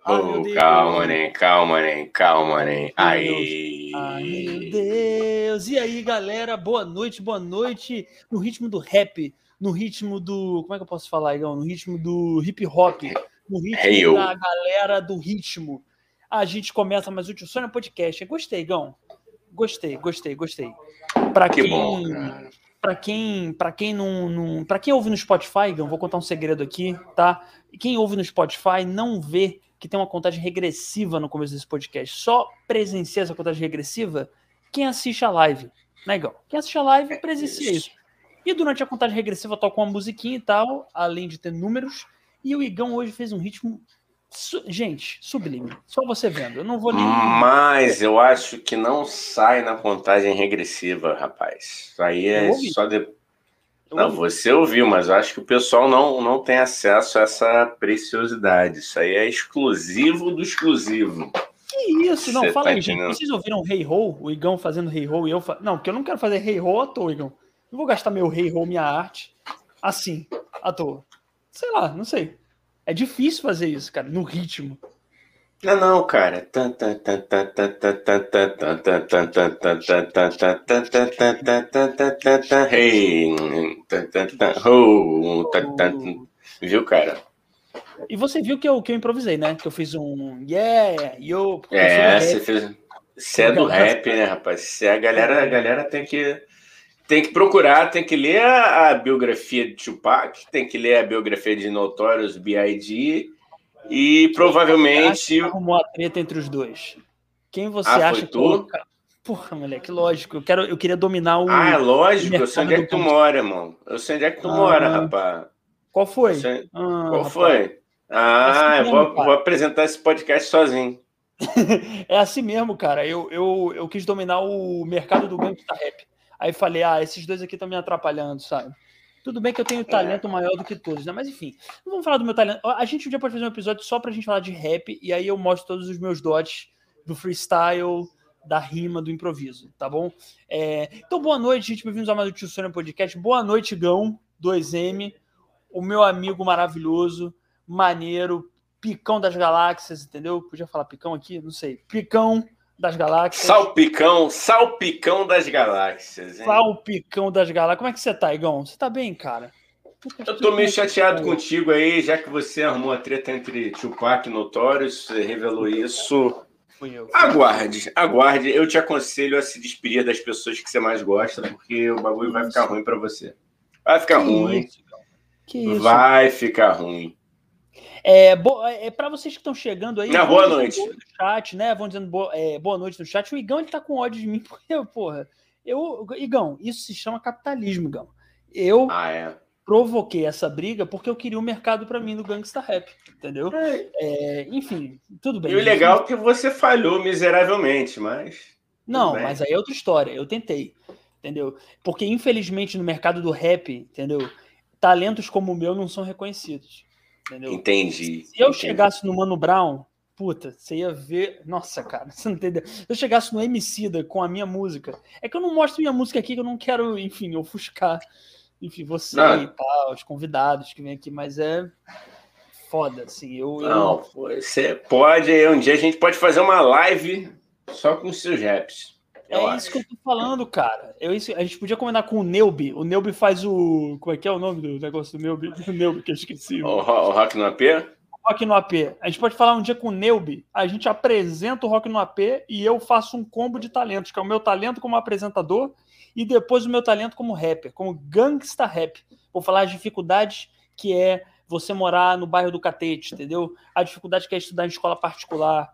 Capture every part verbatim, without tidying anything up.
Ai, meu Oh, Deus. calma, nem, calma, nem, calma, nem. Deus. Aí. Ai, meu Deus. E aí, galera? Boa noite, boa noite. No ritmo do rap, no ritmo do... Como é que eu posso falar, Igão? No ritmo do hip hop, no ritmo Hey, yo. da galera do ritmo. A gente começa mais um Tio Sônia Podcast. Gostei, Igão. Gostei, gostei, gostei. Pra Que quem... bom, cara. Pra quem, pra quem não, não... Pra quem ouve no Spotify, Igão, vou contar um segredo aqui, tá? Quem ouve no Spotify não vê que tem uma contagem regressiva no começo desse podcast. Só presencia essa contagem regressiva quem assiste a live, né, Igão? Quem assiste a live presencia isso. E durante a contagem regressiva toca uma musiquinha e tal, além de ter números. E o Igão hoje fez um ritmo, su... gente, sublime. Só você vendo. Eu não vou nem... Mas eu acho que não sai na contagem regressiva, rapaz. Isso aí é só de... Eu Não, ouvi. você ouviu, mas eu acho que o pessoal não, não tem acesso a essa preciosidade. Isso aí é exclusivo do exclusivo. Que isso? Não, Você fala tá aí, gente. entendendo? Vocês ouviram Hey Ho? O Igão fazendo Hey Ho e eu... Fa... Não, porque eu não quero fazer Hey Ho à toa, Igão. Não vou gastar meu Hey Ho, minha arte, assim, à toa. Sei lá, não sei. É difícil fazer isso, cara, no ritmo. Não, não, cara. Hey. Viu, cara? E você viu que eu, que eu improvisei, né? Que eu fiz um yeah, yo, porque eu sou do É, rap. você fez. Você é do rap, né, rapaz? Você, a galera, a galera tem que tem que procurar, tem que ler a, a biografia de Tupac, tem que ler a biografia de Notorious B I G e provavelmente. Arrumou a treta entre os dois. Quem você Ah, acha foi que tu? coloca... Porra, moleque, lógico. Eu, quero, eu queria dominar o. Ah, é lógico, eu sei onde é que tu do... mora, irmão. Eu sei onde é que tu ah, mora, rapaz. Qual foi? Sei... Ah, Qual rapaz. foi? Ah, é assim eu mesmo, vou, vou apresentar esse podcast sozinho. É assim mesmo, cara. Eu, eu, eu quis dominar o mercado do gangsta rap. Aí falei, ah, esses dois aqui estão me atrapalhando, sabe? Tudo bem que eu tenho talento é. maior do que todos, né? Mas enfim, não vamos falar do meu talento. A gente um dia pode fazer um episódio só pra gente falar de rap, e aí eu mostro todos os meus dotes do freestyle, da rima, do improviso, tá bom? É... Então, boa noite, gente. Bem-vindos a mais um Tio Sônia Podcast. Boa noite, Gão, dois M, o meu amigo maravilhoso, maneiro, Picão das galáxias, entendeu? Podia falar picão aqui? Não sei. Picão das galáxias. Salpicão, salpicão das galáxias, hein? Salpicão das galáxias. Como é que você tá, Igão? Você tá bem, cara? Eu tô meio chateado contigo aí, já que você arrumou a treta entre Tupac e Notorious, você revelou isso. Fui eu. Fui aguarde, eu. aguarde. Eu te aconselho a se despedir das pessoas que você mais gosta, porque o bagulho que vai isso? ficar ruim pra você. Vai ficar que ruim. Isso, que isso? Vai ficar ruim. É, bo... é para vocês que estão chegando aí, Na boa noite. No chat, né? Vão dizendo boa, é, boa noite no chat. O Igão ele tá com ódio de mim, porque, porra, eu, Igão, isso se chama capitalismo, Igão. Eu ah, é. provoquei essa briga porque eu queria um mercado para mim no Gangsta Rap, entendeu? É. É, enfim, tudo bem. E o legal é que você falhou miseravelmente, mas... Não, mas aí é outra história. Eu tentei, entendeu? Porque, infelizmente, no mercado do rap, entendeu? Talentos como o meu não são reconhecidos. Entendeu? Entendi. Se eu entendi. chegasse no Mano Brown, puta, você ia ver... Nossa, cara, você não entendeu? Se eu chegasse no Emicida com a minha música... É que eu não mostro minha música aqui, que eu não quero, enfim, ofuscar, enfim, você não. e tal, os convidados que vêm aqui, mas é foda, assim. Eu, não, eu... você pode... Um dia a gente pode fazer uma live só com os seus raps. É eu isso acho. que eu tô falando, cara. Eu, isso, a gente podia combinar com o Neubi. O Neubi faz o... Como é que é o nome do negócio do Neubi? O Neubi que eu esqueci. O, o Rock no A P? Rock no A P. A gente pode falar um dia com o Neubi. A gente apresenta o Rock no A P e eu faço um combo de talentos, que é o meu talento como apresentador e depois o meu talento como rapper, como gangsta rap. Vou falar as dificuldades que é você morar no bairro do Catete, entendeu? A dificuldade que é estudar em escola particular,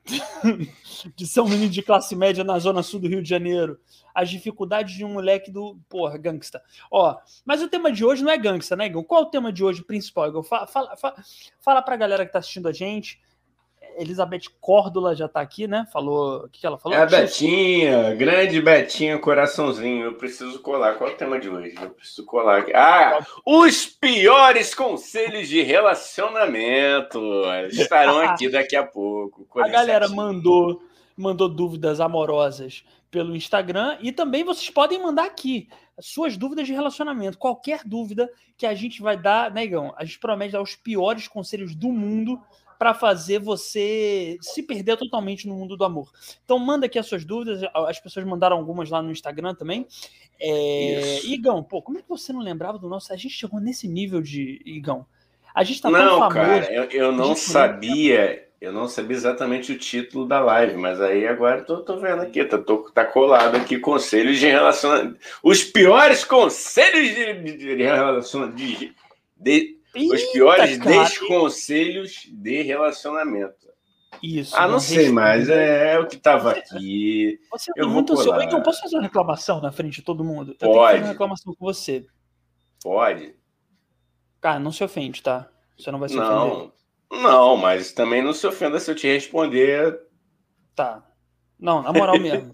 de ser um menino de classe média na zona sul do Rio de Janeiro, as dificuldades de um moleque do, porra, gangsta. Ó, mas o tema de hoje não é gangsta, né, Igor? Qual é o tema de hoje principal, Igor? Fala, fala, fala, fala pra galera que tá assistindo a gente. Elizabeth Córdula já tá aqui, né? Falou, o que, que ela falou? É a Betinha, grande Betinha, coraçãozinho. Eu preciso colar. Qual é o tema de hoje? Eu preciso colar aqui. Ah, os piores conselhos de relacionamento estarão aqui daqui a pouco. A galera mandou, mandou dúvidas amorosas pelo Instagram e também vocês podem mandar aqui suas dúvidas de relacionamento. Qualquer dúvida que a gente vai dar, né, Igão? A gente promete dar os piores conselhos do mundo para fazer você se perder totalmente no mundo do amor. Então manda aqui as suas dúvidas, as pessoas mandaram algumas lá no Instagram também. É... Igão, pô, como é que você não lembrava do nosso? A gente chegou nesse nível de Igão. A gente tá não, tão famoso. Cara, eu, eu não sabia, eu não sabia exatamente o título da live, mas aí agora tô, tô vendo aqui, tá, tô, tá colado aqui, conselhos de relacionamento. Os piores conselhos de, de relacionamento. De, de, Eita, os piores cara. desconselhos de relacionamento. Isso. Ah, não sei mais, é, é o que tava aqui. Você eu é vou muito colar. ansioso. Eu posso fazer uma reclamação na frente de todo mundo? Pode. Eu tenho que fazer uma reclamação com você. Pode. Cara, não se ofende, tá? Você não vai se não, ofender. Não, mas também não se ofenda se eu te responder. Tá. Não, na moral mesmo.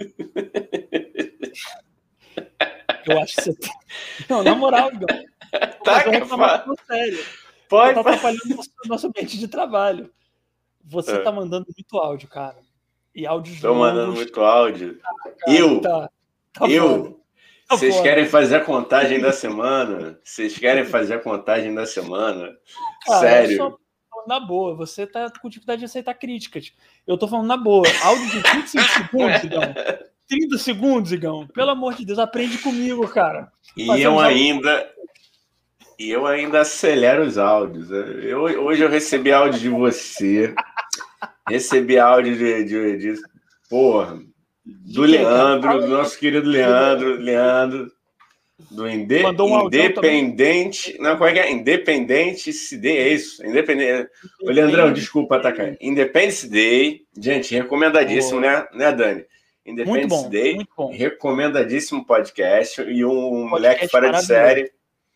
Eu acho que você tem... Não, na moral, Igão. Tá, que fala. Sério. Pode. Você tá atrapalhando o nosso, nosso ambiente de trabalho. Você é. tá mandando muito áudio, cara. E áudios Tô longos. mandando muito áudio. Ah, cara, eu? Tá, tá eu? Tá Vocês foda. querem fazer a contagem da semana? Vocês querem fazer a contagem da semana? Cara, Sério? Eu só... Na boa, você tá com dificuldade de aceitar críticas. Eu tô falando na boa. Áudio de trinta segundos, Igão. trinta segundos, Igão. Pelo amor de Deus, aprende comigo, cara. E Fazer eu ainda... Áudios... E eu ainda acelero os áudios. Eu, hoje eu recebi áudio de você. Recebi áudio de... de, de porra. Do Leandro, do nosso querido Leandro. Leandro. Do inde, um Independente. Não, como é que é? Independente C Day, é isso? Independente. Ô, Leandrão, desculpa, tá, cara. Independence Day. Gente, recomendadíssimo, né, né, Dani? Independence muito bom, Day. Muito bom. Recomendadíssimo podcast. E um podcast moleque fora de série.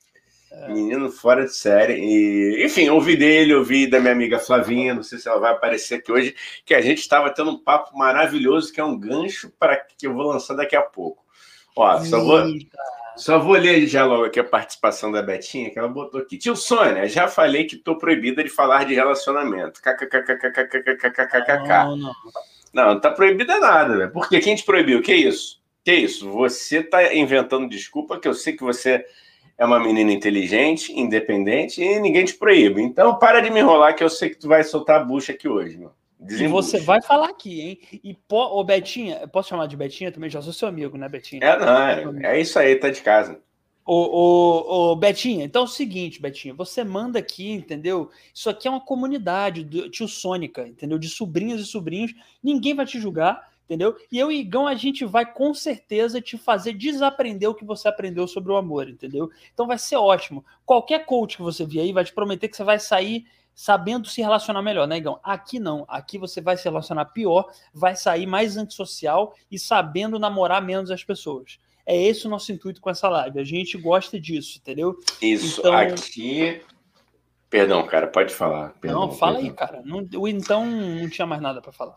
É. Menino fora de série. E, enfim, ouvi dele, ouvi da minha amiga Flavinha. Não sei se ela vai aparecer aqui hoje. Que a gente estava tendo um papo maravilhoso, que é um gancho para que eu vou lançar daqui a pouco. Ó, só vou. Só vou ler já logo aqui a participação da Betinha, que ela botou aqui. Tio Sônia, já falei que tô proibida de falar de relacionamento. KKKKKKKKKKKK. Não, não. Não, não tá proibida nada, velho. Por quê? Quem te proibiu? Que isso? Que isso? Você tá inventando desculpa, que eu sei que você é uma menina inteligente, independente, e ninguém te proíbe. Então, para de me enrolar, que eu sei que tu vai soltar a bucha aqui hoje, meu. Desembucha. E você vai falar aqui, hein? E, po... Ô, Betinha, posso chamar de Betinha também? Já sou seu amigo, né, Betinha? É, não, é, é isso aí, tá de casa. Ô, ô, ô, Betinha, então é o seguinte, Betinha, você manda aqui, entendeu? Isso aqui é uma comunidade do tio Sônica, entendeu? De sobrinhas e sobrinhos, ninguém vai te julgar, entendeu? E eu e Igão, a gente vai com certeza te fazer desaprender o que você aprendeu sobre o amor, entendeu? Então vai ser ótimo. Qualquer coach que você vir aí vai te prometer que você vai sair sabendo se relacionar melhor, né, Igão? Aqui não. Aqui você vai se relacionar pior, vai sair mais antissocial e sabendo namorar menos as pessoas. É esse o nosso intuito com essa live. A gente gosta disso, entendeu? Isso. Então... Aqui... Perdão, cara, pode falar. Perdão, não, fala perdão. aí, cara. Não, o então não tinha mais nada para falar.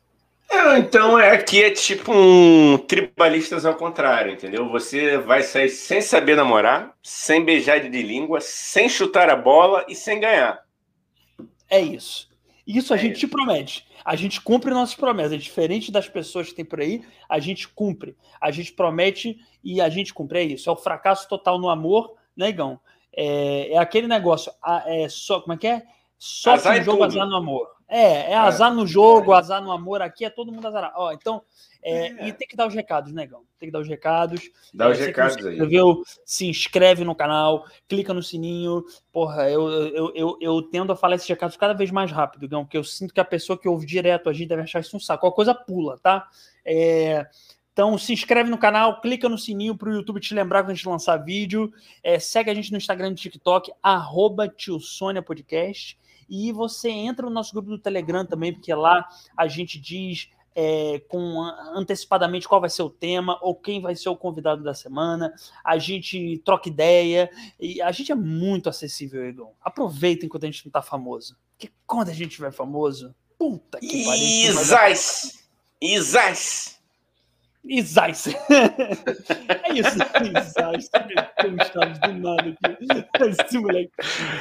É, então, é, aqui é tipo um tribalistas ao contrário, entendeu? Você vai sair sem saber namorar, sem beijar de língua, sem chutar a bola e sem ganhar. É isso. Isso a é gente isso. te promete. A gente cumpre nossas promessas. É diferente das pessoas que tem por aí, a gente cumpre. A gente promete e a gente cumpre. É isso. É o fracasso total no amor, né, Igão? É, é aquele negócio. É só, como é que é? Só azar no jogo, tudo. azar no amor. É, é azar no jogo, azar no amor. Aqui é todo mundo azar. Ó, então, é, é. E tem que dar os recados, né, Igão? Tem que dar os recados. Dá é, os recados aí. Inscreveu, se inscreve no canal, clica no sininho. Porra, eu, eu, eu, eu tendo a falar esses recados cada vez mais rápido, Igão, porque eu sinto que a pessoa que ouve direto a gente deve achar isso um saco. Qualquer coisa pula, tá? É... Então, se inscreve no canal, clica no sininho para o YouTube te lembrar quando a gente lançar vídeo. É, segue a gente no Instagram e no TikTok, arroba Tio Sônia Podcast. E você entra no nosso grupo do Telegram também, porque lá a gente diz é, com, antecipadamente qual vai ser o tema ou quem vai ser o convidado da semana. A gente troca ideia e a gente é muito acessível, Igor. Aproveita enquanto a gente não tá famoso. Porque quando a gente tiver famoso, puta que pariu. Isais! Isais! Isais! É isso, Isais. Chaves do nada aqui. Esse moleque.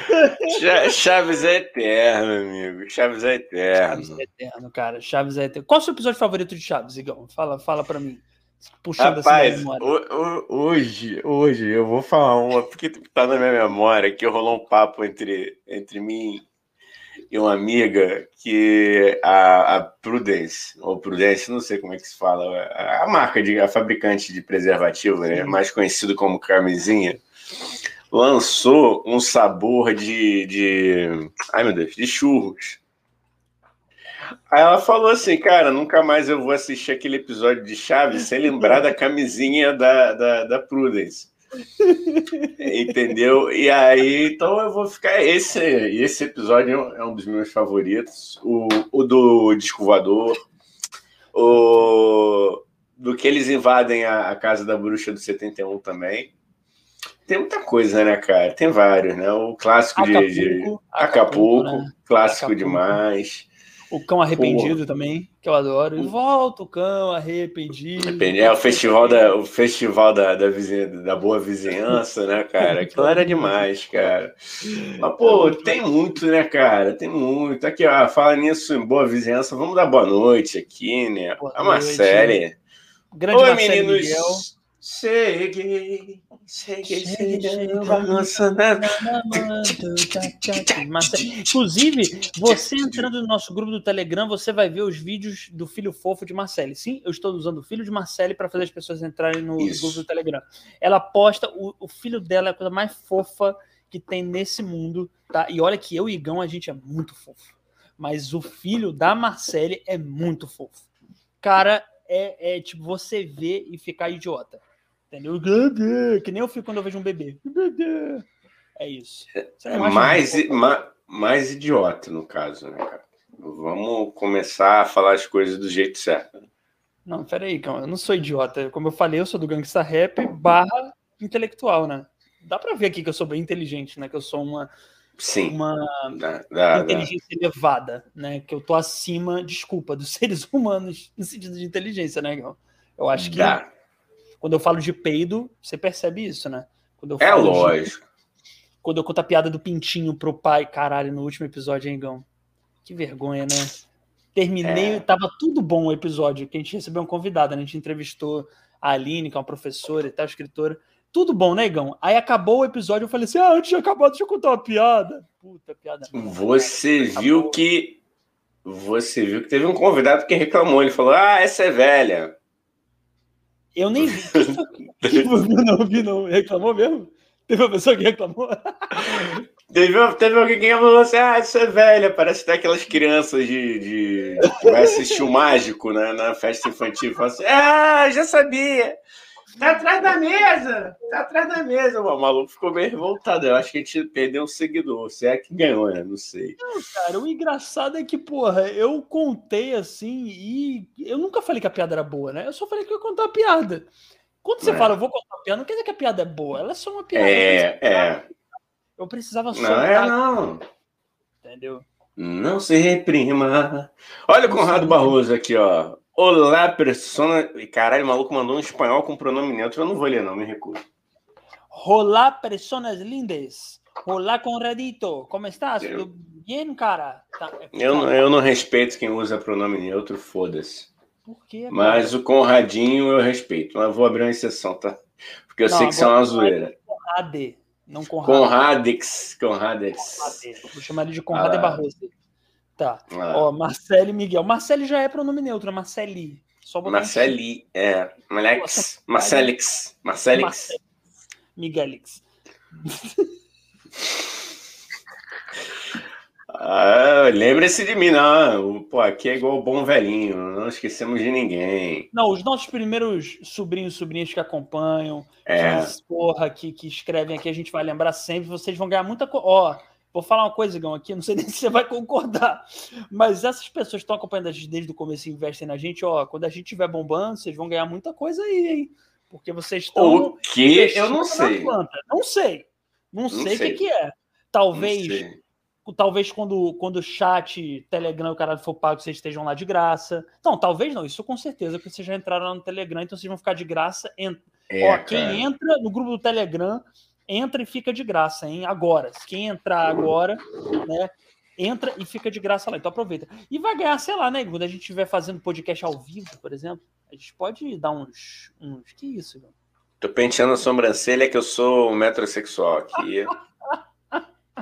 Chaves é eterno, amigo. Chaves é eterno. Chaves é eterno, cara. Chaves é eterno. Qual é o seu episódio favorito de Chaves, Igão? Fala, fala pra mim. Puxando Rapaz, assim na memória. O, o, hoje, hoje eu vou falar uma, porque tá na minha memória que rolou um papo entre, entre mim e uma amiga que a, a Prudence, ou Prudence, não sei como é que se fala, a, a marca, de, a fabricante de preservativo, né, mais conhecido como camisinha, lançou um sabor de, de, ai meu Deus, de churros. Aí ela falou assim, cara, nunca mais eu vou assistir aquele episódio de Chaves sem lembrar da camisinha da, da, da Prudence. Entendeu? E aí, então eu vou ficar. Esse, esse episódio é um dos meus favoritos. O, o do Disco Voador, o do que eles invadem a, a casa da bruxa do setenta e um também. Tem muita coisa, né, cara? Tem vários, né? O clássico Acapulco, de, de Acapulco, Acapulco, né? clássico Acapulco. demais. O Cão Arrependido Porra. também, que eu adoro. E volta o Cão Arrependido. É o festival da, o festival da, da, vizinha, da boa vizinhança, né, cara? Aquilo era demais, cara. Mas, pô, tem muito, né, cara? Tem muito. Aqui, ó, fala nisso em boa vizinhança. Vamos dar boa noite aqui, né? Boa A noite. Marcele. Grande Oi, Marcele meninos. Miguel. Cheguei, cheguei, cheguei. Inclusive, você entrando no nosso grupo do Telegram, você vai ver os vídeos do filho fofo de Marcele. Sim, eu estou usando o filho de Marcele para fazer as pessoas entrarem no Isso. grupo do Telegram. Ela posta, o, o filho dela é a coisa mais fofa que tem nesse mundo, tá? E olha que eu e Igão, a gente é muito fofo. Mas o filho da Marcele é muito fofo. Cara, é, é tipo você ver e ficar idiota. Entendeu? Que nem eu fico quando eu vejo um bebê. É isso. É mais, mais, mais idiota, no caso, né, cara? Vamos começar a falar as coisas do jeito certo. Não, peraí, calma. Eu não sou idiota. Como eu falei, eu sou do Gangsta Rap barra intelectual, né? Dá pra ver aqui que eu sou bem inteligente, né? Que eu sou uma... Sim. Uma dá, dá, inteligência dá. elevada, né? Que eu tô acima, desculpa, dos seres humanos no sentido de inteligência, né, Igão? Eu acho que dá. Quando eu falo de peido, você percebe isso, né? Quando eu é falo lógico. De... Quando eu conto a piada do pintinho pro pai, caralho, no último episódio, hein, Igão? Que vergonha, né? Terminei, é. Tava tudo bom o episódio, que a gente recebeu um convidado, né? A gente entrevistou a Aline, que é uma professora e tal, escritora. Tudo bom, né, Igão? Aí acabou o episódio, eu falei assim, ah, antes de acabar, deixa eu contar uma piada. Puta, piada. Você cara. viu acabou. que... Você viu que teve um convidado que reclamou, ele falou, ah, essa é velha. Eu nem vi. Não vi, não. Reclamou mesmo? Teve uma pessoa que reclamou? Teve, teve alguém que falou assim, ah, isso é velha, parece até aquelas crianças de, de que vai assistir o Mágico, né, na festa infantil. Fala assim, ah, já sabia. Tá atrás da mesa. Tá atrás da mesa. O maluco ficou meio revoltado. Eu acho que a gente perdeu um seguidor. Se é que ganhou, né? Não sei. Não, cara, o engraçado é que, porra, eu contei assim e eu nunca falei que a piada era boa, né? Eu só falei que eu ia contar a piada. Quando você é. fala, eu vou contar a piada, não quer dizer que a piada é boa. Ela é só uma piada. É, eu é. Eu precisava soltar. Não, é não. Entendeu? Não se reprima. Olha o Conrado Barroso aqui, ó. Olá, persona... Caralho, o maluco mandou um espanhol com pronome neutro. Eu não vou ler, não, me recuso. Olá, personas lindas. Olá, Conradito. Como estás? Eu... Tudo bem, cara? Tá. Eu, não, eu não respeito quem usa pronome neutro, foda-se. Por quê? Mas cara? O Conradinho eu respeito. Mas vou abrir uma exceção, tá? Porque eu não, sei que isso é uma zoeira. Conrade, não Conrade. Conradex. Conradex. Conrade. Vou chamar ele de Conrade ah. Barroso. Tá. Ah. Ó, Marcele Miguel. Marcele já é pronome neutro, é Marceli. Só Marceli, um é. Malex. Marcelix. Marcelix. Miguelix. Ah, lembre-se de mim, não. Pô, aqui é igual o bom velhinho. Não esquecemos de ninguém. Não, os nossos primeiros sobrinhos e sobrinhas que acompanham, é. que, porra, que, que escrevem aqui, a gente vai lembrar sempre. Vocês vão ganhar muita coisa. Ó, vou falar uma coisa, Igão, aqui, não sei nem se você vai concordar, mas essas pessoas que estão acompanhando a gente desde o começo e investem na gente, ó, quando a gente estiver bombando, vocês vão ganhar muita coisa aí, hein? Porque vocês estão... O que? Eu não sei. Não sei. Não sei o que, que é. Talvez, talvez quando, quando o chat, Telegram e o caralho for pago, vocês estejam lá de graça. Não, talvez não, isso com certeza, porque vocês já entraram lá no Telegram, então vocês vão ficar de graça. Ent... É, ó, quem cara. entra no grupo do Telegram... entra e fica de graça, hein? Agora. Quem entrar agora, né? Entra e fica de graça lá. Então aproveita. E vai ganhar, sei lá, né? Quando a gente estiver fazendo podcast ao vivo, por exemplo, a gente pode dar uns... uns... Que isso, Igor? Tô penteando a sobrancelha que eu sou um metrosexual aqui.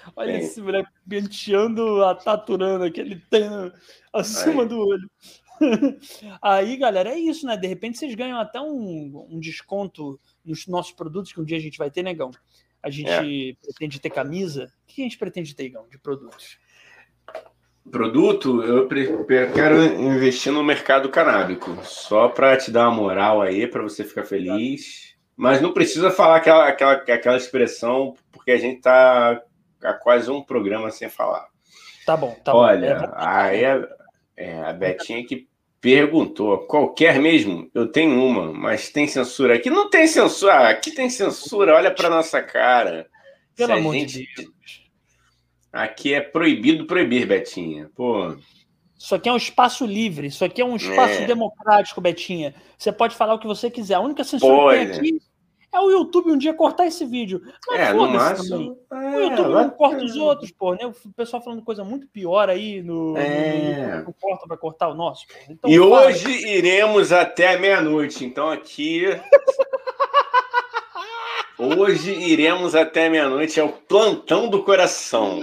Olha Tem. esse moleque penteando a taturana que ele tem no, acima Aí. do olho. Aí, galera, é isso, né? De repente vocês ganham até um, um desconto nos nossos produtos, que um dia a gente vai ter, negão. A gente é. pretende ter camisa. O que a gente pretende ter, Igão, de produtos? Produto, eu quero investir no mercado canábico, só para te dar uma moral aí, para você ficar feliz. Mas não precisa falar aquela, aquela, aquela expressão, porque a gente está há quase um programa sem falar. Tá bom, tá Olha, bom. É, aí a, é, a Betinha que perguntou, qualquer mesmo? Eu tenho uma, mas tem censura. Aqui não tem censura, aqui tem censura, olha para nossa cara. Pelo Se a amor gente... de Deus. Aqui é proibido proibir, Betinha. Pô. Isso aqui é um espaço livre, isso aqui é um espaço é. democrático, Betinha. Você pode falar o que você quiser. A única censura pode. que tem aqui é o YouTube um dia cortar esse vídeo. Mas é, no máximo. É, o YouTube não corta os outros, pô, né? O pessoal falando coisa muito pior aí no, é. no, no YouTube, não corta, vai cortar o nosso. Pô. Então, e fala. Hoje iremos até a meia-noite, então aqui. Hoje iremos até meia-noite, é o plantão do coração.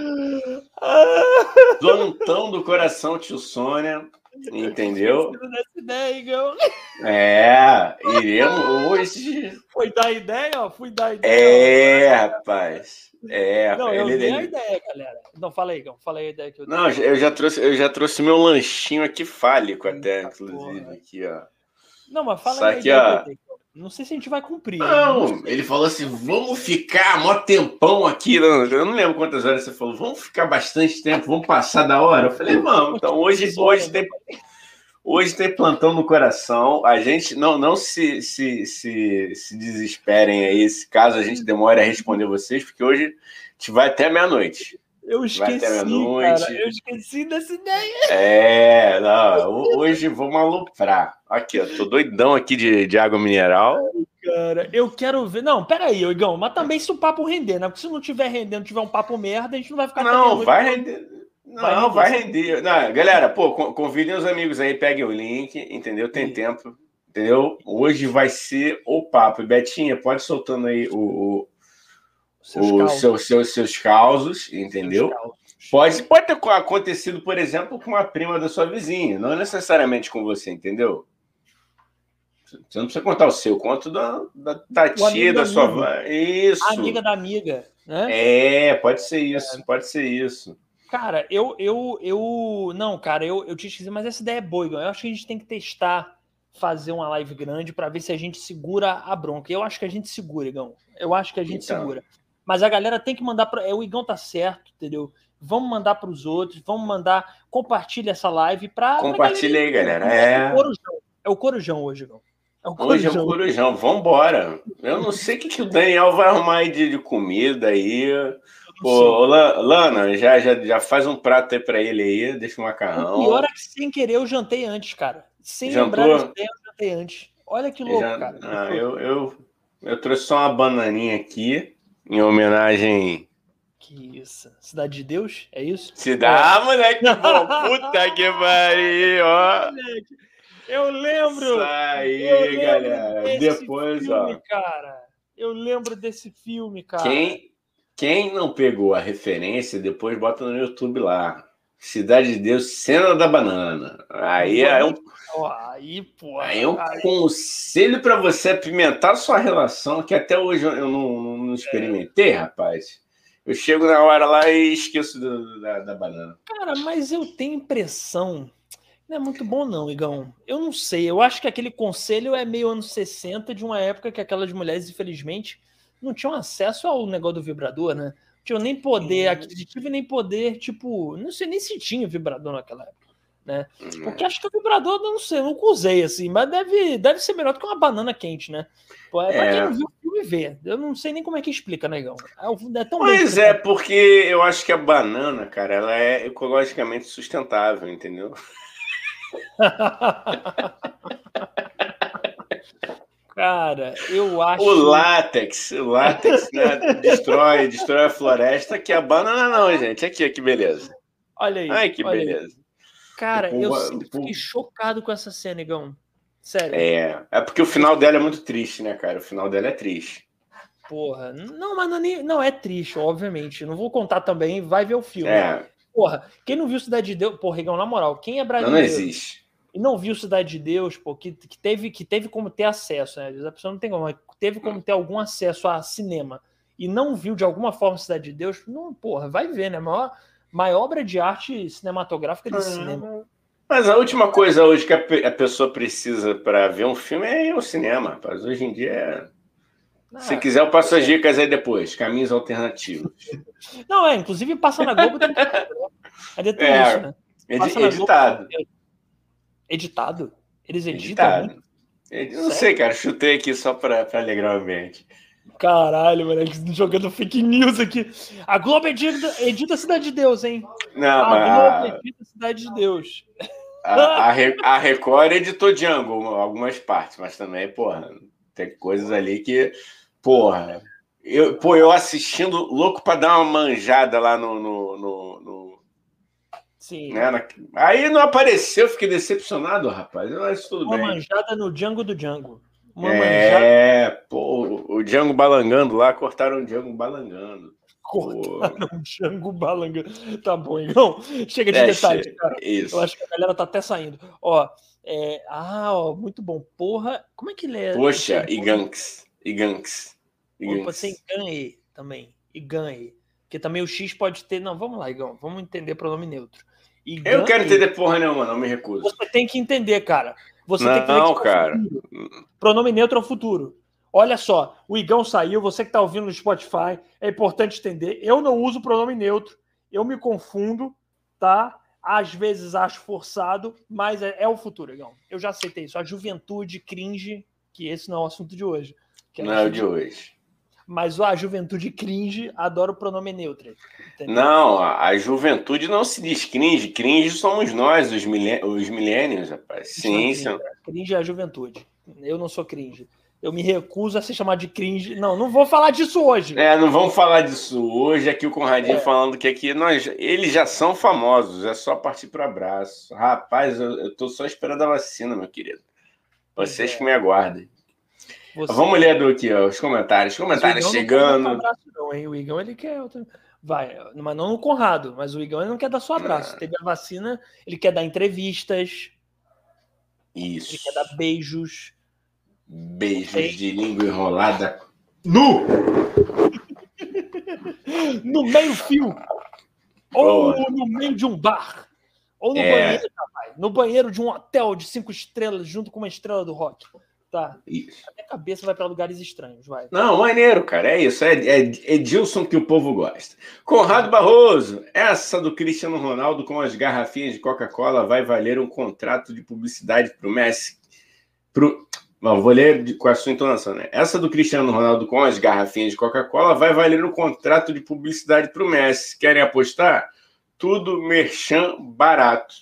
Plantão do coração, tio Sônia. Entendeu? Ideia, é, iremos hoje. Foi dar ideia, ó. Fui dar ideia. É, ó. rapaz. É, não, ele, eu dei ele... a ideia, galera. Não, fala aí, Gão. Fala aí a ideia que eu dei. Não, eu já trouxe, eu já trouxe meu lanchinho aqui fálico até, inclusive. Porra. Aqui, ó. Não, mas fala Só aí a que, ideia ó... que eu dei. Não sei se a gente vai cumprir. Não, não ele falou assim, vamos ficar mó tempão aqui. Eu não lembro quantas horas você falou. Vamos ficar bastante tempo, vamos passar da hora. Eu falei, vamos. Então hoje, hoje, tem, hoje tem plantão no coração. A gente não, não se, se, se, se desesperem aí, se caso a gente demore a responder vocês, porque hoje a gente vai até meia-noite. Eu esqueci, cara. Eu esqueci dessa ideia. É, não, hoje vamos aloprar. Aqui, ó, tô doidão aqui de, de água mineral. Ai, cara, eu quero ver... Não, peraí, Igão, mas também se o papo render, né? Porque se não tiver rendendo, tiver um papo merda, a gente não vai ficar... Não, vai render... Não, vai render. Vai render. Não, galera, pô, convidem os amigos aí, peguem o link, entendeu? Tem Sim. tempo, entendeu? Hoje vai ser o papo. E Betinha, pode soltando aí o... o... Seus, os seus, seus, seus causos, entendeu? Seus causos. Pode, pode ter acontecido, por exemplo, com uma prima da sua vizinha, não necessariamente com você, entendeu? Você não precisa contar o seu, conta da, da, da tia, da sua avó. Isso. A amiga da amiga, né? É, pode ser isso, é. pode ser isso. Cara, eu, eu, eu... Não, cara, eu, eu te esqueci, mas essa ideia é boa, Igor. Eu acho que a gente tem que testar, fazer uma live grande para ver se a gente segura a bronca. Eu acho que a gente segura, Igão. Eu acho que a gente então. segura. Mas a galera tem que mandar para... É, o Igão tá certo, entendeu? Vamos mandar para os outros, vamos mandar... Compartilha essa live para... Compartilha aí, galera. É... É o Corujão, é o Corujão hoje, Igão. É o hoje é o Corujão. Vambora. Eu não sei o que, que o Daniel vai arrumar aí de, de comida aí. Pô, Lana, já, já, já faz um prato aí para ele aí, deixa um macarrão. O pior é que sem querer eu jantei antes, cara. Sem Jantou? lembrar de ideia, eu jantei antes. Olha que louco, já... cara. Ah, eu, eu, eu trouxe só uma bananinha aqui. Em homenagem... Que isso? Cidade de Deus? É isso? Cidade, é. moleque, bom. Puta que pariu, ó. Eu lembro. Isso aí, eu lembro galera. Depois, filme, ó. Cara. Eu lembro desse filme, cara. Quem, quem não pegou a referência, depois bota no YouTube lá. Cidade de Deus, Cena da Banana. Aí é um... Aí, pô. Aí é um aí... conselho para você apimentar sua relação, que até hoje eu não, não experimentei, é. rapaz. Eu chego na hora lá e esqueço do, da, da banana. Cara, mas eu tenho impressão... Não é muito bom não, Igão. Eu não sei. Eu acho que aquele conselho é meio anos sessenta, de uma época que aquelas mulheres, infelizmente, não tinham acesso ao negócio do vibrador, né? Não tinham nem poder aquisitivo e nem poder, tipo... Não sei nem se tinha vibrador naquela época. Né? Porque acho que o vibrador, não sei, eu nunca usei assim, mas deve, deve ser melhor do que uma banana quente, né? Pô, é, pra quem não viu o filme, vê. Eu não sei nem como é que explica, negão. É tão pois é, porque eu acho que a banana, cara, ela é ecologicamente sustentável, entendeu? Cara, eu acho... O látex, o látex, né, destrói, destrói a floresta, que a banana não, gente. Aqui, que beleza. Olha aí. Ai, que beleza. Aí. Cara, eu sempre fiquei chocado com essa cena, Igão. Sério. É, é porque o final dela é muito triste, né, cara? O final dela é triste. Porra, não, mas não é, nem, não é triste, obviamente. Não vou contar também, vai ver o filme. É. Porra, quem não viu Cidade de Deus... Porra, Rigão, na moral, quem é Não, brasileiro não existe. e não viu Cidade de Deus, pô, que, que, teve, que teve como ter acesso, né? Às vezes a pessoa não tem como, mas teve como ter algum acesso a cinema e não viu de alguma forma Cidade de Deus, não, porra, vai ver, né? Maior, maior obra de arte cinematográfica de Ah, cinema. Mas a última coisa hoje que a, pe- a pessoa precisa para ver um filme é ir ao cinema, rapaz. Hoje em dia é... Se Ah, quiser, eu passo as dicas aí depois. Caminhos alternativos. não, é, inclusive passa na Globo tem que ter, né? Ainda tem É, isso, né? edi- Passa na Globo editado. tem que ter. Editado? Eles editam muito? Editado. Eu não Sério? sei, cara. Chutei aqui só para alegrar o ambiente. Caralho, moleque, jogando fake news aqui. A Globo edita, edita Cidade de Deus, hein? Não, A mas Globo a, edita Cidade de Deus. a, a, Re- a Record editou Django algumas partes, mas também, porra, tem coisas ali que, porra, eu, pô, eu assistindo, louco para dar uma manjada lá no. no, no, no Sim. né, na- aí não apareceu, fiquei decepcionado, rapaz. Mas tudo Uma bem. manjada no Django do Django. Uma manjada. É, pô, o Django balangando lá, cortaram o Django balangando. Cortaram o Django balangando. Tá bom, então. Chega de É, detalhes, che- cara. isso. Eu acho que a galera tá até saindo. Ó, é... ah, ó, muito bom. Porra, como é que ele é? Poxa, e Ganks. E Ganks. E Ou pode ser Ganks. Iganhe também. Iganhe. Porque também o X pode ter. Não, vamos lá, Igão. Vamos entender pronome neutro. Eu não quero Iganhe. entender porra nenhuma, não me recuso. Você tem que entender, cara. Você tem que Não, entender que cara. pronome neutro é o futuro. Olha só, o Igão saiu, você que está ouvindo no Spotify, é importante entender. Eu não uso pronome neutro, eu me confundo, tá? Às vezes acho forçado, mas é, é o futuro, Igão. Eu já aceitei isso. A juventude cringe, que esse não é o assunto de hoje. Que Não é o de hoje. Mas a juventude cringe adora o pronome neutro. Entendeu? Não, a, a juventude não se diz cringe. Cringe somos nós, os, milé os milênios, rapaz. Sim, Cringe, sim. cringe é a juventude. Eu não sou cringe. Eu me recuso a ser chamado de cringe. Não, não vou falar disso hoje. É, não vamos falar disso hoje. Aqui o Conradinho É. falando que aqui nós, eles já são famosos, é só partir para abraço. Rapaz, eu, eu tô só esperando a vacina, meu querido. Vocês é. que me aguardem. Você... Vamos ler do aqui, ó, os comentários. Os comentários chegando. Não quer abraço, não, hein? O Igão ele quer outro... Vai, mas não no Conrado, mas o Igão ele não quer dar só abraço. Ah. Teve a vacina, ele quer dar entrevistas. Isso. Ele quer dar beijos. Beijos de língua enrolada. Nu! No meio-fio. Ou oh. no meio de um bar. Ou no é. banheiro, rapaz. No banheiro de um hotel de cinco estrelas, junto com uma estrela do rock. Tá. Isso. A minha cabeça vai para lugares estranhos, vai. Não, maneiro, cara. É isso. É, é Edilson que o povo gosta. Conrado Barroso. Essa do Cristiano Ronaldo com as garrafinhas de Coca-Cola vai valer um contrato de publicidade para o Messi. Pro... Não, vou ler com a sua entonação, né? Essa do Cristiano Ronaldo com as garrafinhas de Coca-Cola vai valer um contrato de publicidade para o Messi. Querem apostar? Tudo merchan barato.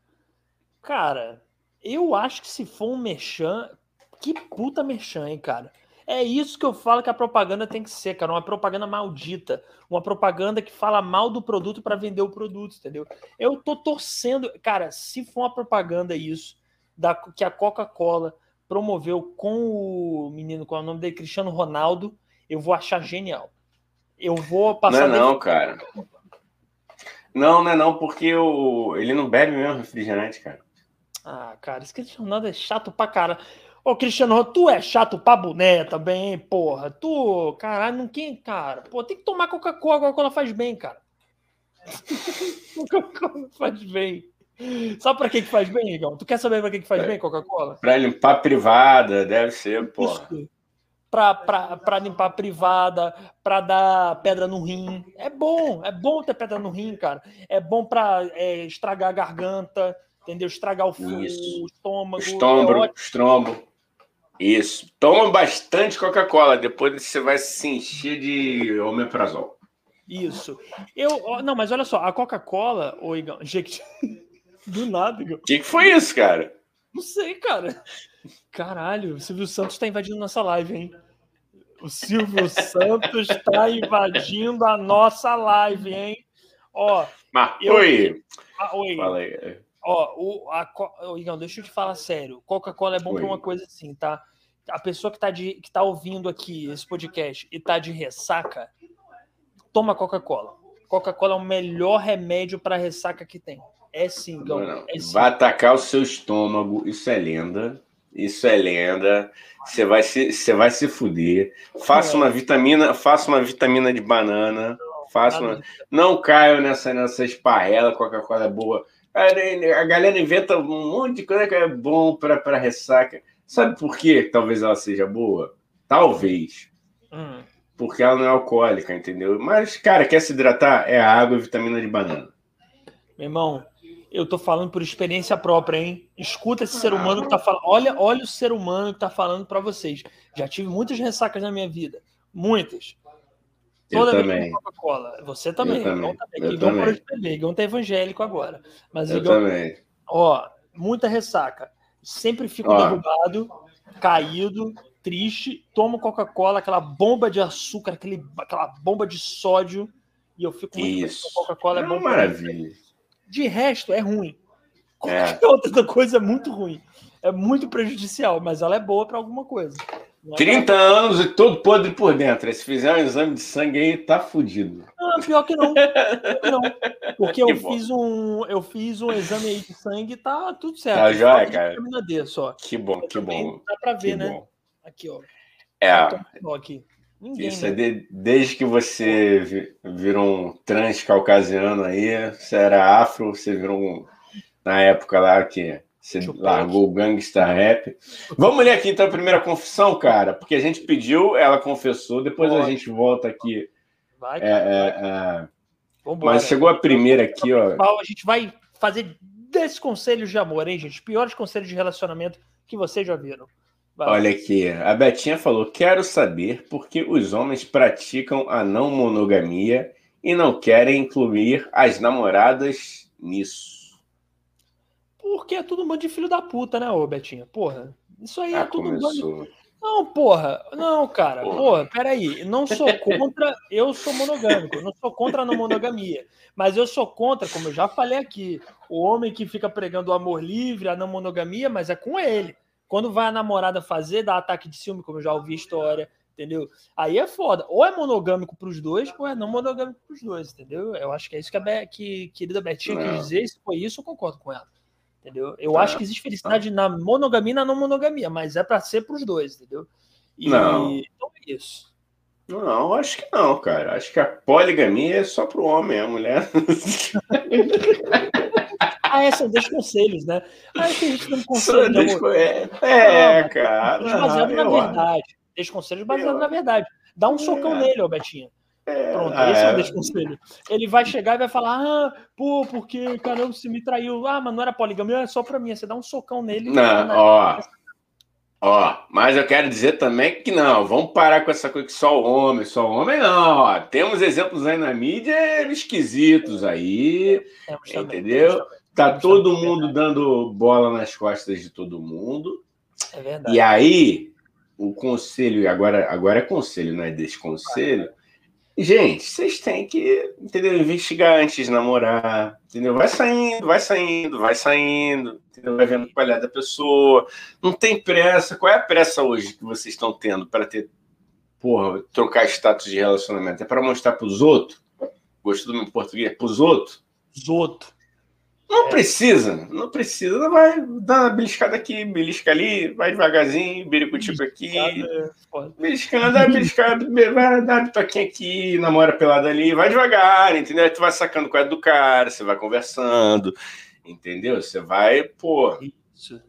Cara, eu acho que se for um merchan... Que puta merchan, hein, cara? É isso que eu falo que a propaganda tem que ser, cara. Uma propaganda maldita. Uma propaganda que fala mal do produto para vender o produto, entendeu? Eu tô torcendo... Cara, se for uma propaganda isso, da, que a Coca-Cola promoveu com o menino, qual é o nome dele? Cristiano Ronaldo, eu vou achar genial. Eu vou passar... Não é não, cara. Não, não é não, porque o... ele não bebe mesmo refrigerante, cara. Ah, cara, esse Cristiano Ronaldo é chato pra caralho. Ô, Cristiano, tu é chato pra boné também, hein, porra. Tu, caralho, não quem, cara. Pô, tem que tomar Coca-Cola, a Coca-Cola faz bem, cara. Coca-Cola faz bem. Sabe pra que que faz bem, Igão? Tu quer saber pra que que faz é. bem Coca-Cola? Pra limpar a privada, deve ser, porra. Isso. Pra, pra, pra limpar a privada, pra dar pedra no rim. É bom, é bom ter pedra no rim, cara. É bom pra é, estragar a garganta, entendeu? Estragar o, o estômago. Estômago, é estrombo. Isso. Toma bastante Coca-Cola, depois você vai se encher de omeprazol. Isso. Eu, não, mas olha só, a Coca-Cola, ô Igão, gente, do nada, Igão. O que, que foi isso, cara? Não sei, cara. Caralho, o Silvio Santos tá invadindo nossa live, hein? O Silvio Santos tá invadindo a nossa live, hein? Ó. Mas, eu... oi. Ah, oi. Fala aí. Ó, o, a, o, Igão, deixa eu te falar sério. Coca-Cola é bom para uma coisa assim, tá? a pessoa que tá, de, que tá ouvindo aqui esse podcast e tá de ressaca, toma Coca-Cola. Coca-Cola é o melhor remédio para ressaca que tem. É sim, Gão. Não, É sim. vai atacar o seu estômago, isso é lenda. Isso é lenda. Você vai se, você vai se fuder. Faça uma vitamina, faça uma vitamina de banana. Faça uma... Não caio nessa, nessa esparrela, Coca-Cola é boa. A galera inventa um monte de coisa que é bom para ressaca. Sabe por quê? Talvez ela seja boa? Talvez. Hum. Porque ela não é alcoólica, entendeu? Mas, cara, quer se hidratar? É água e vitamina de banana. Meu irmão, eu tô falando por experiência própria, hein? Escuta esse ser humano que tá falando. Olha, olha o ser humano que tá falando para vocês. Já tive muitas ressacas na minha vida. Muitas. Toda eu vez também. com Coca-Cola. Você também. Eu também. também. Eu Igão também. Escrever. Igão tá evangélico agora. Mas eu Igão, também. Ó, muita ressaca. Sempre fico Ó. derrubado, caído, triste. Tomo Coca-Cola, aquela bomba de açúcar, aquele, aquela bomba de sódio. E eu fico muito Isso. bem. Coca-Cola é, é bom. uma maravilha. De resto, é ruim. Qualquer É. outra coisa é muito ruim. É muito prejudicial, mas ela é boa para alguma coisa. Não é trinta aquela... anos e todo podre por dentro. Se fizer um exame de sangue aí, tá fudido. Não, pior que não. Pior que não. Porque eu Que bom. fiz, um, eu fiz um exame aí de sangue e tá tudo certo. Tá Ele jóia, fala de cara? vitamina D só. Que bom, que bom. Dá pra ver, Que né? bom. Aqui, ó. É. Ó, aqui. Ninguém, Isso né? é de- desde que você vi- virou um transcaucasiano aí, você era afro, você virou um, na época lá que você Chupete. largou o gangsta rap. Vamos ler aqui então a primeira confissão, cara, porque a gente pediu, ela confessou, depois a Pode. gente volta aqui. Vai, É, cara. vai. é, é. Vambora. Mas chegou a primeira aqui, ó. A gente vai fazer dez conselhos de amor, hein, gente? Piores conselhos de relacionamento que vocês já viram. Vai. Olha aqui, a Betinha falou: quero saber por que os homens praticam a não monogamia e não querem incluir as namoradas nisso. Porque é tudo um bando de filho da puta, né, ô Betinha? Porra, isso aí Ah, é tudo um bando de... começou. Não, porra, não, cara, Porra. porra, peraí, não sou contra, eu sou monogâmico, eu não sou contra a não monogamia, mas eu sou contra, como eu já falei aqui, o homem que fica pregando o amor livre, a não monogamia, mas é com ele. Quando vai a namorada fazer, dá ataque de ciúme, como eu já ouvi história, entendeu? Aí é foda, ou é monogâmico pros dois, ou é não monogâmico pros dois, entendeu? Eu acho que é isso que a Be- que, querida Betinha Não. quis dizer, se foi isso, eu concordo com ela. Entendeu? Eu Tá, acho que existe felicidade na monogamia e na não monogamia, mas é para ser para os dois, entendeu? E Não. então é isso. Não, acho que não, cara. Acho que a poligamia é só pro homem, a mulher. Ah, é, são dois conselhos, né? Ah, é que a gente não Só conselho de amor. deixa- É, Não, cara. Conselhos baseados na eu- verdade. Desconselhos baseados Eu- na verdade. Dá um socão É. nele, ó, Betinha. É, Pronto, ah, esse é o é. desconselho. Ele vai chegar e vai falar: ah, pô, porque, caramba, você me traiu. Ah, mas não era poligamia, é só pra mim. Você dá um socão nele. Não, ó. Ó, mas eu quero dizer também que não, vamos parar com essa coisa que só homem, só homem não, ó. Temos exemplos aí na mídia esquisitos aí, Temos também, entendeu? temos também. Tá Temos todo também, mundo dando bola nas costas de todo mundo. É verdade. E aí, o conselho, e agora, agora é conselho, não é desconselho. Gente, vocês têm que, entendeu? Investigar antes de namorar, entendeu? Vai saindo, vai saindo, vai saindo, entendeu? Vai vendo a qualidade da pessoa. Não tem pressa. Qual é a pressa hoje que vocês estão tendo para ter, porra, trocar status de relacionamento? É para mostrar para os outros? Gostou do meu português? Para os outros? Os outros. Não é. precisa, não precisa. Não vai dar uma beliscada aqui, belisca ali, vai devagarzinho, biricutico aqui. Beliscando, dá beliscada, vai dar uma toquinha aqui, namora pelada ali, vai devagar, entendeu? Aí tu vai sacando qual é do cara, você vai conversando, entendeu? Você vai, pô. Isso.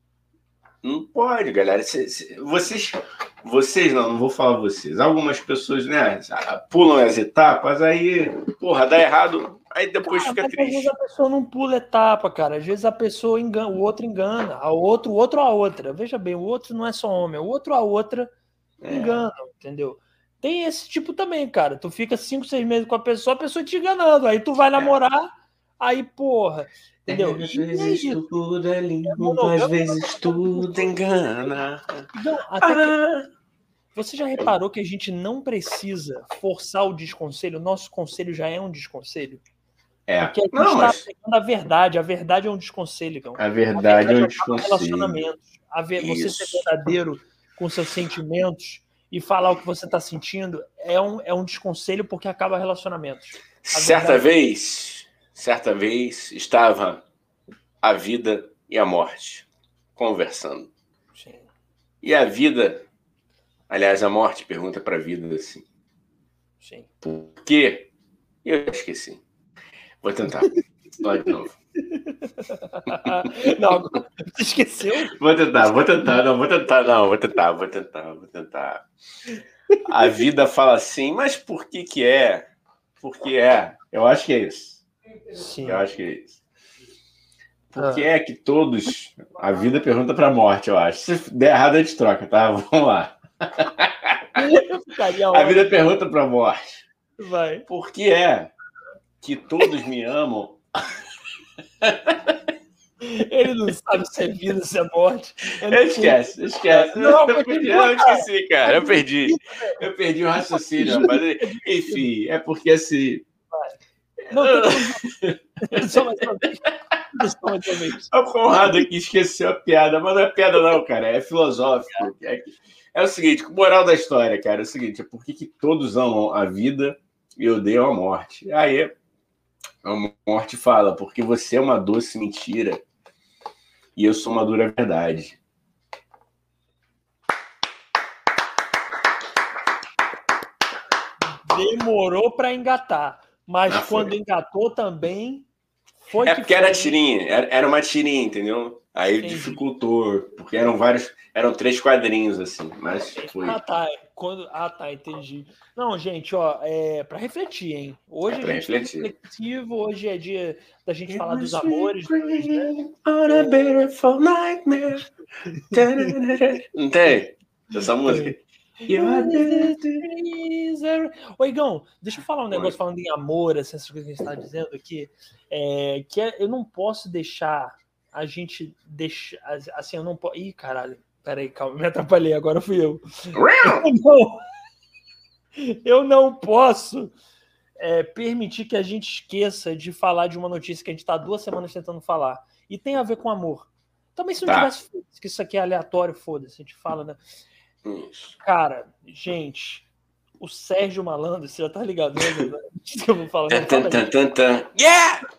Não pode, galera. Vocês, vocês não, não vou falar vocês. Algumas pessoas, né, pulam as etapas, aí, porra, dá errado, aí depois cara, fica mas triste. Às vezes a pessoa não pula etapa, cara. Às vezes a pessoa engana, o outro engana, a outro, o outro a outra. Veja bem, o outro não é só homem, o outro a outra É. engana, entendeu? Tem esse tipo também, cara. Tu fica cinco, seis meses com a pessoa, a pessoa te enganando. Aí tu vai namorar, aí, porra. Entendeu? Às vezes E, tudo é lindo, monogâmico, às vezes tudo engana. Então, até que, você já reparou que a gente não precisa forçar o desconselho? O nosso conselho já é um desconselho? É. Porque a gente Não, está mas pegando a verdade. A verdade é um desconselho, então. a verdade é um acaba desconselho. relacionamentos. A ver, você ser verdadeiro com seus sentimentos e falar o que você está sentindo é um, é um desconselho porque acaba relacionamentos. A certa verdade... vez, certa vez, estava a vida e a morte conversando. Sim. E a vida, aliás, a morte pergunta para a vida assim. Sim. Por quê? Eu esqueci. Vou tentar. Vai de novo. Não, você esqueceu? Vou tentar, vou tentar, não, vou tentar, não, vou tentar, vou tentar, vou tentar. A vida fala assim, mas por que que é? Por que é? Eu acho que é isso. Sim. Eu acho que é isso. Por que ah. é que todos... A vida pergunta para a morte, eu acho. Se der errado, a gente troca, tá? Vamos lá. A vida pergunta para a morte. Vai. Por que é que todos me amam? Ele não sabe se é vida, se é morte. Eu esquece, esquece. Não, eu, perdi, eu esqueci, cara. Eu perdi. Eu perdi o raciocínio, rapaz. Enfim, é porque assim... Não, tem só mais uma vez. Só mais uma vez. O Conrado aqui esqueceu a piada, mas não é piada não, cara. É filosófico. É, é o seguinte, moral da história, cara, é o seguinte, é por que que todos amam a vida e odeiam a morte? Aí a morte fala, porque você é uma doce mentira e eu sou uma dura verdade. Demorou para engatar, mas ah, quando engatou também foi é que porque foi. era tirinha, era, era uma tirinha, entendeu? Aí Entendi. dificultou, porque eram vários, eram três quadrinhos assim, mas foi. Ah, tá. Quando... Ah, tá, entendi. Não, gente, ó, é para refletir, hein? Hoje é a gente refletir. é reflexivo, hoje é dia da gente falar dos amores. Né? On a beautiful nightmare. Não tem essa música? Ô, Igão, deixa eu falar um negócio Oi. falando em amor, assim, essas coisas que a gente está dizendo aqui, é, que é, eu não posso deixar a gente deixar, assim, eu não posso... Ih, caralho, peraí, calma, me atrapalhei, agora fui eu. eu, não, eu não posso é, permitir que a gente esqueça de falar de uma notícia que a gente está duas semanas tentando falar, e tem a ver com amor. Também se não tá. tivesse, que isso aqui é aleatório, foda-se, a gente fala, né? Cara, gente, o Sérgio Malandro, você já tá ligado, né? que eu vou falar. Não, fala yeah!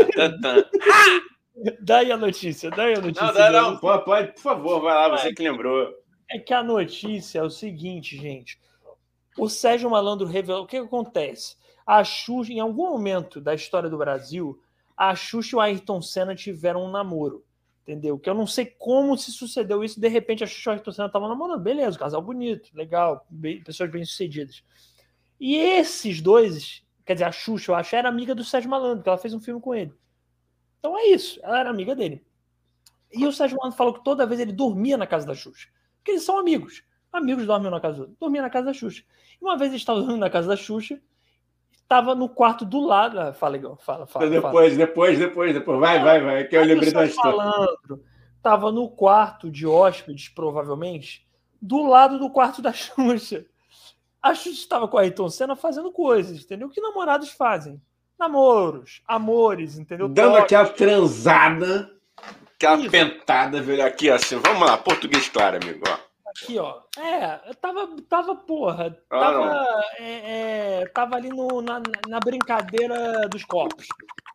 Daí a notícia, daí a notícia. Não, não, não, pode, pode, por favor, vai lá, você que lembrou. É que a notícia é o seguinte, gente. O Sérgio Malandro revelou... O que, que acontece? A Xuxa, em algum momento da história do Brasil, a Xuxa e o Ayrton Senna tiveram um namoro. Entendeu? Que eu não sei como se sucedeu isso. De repente, a Xuxa e o Ayrton Senna estavam namorando. Beleza, casal bonito, legal, bem, pessoas bem-sucedidas. E esses dois, quer dizer, a Xuxa, eu acho, era amiga do Sérgio Malandro, porque ela fez um filme com ele. Então é isso, ela era amiga dele. E o Sérgio Malandro falou que toda vez ele dormia na casa da Xuxa. Porque eles são amigos. Amigos dormem na casa do outro. Dormia na casa da Xuxa. E uma vez ele estava dormindo na casa da Xuxa, estava no quarto do lado. Ah, fala, Igor, fala, fala. Depois, fala. depois, depois, depois. Vai, vai, vai. Que eu lembrei da história. Malandro estava no quarto de hóspedes, provavelmente, do lado do quarto da Xuxa. A Xuxa estava com a Ayrton Senna fazendo coisas, entendeu? O que namorados fazem? Namoros, amores, entendeu? Dando Toque. Aquela transada, aquela Isso. pentada, velho. Aqui, ó, assim. Vamos lá, português claro, amigo, ó. Aqui, ó. É, tava, tava porra. Ah, tava, é, é, tava ali no, na, na brincadeira dos corpos.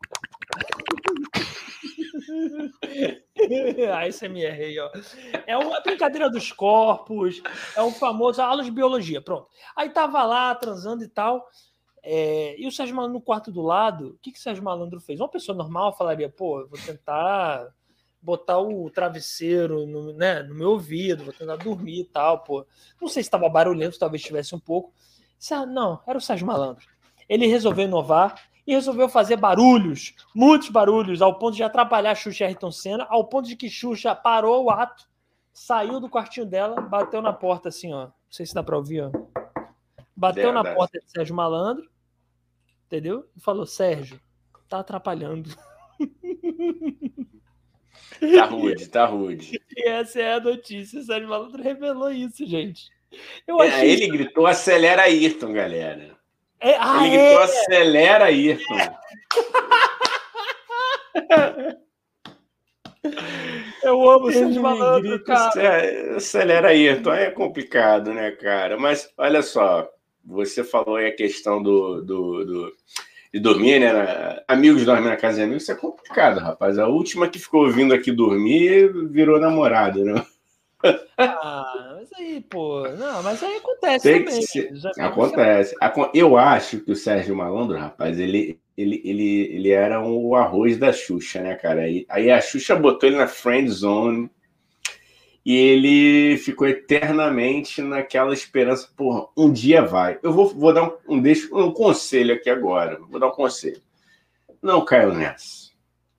A S M R aí, ó. É uma brincadeira dos corpos, é o famoso aula de biologia, pronto. Aí tava lá, transando e tal. É, e o Sérgio Malandro no quarto do lado, o que, que o Sérgio Malandro fez? Uma pessoa normal falaria, pô, vou tentar botar o travesseiro no, né, no meu ouvido, vou tentar dormir e tal, pô. Não sei se estava barulhento, talvez tivesse um pouco. Não, era o Sérgio Malandro. Ele resolveu inovar e resolveu fazer barulhos, muitos barulhos, ao ponto de atrapalhar a Xuxa e a Ayrton Senna, ao ponto de que Xuxa parou o ato, saiu do quartinho dela, bateu na porta assim, ó. Não sei se dá pra ouvir, ó. Bateu Verdade. na porta de Sérgio Malandro, entendeu? E falou, Sérgio, tá atrapalhando. Tá rude, tá rude. E essa é a notícia. O Sérgio Malandro revelou isso, gente. Eu é, achei... Ele gritou, acelera Ayrton, galera. É, ah, ele é? gritou, acelera Ayrton. Eu amo o Sérgio Malandro, cara. Acelera aí, então é complicado, né, cara? Mas olha só, você falou aí a questão do, do, do de dormir, né? Amigos dormem na casa de amigos, isso é complicado, rapaz. A última que ficou vindo aqui dormir virou namorado, né? Ah, mas aí, pô. Não, mas aí acontece Tem também. se... Acontece. Eu acho que o Sérgio Malandro, rapaz, ele, ele, ele, ele era o arroz da Xuxa, né, cara? Aí, aí a Xuxa botou ele na friend zone e ele ficou eternamente naquela esperança, porra, um dia vai. Eu vou, vou dar um, um, deixo, um conselho aqui agora. Vou dar um conselho. Não caiam nessa.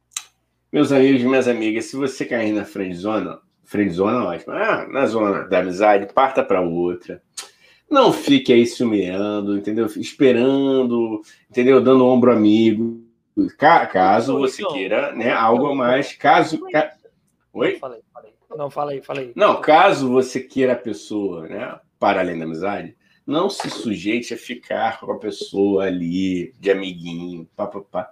Meus amigos e minhas amigas, se você cair na friend zone, friend zone, ótimo. Ah, na zona da amizade, parta para outra. Não fique aí se humilhando, entendeu? Esperando, entendeu? Dando ombro amigo. Caso você queira, né? Algo mais. Caso. Ca... Oi? Não, falei, falei. Não, falei, falei. Não, caso você queira a pessoa, né? Para além da amizade, não se sujeite a ficar com a pessoa ali, de amiguinho, papapá.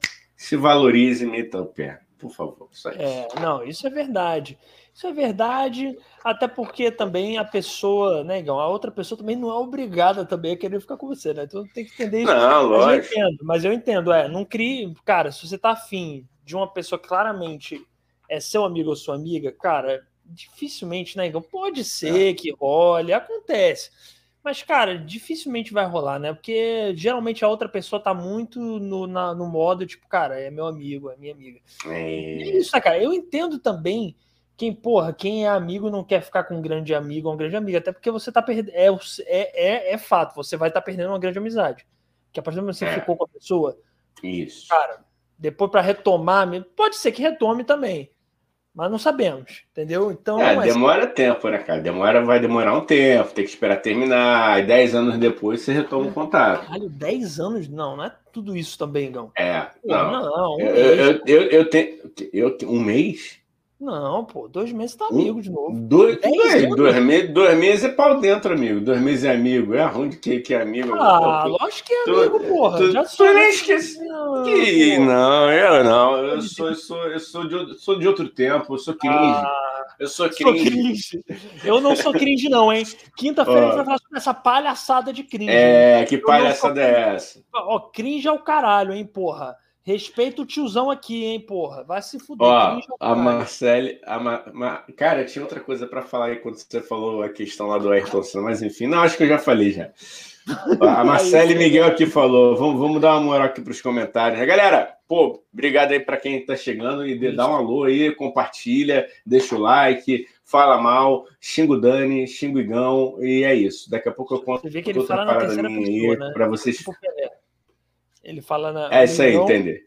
Se valorize e meta o pé, por favor. Só isso. É, não, isso é verdade. Isso é verdade, até porque também a pessoa, né, Igão, a outra pessoa também não é obrigada também a querer ficar com você, né? Então tem que entender isso. Não, lógico. Mas eu entendo, mas eu entendo, é, não crie, cara, se você tá afim de uma pessoa que claramente é seu amigo ou sua amiga, cara, dificilmente, né, Igão? Pode ser é. que role, acontece. Mas, cara, dificilmente vai rolar, né? Porque geralmente a outra pessoa tá muito no, na, no modo, tipo, cara, é meu amigo, é minha amiga. É, é isso, né, cara? Eu entendo também quem, porra, quem é amigo não quer ficar com um grande amigo ou uma grande amiga, até porque você tá perdendo. É, é, é fato, você vai estar tá perdendo uma grande amizade. Que a partir do momento que você é. ficou com a pessoa, isso. Cara, depois para retomar, pode ser que retome também. Mas não sabemos, entendeu? Então. É, demora assim, tempo, né, cara? Demora, vai demorar um tempo, tem que esperar terminar. E dez anos depois você retoma o contato. Caralho, dez anos? Não, não é tudo isso também, Gão. É, pô, não. Não, um eu, mês. Eu, eu, eu tenho. Eu, um mês? Não, pô, dois meses tá amigo um, de novo. Dois, dois, dois, meses, dois meses é pau dentro, amigo. Dois meses é amigo. É ruim de que, que é amigo. Ah, pô, lógico que é amigo, tu, porra. Tu, Já tu sou. nem esqueci. Não, que, não, eu não. Eu sou, eu sou, eu sou, de, sou de outro tempo. Eu sou cringe. Ah, eu sou cringe. Sou cringe. Eu não sou cringe, não, hein? Quinta-feira a gente vai falar sobre essa palhaçada de cringe. É, hein? Que palhaçada é essa? Ó, cringe é o caralho, hein, porra. Respeita o tiozão aqui, hein, porra. Vai se fuder. Ó, a Marcele... A Ma, Ma, cara, tinha outra coisa para falar aí quando você falou a questão lá do Ayrton Senna, mas enfim, não, acho que eu já falei já. A Marcele Miguel aqui falou, vamos, vamos dar uma moral aqui para os comentários. Galera, pô, obrigado aí para quem está chegando e dê, dá um alô aí, compartilha, deixa o like, fala mal, xinga o Dani, xinga o Igão, e é isso. Daqui a pouco eu conto você vê que ele outra fala parada na minha pessoa, aí né? para vocês... Tipo, ele fala na... É isso aí, entender.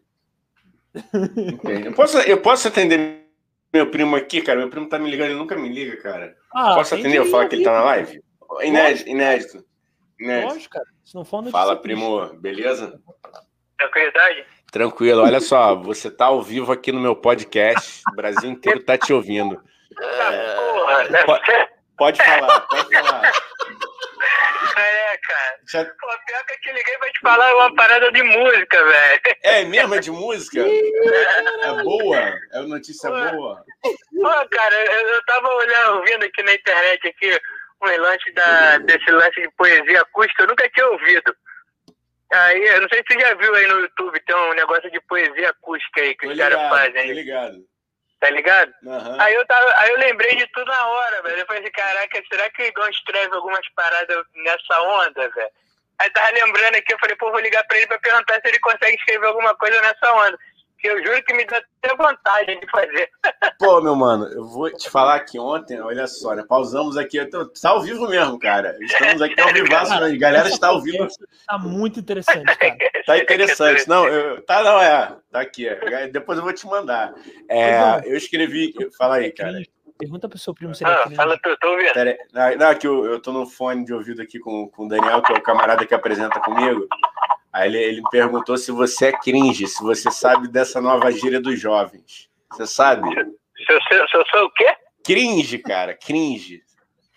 Eu posso, eu posso atender meu primo aqui, cara? Meu primo tá me ligando, ele nunca me liga, cara. Ah, posso atender? Eu falar que ele tá na live? Inédito, inédito. inédito. Lógico, cara. Se não for Fala, primo, beleza? Tranquilidade? Tranquilo, olha só, você tá ao vivo aqui no meu podcast, o Brasil inteiro tá te ouvindo. É... Porra, pode, pode falar, pode falar. É, cara. Já... Pô, pior que eu te liguei pra te falar uma parada de música, velho. É mesmo? É de música? É boa? É notícia Pô. boa? Pô, cara, eu, eu tava olhando, ouvindo aqui na internet aqui um lance da, desse lance de poesia acústica, eu nunca tinha ouvido. Aí, eu não sei se você já viu aí no YouTube, tem um negócio de poesia acústica aí que tô os caras fazem. Tô ligado. Tá ligado? Uhum. Aí, eu tava, aí eu lembrei de tudo na hora, velho. Eu falei assim, caraca, será que o Igão escreve algumas paradas nessa onda, velho? Aí tava lembrando aqui, eu falei, pô, vou ligar pra ele pra perguntar se ele consegue escrever alguma coisa nessa onda. Que eu juro que me dá até vontade de fazer. Pô, meu mano, eu vou te falar que ontem, olha só, né? Pausamos aqui, eu tô, tá ao vivo mesmo, cara. Estamos aqui ao vivaço, a galera está ao vivo. Tá muito interessante, cara. Tá interessante. Não, eu, tá, não, é. Tá aqui. É. Depois eu vou te mandar. É, eu escrevi. Fala aí, cara. Pergunta pro seu primo se ele é cringe. Ah, fala tu, tô ouvindo. Não, não, que eu, eu tô no fone de ouvido aqui com, com o Daniel, que é o camarada que apresenta comigo. Aí ele, ele perguntou se você é cringe, se você sabe dessa nova gíria dos jovens. Você sabe? Se eu, se eu sou o quê? Cringe, cara, cringe.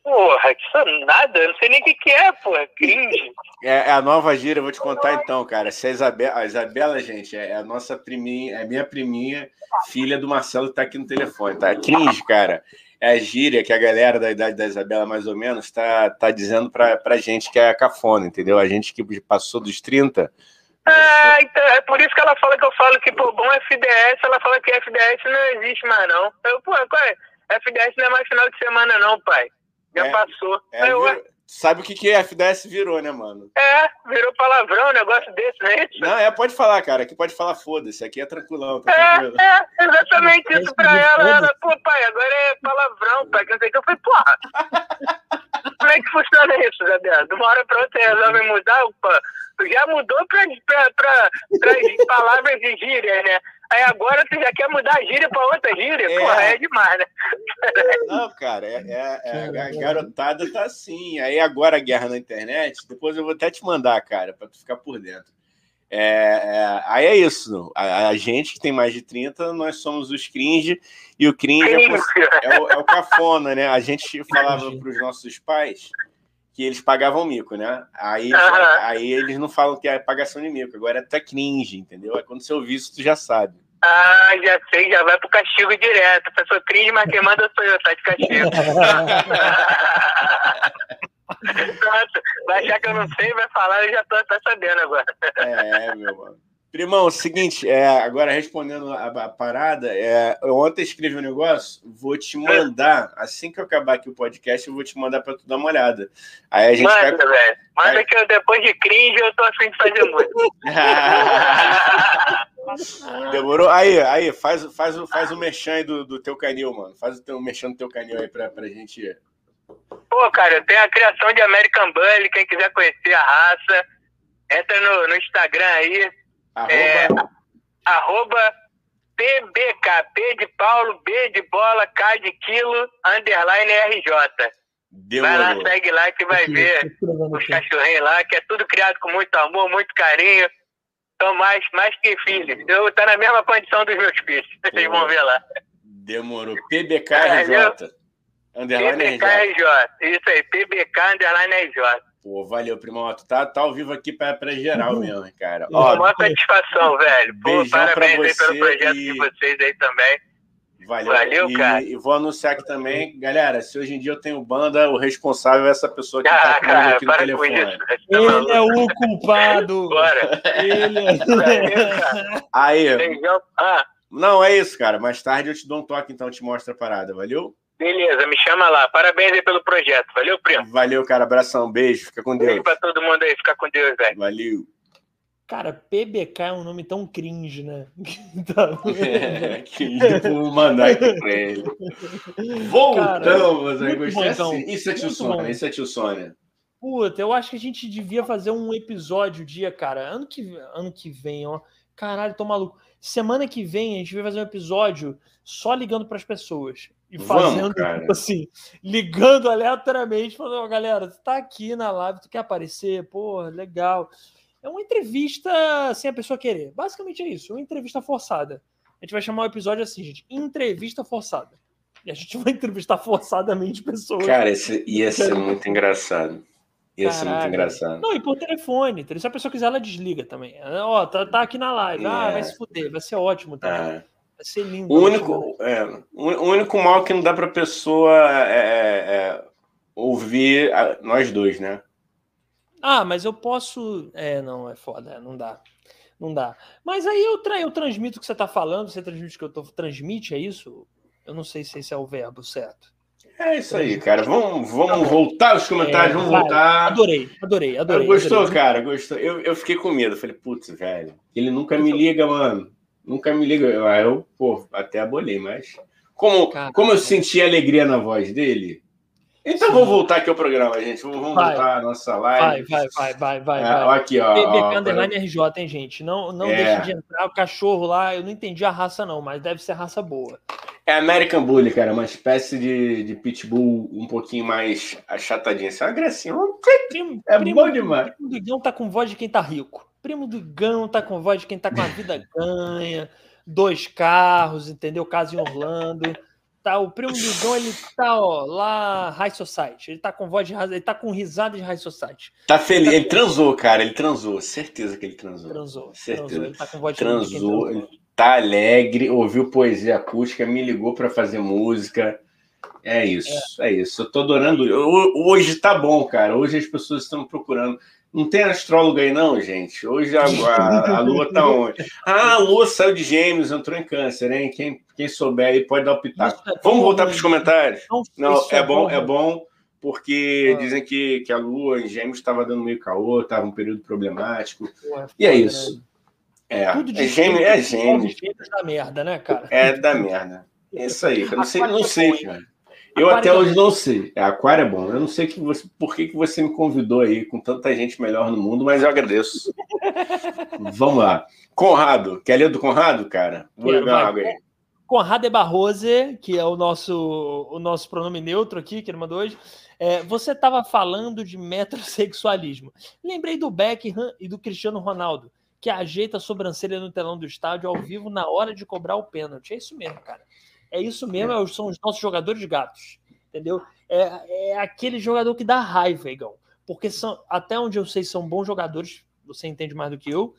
Porra, isso nada, eu não sei nem o que, que é, porra, cringe. É, é a nova gíria, eu vou te contar então, cara. Se a Isabela, a Isabela, gente, é a nossa priminha, é minha priminha, filha do Marcelo que tá aqui no telefone, tá? Cringe, cara. É a gíria que a galera da idade da Isabela, mais ou menos, tá, tá dizendo pra, pra gente que é cafona, entendeu? A gente que passou dos trinta. Ah, então é por isso que ela fala que eu falo que, pô, bom F D S, ela fala que F D S não existe mais, não. Eu, pô, qual é? F D S não é mais final de semana, não, pai. Já é, passou. É, eu, vir... Sabe o que, que F D S virou, né, mano? É, virou palavrão, um negócio desse, não é isso? Não, é, pode falar, cara. Aqui pode falar, foda-se. Aqui é tranquilão, tá é, tranquilo. É, exatamente isso pra ela. Ela, pô, pai, agora é palavrão, pai. Que não sei o que. Eu falei, porra. Como é que funciona isso, Isabela? De uma hora pra outra resolve mudar, opa. Já mudou pra, pra, pra, pra palavras de gíria, né? Aí agora tu já quer mudar a gíria pra outra gíria? É. Porra, é demais, né? Não, cara, é, é, é, a garotada tá assim. Aí agora a guerra na internet, depois eu vou até te mandar, cara, pra tu ficar por dentro. É, é, aí é isso. A, a gente que tem mais de trinta, nós somos os cringe, e o cringe é, é, o, é o cafona, né? A gente falava pros nossos pais que eles pagavam mico, né? Aí, uhum. aí eles não falam que é pagação de mico, agora é até cringe, entendeu? Aí quando você ouvir isso, tu já sabe. Ah, já sei, já vai pro castigo direto. A pessoa cringe, mas quem manda sou eu, tá de castigo. Nossa, vai achar que eu não sei, vai falar, eu já tô, tô sabendo agora. É, meu mano. Primão, seguinte, é, agora respondendo a, a parada, é, eu ontem escrevi um negócio, vou te mandar, assim que eu acabar aqui o podcast, eu vou te mandar pra tu dar uma olhada. Aí a gente Manda, vai... velho. Manda aí... que eu, depois de cringe eu tô afim de fazer muito. Demorou? Aí, aí, faz, faz, faz o merchan aí do, do teu canil, mano. Faz o teu merchan do teu canil aí pra, pra gente... Pô, cara, eu tenho a criação de American Bully, quem quiser conhecer a raça, entra no, no Instagram aí, Arroba... É, arroba P B K, P de Paulo, B de bola, K de quilo, underline R J. Demorou. Vai lá, segue lá que vai ver os cachorrinhos lá, que é tudo criado com muito amor, muito carinho. São mais, mais que filhos. Eu tô na mesma condição dos meus filhos. Vocês vão ver lá. Demorou. P B K R J. Underline P B K R J. Isso aí, P B K underline R J. Pô, valeu, primão. Tu tá, tá ao vivo aqui pra, pra geral uhum. mesmo, cara. Ó, uma satisfação, velho. Pô, parabéns aí pelo projeto e... de vocês aí também. Valeu, valeu e, cara. E vou anunciar aqui também, galera, se hoje em dia eu tenho banda, o responsável é essa pessoa que ah, tá comigo aqui no telefone. Isso, ele é o culpado. Bora. Ele é... valeu, aí. Ah. Não, é isso, cara. Mais tarde eu te dou um toque, então, eu te mostro a parada. Valeu? Beleza, me chama lá. Parabéns aí pelo projeto. Valeu, primo. Valeu, cara. Abração. Beijo. Fica com Deus. Beijo pra todo mundo aí. Fica com Deus, velho. Valeu. Cara, P B K é um nome tão cringe, né? tá... é, cringe. Vou mandar aqui pra ele. Voltamos. Cara, gostei bom, então. Assim. Isso é tio Sônia. Isso é tio Sônia. Puta, eu acho que a gente devia fazer um episódio dia, cara. Ano que, ano que vem, ó. Caralho, tô maluco. Semana que vem a gente vai fazer um episódio só ligando pras pessoas. E fazendo, Vamos, tipo assim, ligando aleatoriamente, falando, ó, galera, tu tá aqui na live, tu quer aparecer? Pô, legal. É uma entrevista sem a pessoa querer. Basicamente é isso, uma entrevista forçada. A gente vai chamar o episódio assim, gente, entrevista forçada. E a gente vai entrevistar forçadamente pessoas. Cara, esse ia ser muito engraçado. Ia ser muito engraçado. Não, e por telefone. Se a pessoa quiser, ela desliga também. Ó, tá, tá aqui na live. É. Ah, vai se fuder, vai ser ótimo também. É. Vai ser lindo. O único, é, o único mal que não dá pra pessoa é, é, ouvir a, nós dois, né? Ah, mas eu posso... É, não, é foda, não dá. Não dá. Mas aí eu, tra... eu transmito o que você tá falando, você transmite o que eu tô... Transmite, é isso? Eu não sei se esse é o verbo certo. É isso aí, cara. Vamos, vamos voltar aos comentários, é, vamos vai. voltar. Adorei, adorei, adorei. Gostou, adorei. cara? Gostou? Eu, eu fiquei com medo. Falei, putz, velho, ele nunca me liga, mano. Nunca me liga. Eu, eu pô, até abolei, mas... Como, como eu senti a alegria na voz dele... Então, vamos voltar aqui ao programa, gente. Vamos vai. voltar à nossa live. Vai, vai, vai, vai, é, vai. Aqui, ó. P B K Underline R J, hein, gente? Não, não é. deixe de entrar. O cachorro lá, eu não entendi a raça, não, mas deve ser raça boa. É American Bully, cara. Uma espécie de, de pitbull um pouquinho mais achatadinha. Assim, uma gracinha. Primo, é primo, bom demais. Primo do Igão tá com voz de quem tá rico. Primo do Igão tá com voz de quem tá com a vida ganha. Dois carros, entendeu? Casa em Orlando. tá, o primo do Dom, ele tá, ó, lá, High Society. Ele tá com voz de ele tá com risada de High Society. Tá feliz, ele, tá... ele transou, cara, ele transou, certeza que ele transou. Transou, certeza. transou, ele tá com voz de transou, ele tá alegre, ouviu poesia acústica, me ligou para fazer música. É isso, é. é isso. Eu tô adorando. Hoje tá bom, cara. Hoje as pessoas estão procurando. Não tem astrólogo aí, não, gente. Hoje a, a, a Lua tá onde? Ah, a Lua saiu de Gêmeos, entrou em Câncer, hein? Quem, quem souber aí pode dar o pitaco. É Vamos voltar para os comentários? Não, não é bom, é bom, porque ah. dizem que, que a Lua em Gêmeos estava dando meio caô, estava um período problemático. Pô, é foda, e é isso. Né? É, Tudo de é Gêmeos, é Gêmeos. Da merda, né, cara? É da merda. É isso aí. Eu não sei, não sei, cara. Eu até hoje não sei. Aquário é bom. Eu não sei que você, por que, que você me convidou aí com tanta gente melhor no mundo, mas eu agradeço. Vamos lá. Conrado. Quer ler do Conrado, cara? Vou ler uma água aí. Conrado é Barrose, que é o nosso, o nosso pronome neutro aqui, que ele mandou hoje. É, você estava falando de metrosexualismo. Lembrei do Beckham e do Cristiano Ronaldo, que ajeita a sobrancelha no telão do estádio ao vivo na hora de cobrar o pênalti. É isso mesmo, cara. É isso mesmo, é. são os nossos jogadores gatos, entendeu? É, é aquele jogador que dá raiva, Igão. Porque são, até onde eu sei, são bons jogadores, você entende mais do que eu.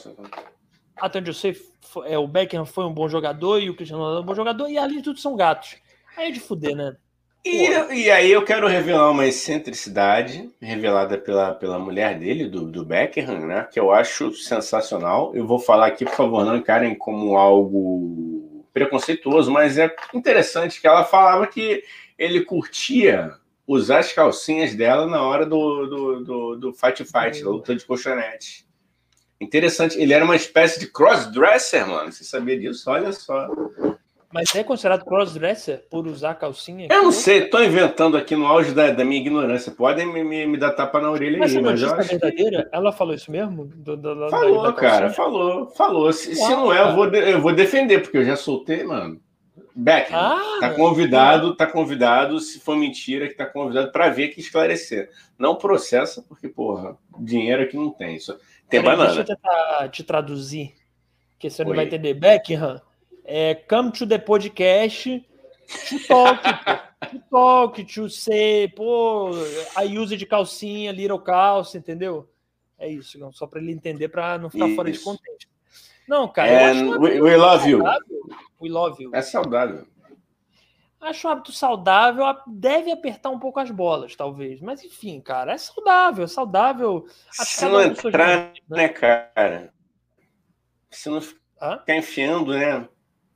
Até onde eu sei, é, o Beckham foi um bom jogador e o Cristiano Ronaldo é um bom jogador, e além de tudo são gatos. Aí é de fuder, né? E, e aí eu quero revelar uma excentricidade revelada pela, pela mulher dele, do, do Beckham, né? Que eu acho sensacional. Eu vou falar aqui, por favor, não encarem como algo preconceituoso, mas é interessante que ela falava que ele curtia usar as calcinhas dela na hora do, do, do, do fight fight, da luta de colchonete. Interessante, ele era uma espécie de crossdresser, mano. Você sabia disso? Olha só. Mas é considerado crossdresser por usar calcinha? Eu não sei, tô inventando aqui no auge da, da minha ignorância. Podem me, me, me dar tapa na orelha mas aí, mas eu acho verdadeira? Que... Ela falou isso mesmo? Do, do, falou, da, da cara, falou, falou. Se, Uau, se não é, eu vou, de, eu vou defender, porque eu já soltei, mano. Beckham, ah, tá convidado, tá convidado, se for mentira, que tá convidado para ver que esclarecer. Não processa, porque, porra, dinheiro aqui não tem. Só... Tem Peraí, banana. Deixa eu tentar te traduzir, que você não Oi. vai entender. Beckham, é, come to the podcast to talk, to talk, to say, pô, I use de calcinha, little calça, entendeu? É isso, só para ele entender, para não ficar isso. fora de contexto. Não, cara, And eu acho um we, we love you. We love you. É saudável. Acho um hábito saudável, deve apertar um pouco as bolas, talvez. Mas, enfim, cara, é saudável, é saudável. Se não entrar, de... né, cara? Se não ficar Hã? enfiando, né?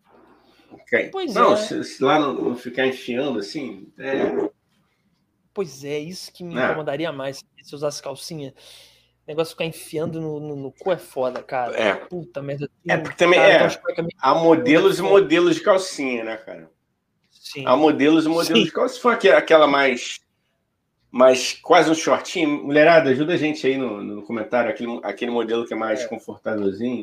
Pois não, é. se, se lá não, não ficar enfiando, assim, é... Pois é, isso que me não. incomodaria mais, se usasse calcinha. O negócio de ficar enfiando no, no, no cu é foda, cara. É. Puta merda. É, porque também cara, é. Há modelos e modelos de calcinha, né, cara? Sim. Há modelos e modelos Sim. de calcinha. Se for aquela mais, mais quase um shortinho, mulherada, ajuda a gente aí no, no comentário, aquele, aquele modelo que é mais é. confortávelzinho.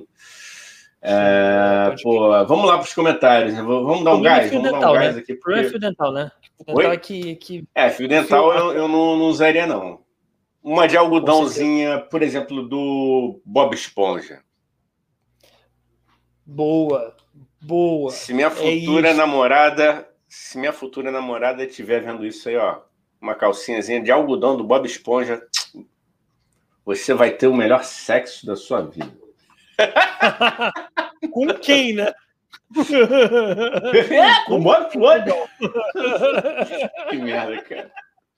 É, Sim, pô, vamos lá para os comentários, né? Vamos dar um gás, vamos dental, dar um gás né? aqui. Porque... é fio dental, né? Fio dental é, que, que... é, fio dental fio... eu, eu não, não usaria, não. Uma de algodãozinha, por exemplo, do Bob Esponja. Boa, boa. Se minha futura é namorada, se minha futura namorada estiver vendo isso aí, ó, uma calcinhazinha de algodão do Bob Esponja, você vai ter o melhor sexo da sua vida. Com quem, né? É, com o Bob Esponja. Que merda, cara.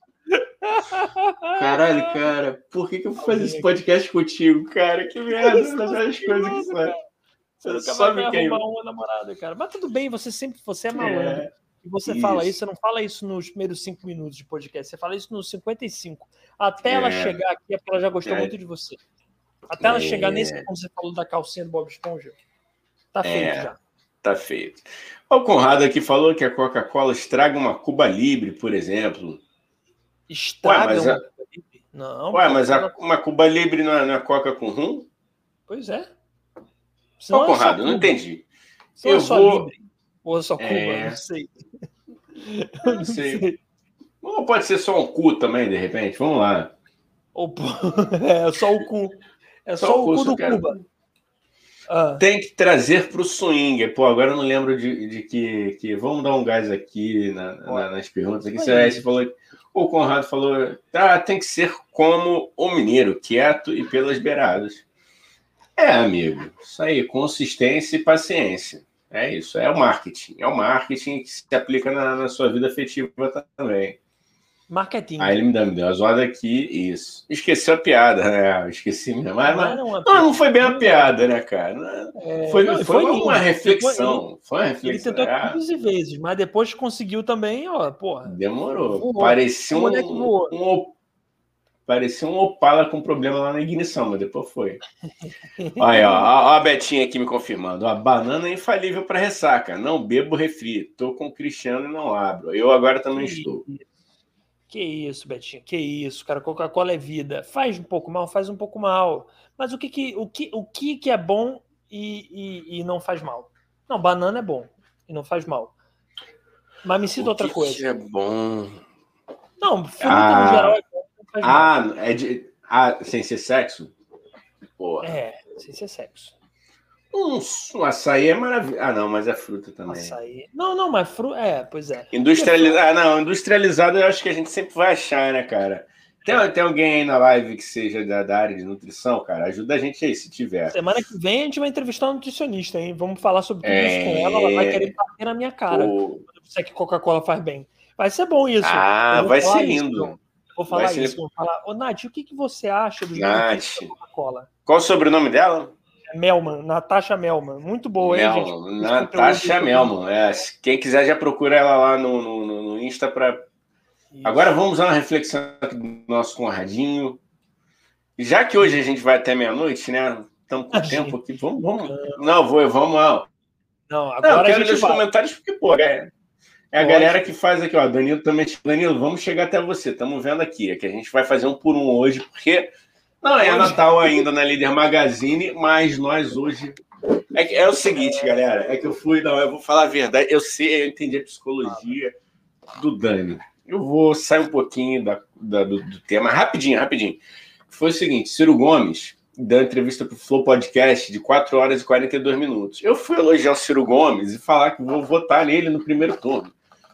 Caralho, cara, por que, que eu vou fazer esse podcast contigo, cara? Que merda, essas várias coisas que sai. Você nunca só vai arrumar uma namorada, cara. Mas tudo bem, você sempre você é malandro. É, e você isso. fala isso, você não fala isso nos primeiros cinco minutos de podcast, você fala isso nos cinquenta e cinco. Até é. ela chegar aqui, é porque ela já gostou é. muito de você. Até ela é. chegar nesse, como você falou da calcinha do Bob Esponja, tá feito é. já. Tá feito. O Conrado aqui falou que a Coca-Cola estraga uma Cuba Libre, por exemplo. Estraga Ué, mas uma a... Cuba Libre? Não. Ué, mas a... uma Cuba Libre não é, não é Coca com rum? Pois é. Ô, Conrado, é não entendi. Se eu só vou... Libre, ou só Cuba, é... não sei. Eu não sei. sei. Ou pode ser só um cu também, de repente. Vamos lá. Ou... É só o cu. É só, só o cu do quero... Cuba. Ah. Tem que trazer para o swing. Pô, agora eu não lembro de, de que, que... Vamos dar um gás aqui na, na, nas perguntas. Aqui. Você, você falou, o Conrado falou, ah, tem que ser como o mineiro, quieto e pelas beiradas. É, amigo. Isso aí, consistência e paciência. É isso, é o marketing. É o marketing que se aplica na, na sua vida afetiva também. Marketing. Aí ele me deu, me deu uma zoada aqui, isso. Esqueceu a piada, né? Esqueci mesmo. Mas, Não mas, era uma não, não piada. foi bem uma piada, né, cara? É, foi, não, foi, foi uma, lindo. uma reflexão. Ele, foi uma ele reflexão. tentou é. quinze vezes, mas depois conseguiu também, ó, porra. Demorou. Voou. Parecia O moleque um, voou. um, parecia um Opala com problema lá na ignição, mas depois foi. Olha, ó, ó a Betinha aqui me confirmando. A banana é infalível para ressaca. Não bebo refri. Tô com o Cristiano e não abro. Eu agora também Que estou. Que isso, Betinho, que isso, cara. Coca-Cola é vida. Faz um pouco mal, faz um pouco mal. Mas o que, que, o que, o que, que é bom e, e, e não faz mal? Não, banana é bom e não faz mal. Mas me cita O outra que coisa. Que é bom. Não, fruta Ah, no geral é bom, não faz ah, mal. é de. Ah, sem ser sexo? Porra. É, sem ser sexo. Um, um açaí é maravilhoso. Ah, não, mas é fruta também. Açaí. Não, não, mas fruta. É, pois é. Industrializado. Ah, não, industrializado eu acho que a gente sempre vai achar, né, cara? Tem, tem alguém aí na live que seja da, da área de nutrição, cara? Ajuda a gente aí, se tiver. Semana que vem a gente vai entrevistar uma nutricionista, hein? Vamos falar sobre tudo É... isso com ela. Ela vai querer bater na minha cara. Pô... Quando eu disser que Coca-Cola faz bem. Vai ser bom isso. Ah, vai ser lindo. Isso, vou falar ser... isso. Vou falar. Ô, Nath, o que, que você acha dos benefícios da Coca-Cola? Qual o sobrenome dela? É Melman, Natasha Melman. Muito boa, Melman, hein, gente? Natasha Melman. É, quem quiser já procura ela lá no, no, no Insta para. Agora vamos a uma reflexão aqui do nosso Conradinho. Já que hoje a gente vai até meia-noite, né? Estamos com tempo aqui. Vamos, vamos. Não, vou, vamos lá. Não, agora não, eu quero a gente ler os vai. comentários, porque, pô, é, é a galera que faz aqui, ó. Danilo também. Danilo, vamos chegar até você. Estamos vendo aqui. É que a gente vai fazer um por um hoje, porque não é Natal ainda na Líder Magazine, mas nós hoje. É, que, é o seguinte, galera. É que eu fui. Não, eu vou falar a verdade. Eu sei, eu entendi a psicologia do Dani. Eu vou sair um pouquinho da, da, do, do tema, rapidinho, rapidinho. Foi o seguinte: Ciro Gomes deu entrevista para o Flow Podcast de quatro horas e quarenta e dois minutos. Eu fui elogiar o Ciro Gomes e falar que vou votar nele no primeiro turno.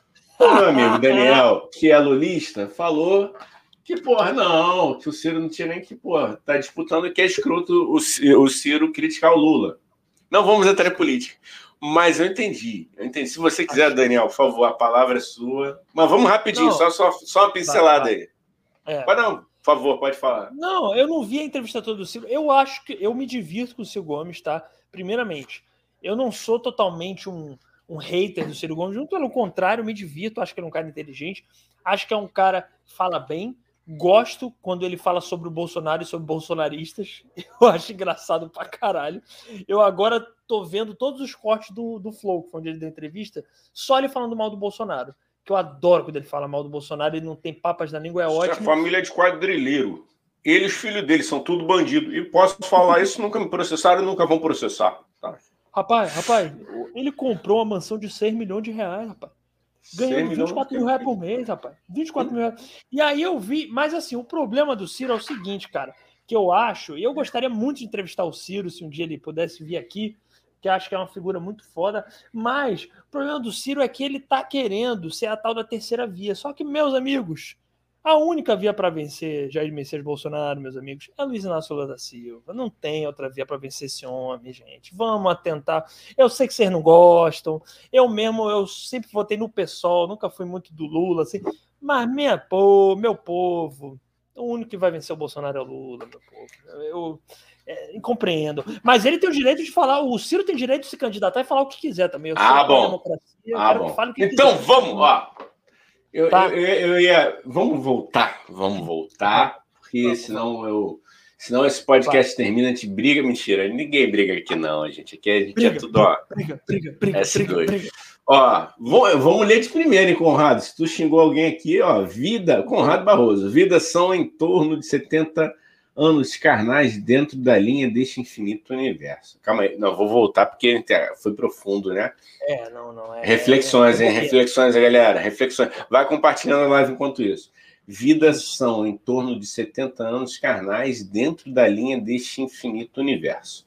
O meu amigo Daniel, que é lulista, falou que, porra, não, que o Ciro não tinha nem que, porra, tá disputando que é escroto o, o Ciro criticar o Lula. Não vamos entrar em política. Mas eu entendi, eu entendi. Se você quiser, Daniel, por favor, a palavra é sua. Mas vamos rapidinho, só, só, só uma pincelada vai, vai. aí. É. Pode não, por favor, pode falar. Não, eu não vi a entrevista toda do Ciro. Eu acho que eu me divirto com o Ciro Gomes, tá? Primeiramente, eu não sou totalmente um, um hater do Ciro Gomes. Muito pelo contrário, eu me divirto. Acho que ele é um cara inteligente. Acho que é um cara que fala bem. Gosto quando ele fala sobre o Bolsonaro e sobre bolsonaristas. Eu acho engraçado pra caralho. Eu agora tô vendo todos os cortes do, do Flow, onde ele deu entrevista, só ele falando mal do Bolsonaro. Que eu adoro quando ele fala mal do Bolsonaro, ele não tem papas na língua, é ótimo. Isso é família de quadrilheiro. Ele e os filhos dele são tudo bandido. E posso falar isso, nunca me processaram e nunca vão processar. Tá? Rapaz, rapaz, ele comprou uma mansão de seis milhões de reais, rapaz. Ganhando vinte e quatro mil reais por mês, rapaz. vinte e quatro mil reais. E aí eu vi, mas assim, o problema do Ciro é o seguinte, cara, que eu acho, e eu gostaria muito de entrevistar o Ciro, se um dia ele pudesse vir aqui, que acho que é uma figura muito foda, mas o problema do Ciro é que ele tá querendo ser a tal da terceira via. Só que, meus amigos, a única via para vencer Jair Messias Bolsonaro, meus amigos, é Luiz Inácio Lula da Silva. Não tem outra via para vencer esse homem, gente. Vamos tentar. Eu sei que vocês não gostam. Eu mesmo, eu sempre votei no PSOL, nunca fui muito do Lula, assim. Mas minha, pô, meu povo, o único que vai vencer o Bolsonaro é o Lula, meu povo. Eu é, compreendo. Mas ele tem o direito de falar, o Ciro tem o direito de se candidatar e falar o que quiser também. Eu ah, bom. Democracia, ah, bom. Que que então quiser. Vamos, ó. Eu, tá. eu, eu, eu ia. Vamos voltar, vamos voltar, porque vamos, senão vamos. eu. Senão esse podcast Vai. termina, a gente briga. Mentira, ninguém briga aqui, não, gente. Aqui a gente briga, é tudo, ó. Briga, briga, briga, S dois. Briga, briga. Ó, vamos ler de primeiro, hein, Conrado? Se tu xingou alguém aqui, ó, vida, Conrado Barroso, vida são em torno de setenta anos carnais dentro da linha deste infinito universo. Calma aí, não, vou voltar porque foi profundo, né? É, não, não. É, reflexões, é, é, hein? Reflexões, galera. Reflexões. Vai compartilhando a live enquanto isso. Vidas são em torno de setenta anos carnais dentro da linha deste infinito universo.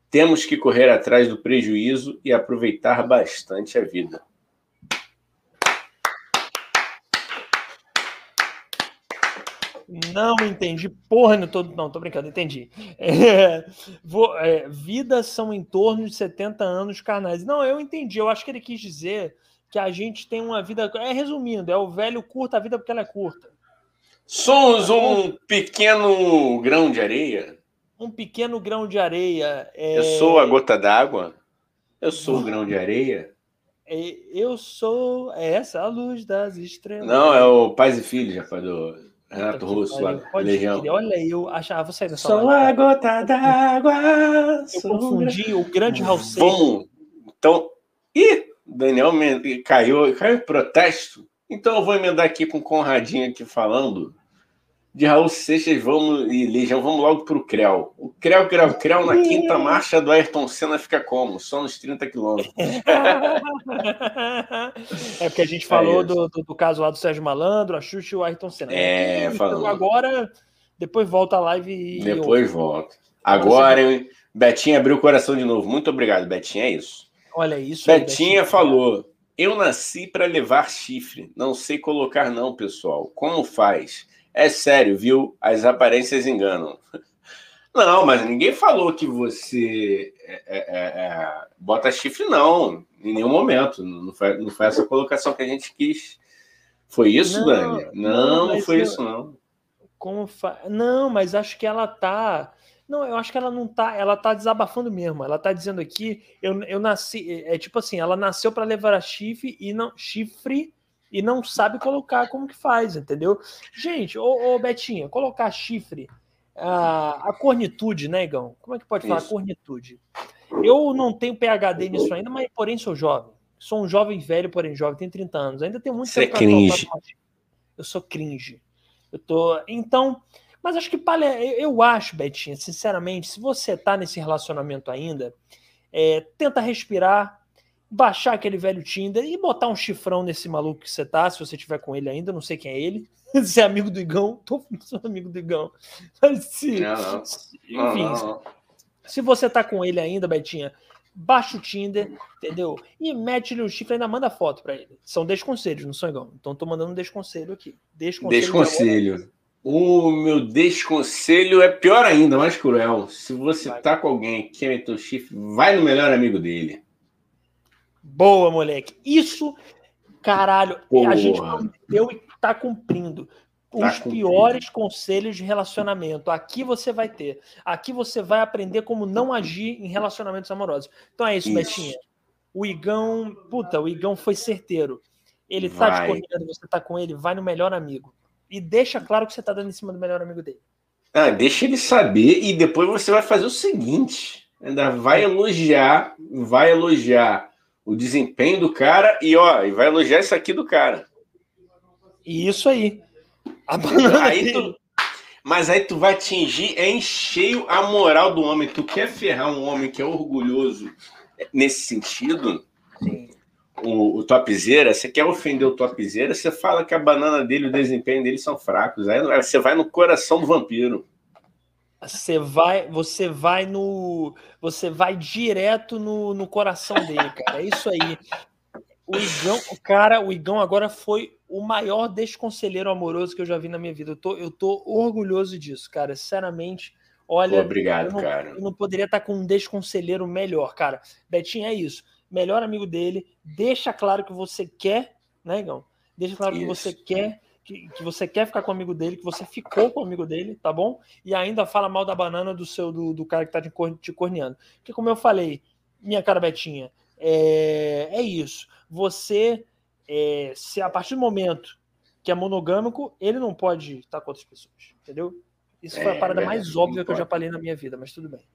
Temos que correr atrás do prejuízo e aproveitar bastante a vida. Não entendi porra, não tô, não, tô brincando, entendi. É, vou, é, vidas são em torno de setenta anos carnais. Não, eu entendi, eu acho que ele quis dizer que a gente tem uma vida... É, resumindo, é o velho curta a vida porque ela é curta. Somos um pequeno grão de areia. Um pequeno grão de areia. É... Eu sou a gota d'água. Eu sou o grão de areia. É, eu sou essa a luz das estrelas. Não, é o Pais e Filhos, já falou. Renato Russo, lá, Legião. Olha aí, eu achava, vou sair dessa Sou live, a gota d'água. Eu confundi o grande Raul Seixas. Vamos. Então, ih, Daniel caiu, caiu em protesto. Então eu vou emendar aqui com o Conradinho aqui falando de Raul Seixas, vamos, e Legião, vamos logo pro Creu. O Creu, Creu, Creu, na quinta marcha do Ayrton Senna fica como? Só nos trinta quilômetros. É porque a gente falou é do, do, do caso lá do Sérgio Malandro, a Xuxa e o Ayrton Senna. É, então, falando. Agora, depois volta a live e... Depois eu... volta. Agora, hein? Betinha abriu o coração de novo. Muito obrigado, Betinha, é isso. Olha isso. Betinha aí, falou, eu nasci para levar chifre. Não sei colocar não, pessoal. Como faz? É sério, viu? As aparências enganam. Não, mas ninguém falou que você é, é, é, bota chifre, não. Em nenhum momento. Não foi, não foi essa colocação que a gente quis. Foi isso, não, Dani? Não, não foi eu, isso, não. Como fa... Não, mas acho que ela tá... Não, eu acho que ela não tá... Ela tá desabafando mesmo. Ela tá dizendo aqui... Eu, eu nasci... É tipo assim, ela nasceu para levar a chifre e não... Chifre... E não sabe colocar como que faz, entendeu? Gente, ô, ô Betinha, colocar chifre, a, a cornitude, né, Igão? Como é que pode falar Isso. cornitude? Eu não tenho P H D nisso ainda, mas porém sou jovem. Sou um jovem velho, porém jovem, tenho trinta anos. Ainda tenho muito Você tempo é cringe. Eu sou cringe. Eu tô... Então, mas acho que palha... eu acho, Betinha, sinceramente, se você tá nesse relacionamento ainda, é, tenta respirar, baixar aquele velho Tinder e botar um chifrão nesse maluco que você tá, se você tiver com ele ainda, não sei quem é ele. Se é amigo do Igão, tô sou amigo do Igão. Mas se, não, não. se, enfim, não, não, não. se você tá com ele ainda, Betinha, baixa o Tinder, entendeu? E mete-lhe o chifre e ainda manda foto pra ele. São desconselhos, não são, Igão? Então tô mandando um desconselho aqui. Desconselho. Desconselho. O meu desconselho é pior ainda, mais cruel. Se você vai. tá com alguém que quer meter o chifre, vai no melhor amigo dele. Boa, moleque. Isso, caralho, Porra. a gente prometeu e tá cumprindo. Os tá cumprindo. piores conselhos de relacionamento. Aqui você vai ter. Aqui você vai aprender como não agir em relacionamentos amorosos. Então é isso, isso. Betinha. O Igão, puta, o Igão foi certeiro. Ele tá te correndo, você tá com ele, vai no melhor amigo. E deixa claro que você tá dando em cima do melhor amigo dele. Ah, deixa ele saber e depois você vai fazer o seguinte. Ainda vai elogiar, vai elogiar o desempenho do cara e, ó, e vai elogiar isso aqui do cara. Isso aí. A aí tu, mas aí tu vai atingir em cheio a moral do homem. Tu quer ferrar um homem que é orgulhoso nesse sentido? Sim. O, o topzera, você quer ofender o topzera, você fala que a banana dele, o desempenho dele são fracos. Aí você vai no coração do vampiro. Você vai, você vai no, você vai direto no, no coração dele, cara. É isso aí. O Igão, cara, o Igão agora foi o maior desconselheiro amoroso que eu já vi na minha vida. Eu tô, eu tô orgulhoso disso, cara. Sinceramente, olha, Pô, obrigado, eu não, cara. Eu não poderia estar com um desconselheiro melhor, cara. Betinho, é isso. Melhor amigo dele. Deixa claro que você quer, né, Igão? Deixa claro isso. que você quer. Que, que você quer ficar com o amigo dele, que você ficou com o amigo dele, tá bom? E ainda fala mal da banana do seu do, do cara que tá te, te corneando. Porque, como eu falei, minha cara Betinha, é, é isso. Você, é, se a partir do momento que é monogâmico, ele não pode estar com outras pessoas, entendeu? Isso foi é, a parada é, mais óbvia que eu já falei na minha vida, mas tudo bem.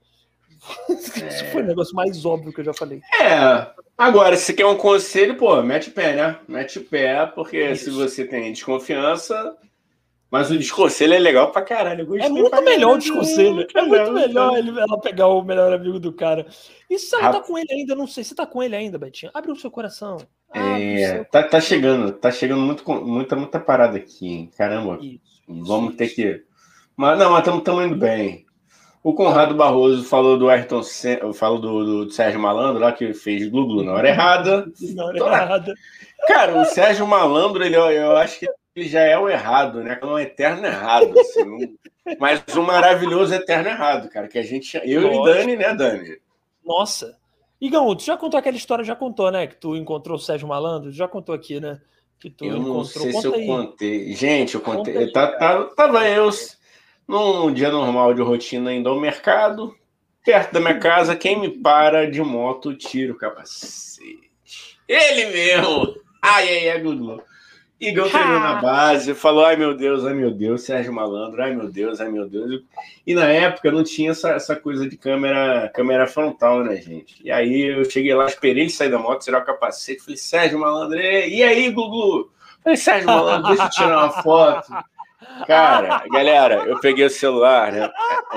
É. Isso foi o negócio mais óbvio que eu já falei. É, agora, se quer um conselho, pô, mete o pé, né? Mete o pé, porque Isso. se você tem desconfiança... Mas o desconselho é legal pra caralho. É muito melhor o desconselho. É muito melhor ele, ela pegar o melhor amigo do cara. E se ela Rap... tá com ele ainda, não sei. Você tá com ele ainda, Betinho? Abre o seu coração. Abre é, seu... Tá, tá chegando. Tá chegando muito, muita, muita parada aqui, hein? Caramba. Isso, isso, Vamos isso. ter que... Mas, não, mas estamos indo bem. O Conrado Barroso falou do Ayrton Senna, falou do, do Sérgio Malandro lá, que fez Glu-Glu na hora errada. Na hora errada. Cara, o Sérgio Malandro, ele, eu acho que ele já é o errado, né? É um eterno errado. Assim, um, mas um maravilhoso eterno errado, cara. Que a gente. Eu Lógico. e Dani, né, Dani? Nossa. Igão, tu já contou aquela história, já contou, né? Que tu encontrou o Sérgio Malandro? Já contou aqui, né? Que tu eu encontrou. não sei Conta se eu aí. contei. Gente, eu contei. Aí, tá, tá, tava eu num dia normal de rotina indo ao mercado, perto da minha casa, quem me para de moto, tira o capacete. Ele mesmo! Ai, ai, ai, Glu-Glu. Igão treinou na base, falou, ai meu Deus, ai meu Deus, Sérgio Malandro, ai meu Deus, ai meu Deus. E na época não tinha essa, essa coisa de câmera, câmera frontal, né, gente? E aí eu cheguei lá, esperei ele sair da moto, tirar o capacete, falei, Sérgio Malandro, e aí, Glu-Glu? Falei, Sérgio Malandro, deixa eu tirar uma foto. Cara, galera, eu peguei o celular, né?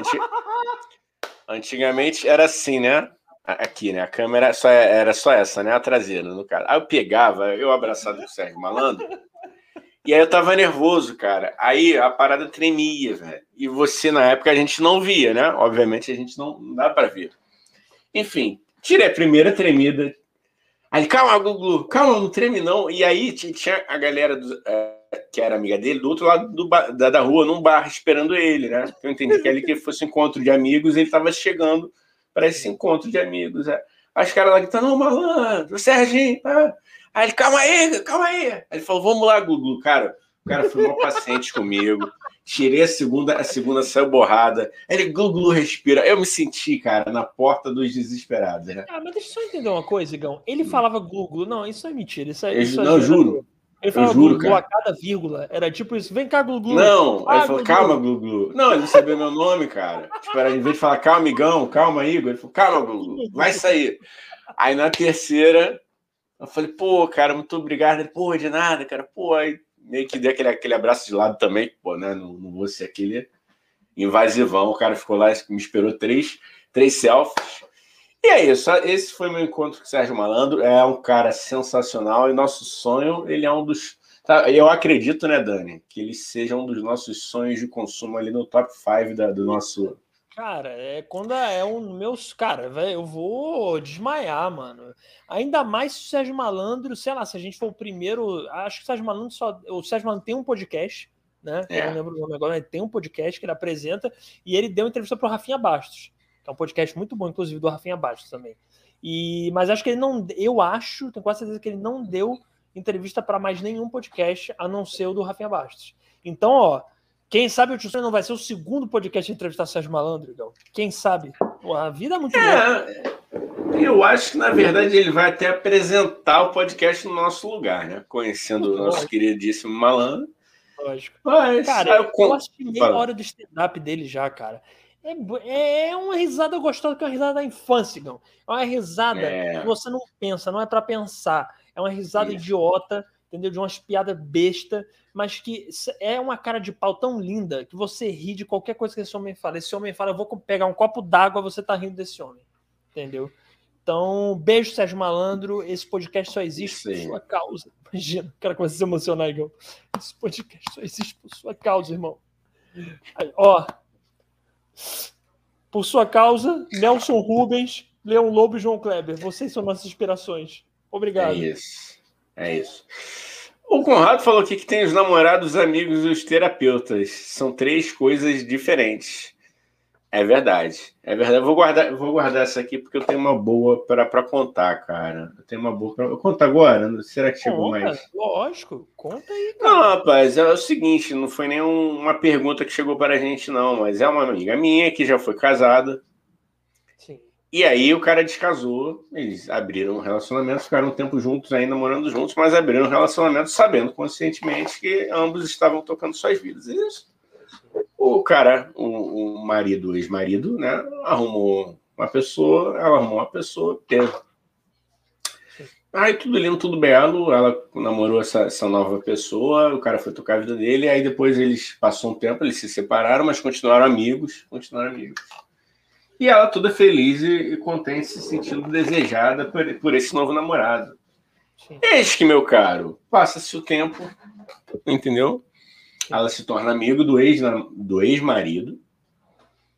Antigamente era assim, né? Aqui, né? A câmera só era só essa, né? A traseira, no caso. Aí eu pegava, eu abraçado com o Sérgio Malandro, e aí eu tava nervoso, cara. Aí a parada tremia, velho. E você, na época, a gente não via, né? Obviamente, a gente não, não dá pra ver. Enfim, tirei a primeira tremida. Aí, calma, Glu-Glu, calma, não treme não. E aí tinha a galera do, é, que era amiga dele do outro lado do bar, da, da rua, num bar, esperando ele, né? Eu entendi que ali que fosse um encontro de amigos, ele tava chegando para esse encontro de amigos. É. Aí os caras lá gritando, ô Malandro, Serginho, ah. Aí ele, calma aí, calma aí. Aí ele falou, vamos lá, Glu-Glu. Cara, o cara foi mal paciente comigo. Tirei a segunda, a segunda saiu borrada. Aí ele, Glu-Glu, respira. Eu me senti, cara, na porta dos desesperados, né? Ah, mas deixa eu só entender uma coisa, Igão. Ele falava Glu-Glu. Não, isso é mentira. Isso é, eu, isso não, é juro. Ele falava eu juro, Glu-Glu cara. a cada vírgula. Era tipo isso. Vem cá, Glu-Glu. Não, ah, ele falou, Glu-Glu. calma, Glu-Glu. Não, ele não sabia meu nome, cara. Tipo, era, em vez de falar, calma, Igão, calma, Igor. Ele falou, calma, Glu-Glu, vai sair. Aí na terceira, eu falei, pô, cara, muito obrigado. Ele, pô, de nada, cara. Pô, aí meio que dei aquele, aquele abraço de lado também, pô, né? Não, não vou ser aquele invasivão. O cara ficou lá, me esperou três, três selfies. E é isso, esse foi meu encontro com o Sérgio Malandro, é um cara sensacional e nosso sonho, ele é um dos... Tá, eu acredito, né, Dani, que ele seja um dos nossos sonhos de consumo ali no top cinco da, do nosso... Cara, é quando é um meus... Cara, véio, eu vou desmaiar, mano. Ainda mais se o Sérgio Malandro, sei lá, se a gente for o primeiro... Acho que o Sérgio Malandro só... O Sérgio Malandro tem um podcast, né? É. Eu não lembro o nome agora, mas tem um podcast que ele apresenta e ele deu entrevista pro Rafinha Bastos. É um podcast muito bom, inclusive, do Rafinha Bastos também. E, mas acho que ele não... Eu acho, tenho quase certeza que ele não deu entrevista para mais nenhum podcast, a não ser o do Rafinha Bastos. Então, ó, quem sabe o Tio Sonho não vai ser o segundo podcast de entrevistar Sérgio Malandro, Igão. Quem sabe? Pô, a vida é muito é, boa. Eu acho que, na verdade, ele vai até apresentar o podcast no nosso lugar, né? Conhecendo muito o nosso bom. queridíssimo Malandro. Lógico. Mas, cara, eu, eu acho que meia hora do stand-up dele já, cara. É, é uma risada gostosa, que é uma risada da infância, Igão. É uma risada é. que você não pensa, não é para pensar. É uma risada Isso. idiota, entendeu? De umas piadas besta, mas que é uma cara de pau tão linda que você ri de qualquer coisa que esse homem fala. Esse homem fala, eu vou pegar um copo d'água, você tá rindo desse homem. Entendeu? Então, beijo, Sérgio Malandro. Esse podcast só existe Sim. por sua causa. Imagina, o cara começa a se emocionar, Igão. Esse podcast só existe por sua causa, irmão. Aí, ó... Por sua causa, Nelson Rubens, Leão Lobo e João Kleber. Vocês são nossas inspirações. Obrigado. É isso. É isso. O Conrado falou aqui que tem os namorados, os amigos e os terapeutas. São três coisas diferentes. É verdade. É verdade. Eu vou guardar, eu vou guardar essa aqui porque eu tenho uma boa para contar, cara. Eu tenho uma boa para. Eu conto agora? Será que chegou conta, mais? Lógico. Conta aí, cara. Não, rapaz, é o seguinte, não foi nenhuma pergunta que chegou para a gente, não, mas é uma amiga minha que já foi casada. Sim. E aí o cara descasou, eles abriram um relacionamento, ficaram um tempo juntos ainda, morando juntos, mas abriram um relacionamento sabendo conscientemente que ambos estavam tocando suas vidas. Isso. O cara, o, o marido, o ex-marido, né, arrumou uma pessoa, ela arrumou uma pessoa, teve. Aí tudo lindo, tudo belo, ela namorou essa, essa nova pessoa, o cara foi tocar a vida dele, aí depois eles, passou um tempo, eles se separaram, mas continuaram amigos, continuaram amigos. E ela toda feliz e, e contente, se sentindo desejada por, por esse novo namorado. Sim. Eis que, meu caro, passa-se o tempo, entendeu? Ela se torna amigo do ex, do ex-marido.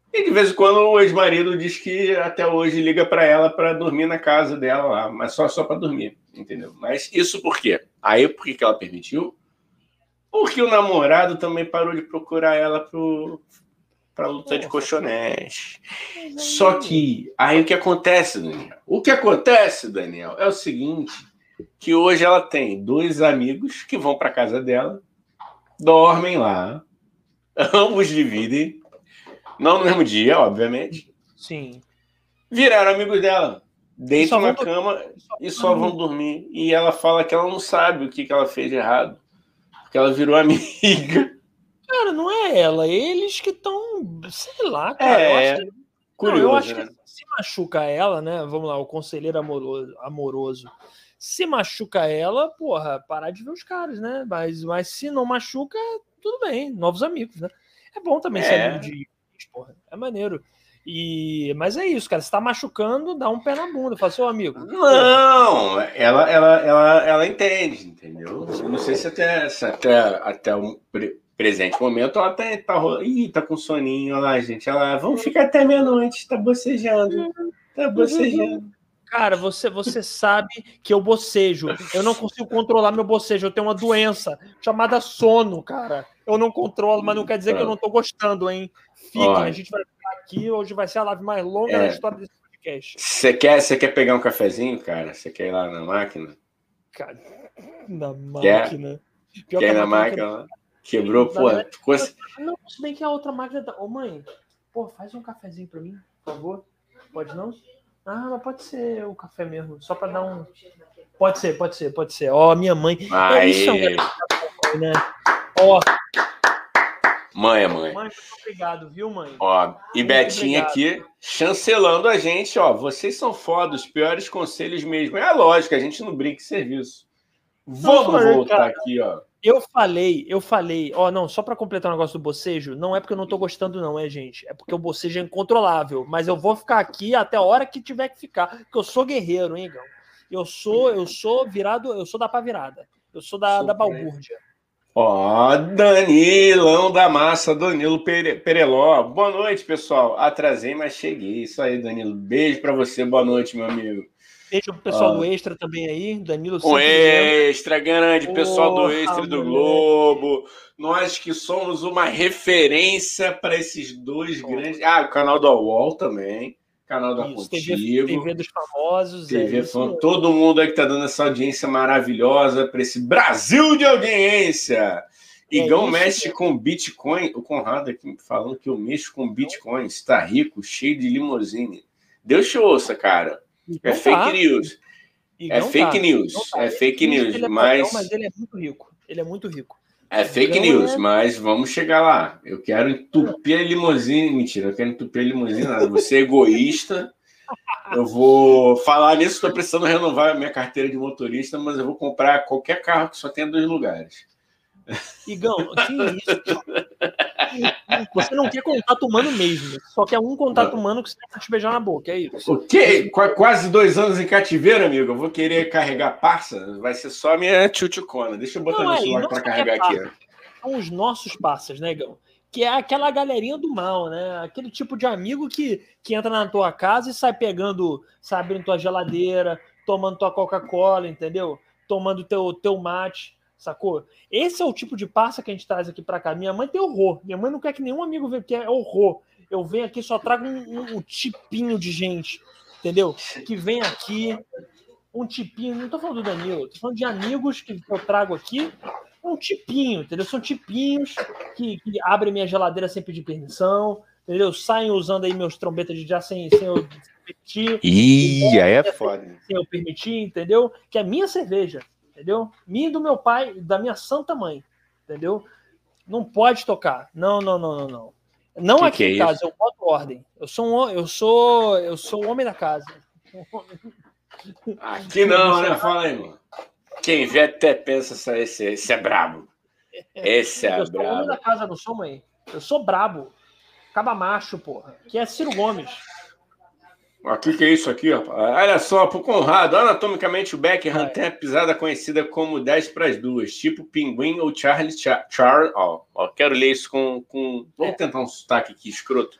E de vez em quando o ex-marido diz que até hoje liga para ela para dormir na casa dela lá, mas só, só para dormir, entendeu? Mas isso por quê? Aí por que, que ela permitiu? Porque o namorado também parou de procurar ela para luta de colchonete. Só que aí o que acontece, Daniel? O que acontece, Daniel, é o seguinte, que hoje ela tem dois amigos que vão para casa dela, dormem lá, ambos dividem, não no mesmo dia, obviamente. Sim. Viraram amigos dela. Deitam na cama e só vão dormir. E ela fala que ela não sabe o que, que ela fez de errado. Porque ela virou amiga. Cara, não é ela. Eles que estão, sei lá, cara. É, eu acho que... curioso, não, eu acho né? que se machuca ela, né? Vamos lá, o conselheiro amoroso. amoroso. Se machuca ela, porra, parar de ver os caras, né? Mas, mas se não machuca, tudo bem. Novos amigos, né? É bom também É. ser amigo de... Porra, é maneiro. E... Mas é isso, cara. Se tá machucando, dá um pé na bunda. Fala, seu amigo. Não, ela, ela, ela, ela entende, entendeu? Eu não sei se até, se até, até o pre- presente momento ela tá, tá, ro- Ih, tá com soninho, olha lá, gente. Ela, vamos ficar até meia-noite, tá bocejando. Tá bocejando. Cara, você, você sabe que eu bocejo. Eu não consigo controlar meu bocejo. Eu tenho uma doença chamada sono, cara. Eu não controlo, mas não quer dizer que eu não tô gostando, hein? Fiquem, Olha. a gente vai ficar aqui. Hoje vai ser a live mais longa É. da história desse podcast. Você quer, você quer pegar um cafezinho, cara? Você quer ir lá na máquina? Cara, na máquina. Pior Quer ir que a na máquina máquina? Quebrou, Na pô. verdade, Ficou... Não, se bem que a outra máquina tá... Ô, mãe, pô, faz um cafezinho pra mim, por favor. Pode não? Ah, mas pode ser o café mesmo, só pra dar um... Pode ser, pode ser, pode ser. Ó, minha mãe... É isso, Aí. né? Ó, Mãe, mãe. mãe, muito obrigado, viu, mãe? Ó, e Muito Betinha obrigado. aqui chancelando a gente, ó. Vocês são foda, os piores conselhos mesmo. É lógico, a gente não brinca em serviço. Vamos falei, voltar cara. aqui, ó. Eu falei, eu falei, ó, não, só pra completar o negócio do bocejo, não é porque eu não tô gostando não, é, gente, é porque o bocejo é incontrolável, mas eu vou ficar aqui até a hora que tiver que ficar, porque eu sou guerreiro, hein, Igão? Eu sou, eu sou virado, eu sou da pá virada, eu sou da, Sou da balbúrdia. Ó, Danilão da massa, Danilo Pere- Pereló. Boa noite, pessoal. Atrasei, mas cheguei. Isso aí, Danilo. Beijo pra você. Boa noite, meu amigo. Beijo pro pessoal Ó. do Extra também aí, Danilo O sempre lembra. Extra, grande pessoal do Porra, Extra e do moleque. Globo. Nós que somos uma referência para esses dois Porra. grandes. Ah, o canal do UOL também. Canal da Isso, T V, Contigo. T V dos famosos, T V é isso Fã, mesmo. todo mundo aí que tá dando essa audiência maravilhosa para esse Brasil de audiência. Igão isso mexe mesmo. com Bitcoin. O Conrado aqui falando que eu mexo com Bitcoin. Está rico, cheio de limousine. Deus te ouça, cara. É Igão fake tá. news. Igão É fake tá. news. Igão tá. É Ele fake finge que news. ele é Mas patrão, mas ele é muito rico. Ele é muito rico. é fake Igão news. é- Mas vamos chegar lá. Eu quero entupir a limusine. Mentira, eu quero entupir a limusine. Nada. Você é egoísta. Eu vou falar nisso. Estou precisando renovar a minha carteira de motorista, mas eu vou comprar qualquer carro que só tenha dois lugares. Igão, que isso? Você não quer contato humano mesmo. Só quer um contato Não. humano que você vai te beijar na boca, é isso. O quê? Qu- Quase dois anos em cativeiro, amigo. Eu vou querer carregar parça? Vai ser só a minha tchutchucona. Deixa eu botar Não, meu é, celular não para só carregar que é aqui. São os nossos parças, né, Igão? Que é aquela galerinha do mal, né? Aquele tipo de amigo que, que entra na tua casa e sai pegando, sai abrindo tua geladeira, tomando tua Coca-Cola, entendeu? Tomando teu, teu mate, sacou? Esse é o tipo de parça que a gente traz aqui pra cá. Minha mãe tem horror. Minha mãe não quer que nenhum amigo venha, porque é horror. Eu venho aqui só trago um, um, um tipinho de gente, entendeu? Que vem aqui, um tipinho. Não tô falando do Danilo, tô falando de amigos que eu trago aqui. Um tipinho, entendeu? São tipinhos que, que abrem minha geladeira sem pedir permissão, entendeu? Saem usando aí meus trombetas de já sem, sem eu permitir. Ih, aí é foda. Sem eu permitir, entendeu? Que é minha cerveja, entendeu? Minha e do meu pai, da minha santa mãe, entendeu? Não pode tocar. Não, não, não, não, não. Não Que aqui que é em casa, isso? eu boto ordem. Eu sou um, eu sou, eu sou o homem da casa. Aqui não, né? Fala aí, mano. Quem vê até pensa, esse, esse, esse é brabo. Esse é Eu sou o homem brabo. da casa, não sou, mãe. Eu sou brabo. Caba macho, porra. Que é Ciro Gomes. O que, que é isso aqui, rapaz? Olha só, pro Conrado, anatomicamente o Beckham É. tem a pisada conhecida como dez para as duas, tipo Pinguim ou Charlie Char... Char ó, ó, quero ler isso com... com... Vamos tentar um sotaque aqui escroto.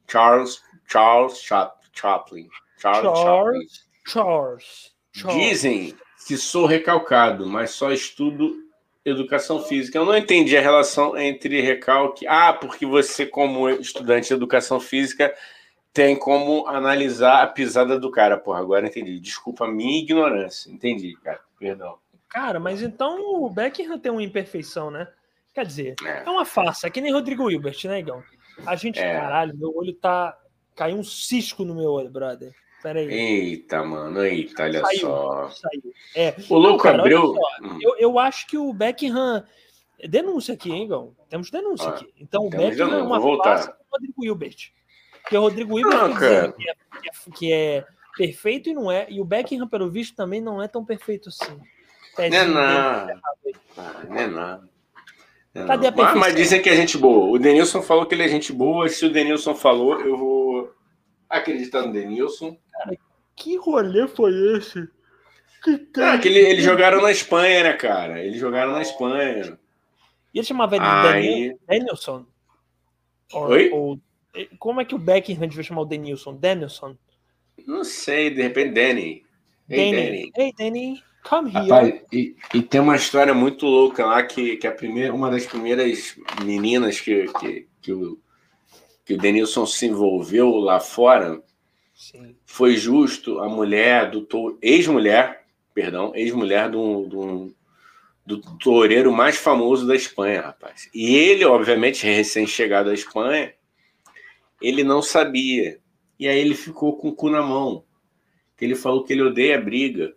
Charles, Charles Chaplin. Charles, Charles, Charles, Charles. Dizem que sou recalcado, mas só estudo educação física. Eu não entendi a relação entre recalque... Ah, porque você, como estudante de educação física, tem como analisar a pisada do cara. Porra, agora entendi. Desculpa a minha ignorância. Entendi, cara. Perdão. Cara, mas então o Beckham tem uma imperfeição, né? Quer dizer, é, é uma farsa. É que nem Rodrigo Hilbert, né, Igão? A gente, é. caralho, meu olho tá... Caiu um cisco no meu olho, brother. Pera aí. Eita, mano. Eita, olha saiu, só. Saiu. É. O louco cara, abriu... Hum. Eu, eu acho que o Beckham... Denúncia aqui, hein, Igão? Temos denúncia ah, aqui. Então o Beckham é uma farsa com o Rodrigo Hilbert. Porque o Rodrigo Hilbert não, que, é, que, é, que é perfeito e não é. E o Beckham, pelo visto, também não é tão perfeito assim. Não é nada. Não é nada. Cadê a perfeição? Mas, mas dizem que é gente boa. O Denilson falou que ele é gente boa. Se o Denilson falou, eu vou acreditar no Denilson. Cara, que rolê foi esse? Que ah, que ele, eles jogaram na Espanha, né, cara? Eles jogaram na Espanha. E ele chamava ele Aí... de Denilson? Ou, Oi? Ou, como é que o Beckham devia chamar o Denilson? Denilson? Não sei, de repente Danny. Hey, Danny. Hey, Danny. Come here. Rapaz, e, e tem uma história muito louca lá que, que a primeira, uma das primeiras meninas que, que, que, o, que o Denilson se envolveu lá fora. Sim. Foi justo a mulher do ex-mulher, perdão, ex-mulher do, do, do toureiro mais famoso da Espanha, rapaz. E ele, obviamente, recém-chegado à Espanha, ele não sabia. E aí ele ficou com o cu na mão. Ele falou que ele odeia a briga.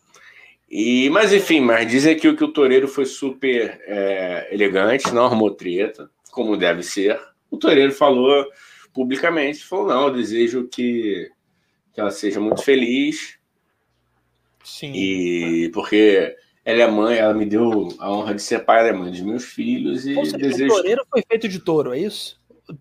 E, mas enfim, mas dizem que, que o toureiro foi super é, elegante, não arrumou treta, como deve ser. O toureiro falou publicamente, falou, não, eu desejo que, que ela seja muito feliz. Sim. E porque ela é mãe, ela me deu a honra de ser pai da mãe dos meus filhos. E Ou seja, desejo... o toureiro foi feito de touro, é isso?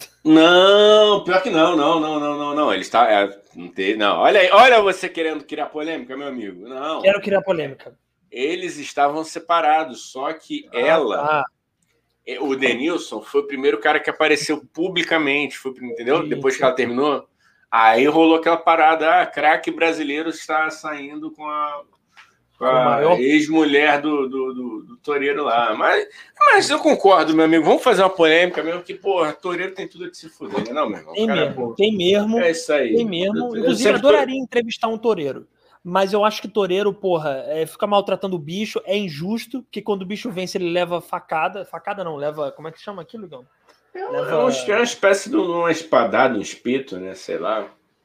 Não, pior que não, não, não, não, não, não. Ele está. É, não, tem, não. Olha aí, olha você querendo criar polêmica, meu amigo. Não. Quero criar polêmica. Eles estavam separados, só que ah, ela. Tá. O Denilson foi o primeiro cara que apareceu publicamente, foi, entendeu? Sim, depois que ela terminou, aí rolou aquela parada, ah, craque brasileiro está saindo com a, com a ex-mulher do, do, do, do toureiro lá. Mas, mas eu concordo, meu amigo, vamos fazer uma polêmica mesmo, que, porra, toureiro tem tudo a que se fuder, né? Não, meu irmão? Tem cara, mesmo, pô, tem mesmo. É isso aí. Tem mesmo. Inclusive, eu adoraria tô... entrevistar um toureiro. Mas eu acho que toureiro, porra, é, fica maltratando o bicho, é injusto, porque quando o bicho vence, ele leva facada. Facada não, leva. Como é que chama aquilo, Ligão? É, leva... é uma espécie de uma espadada, um espeto, né? Sei lá.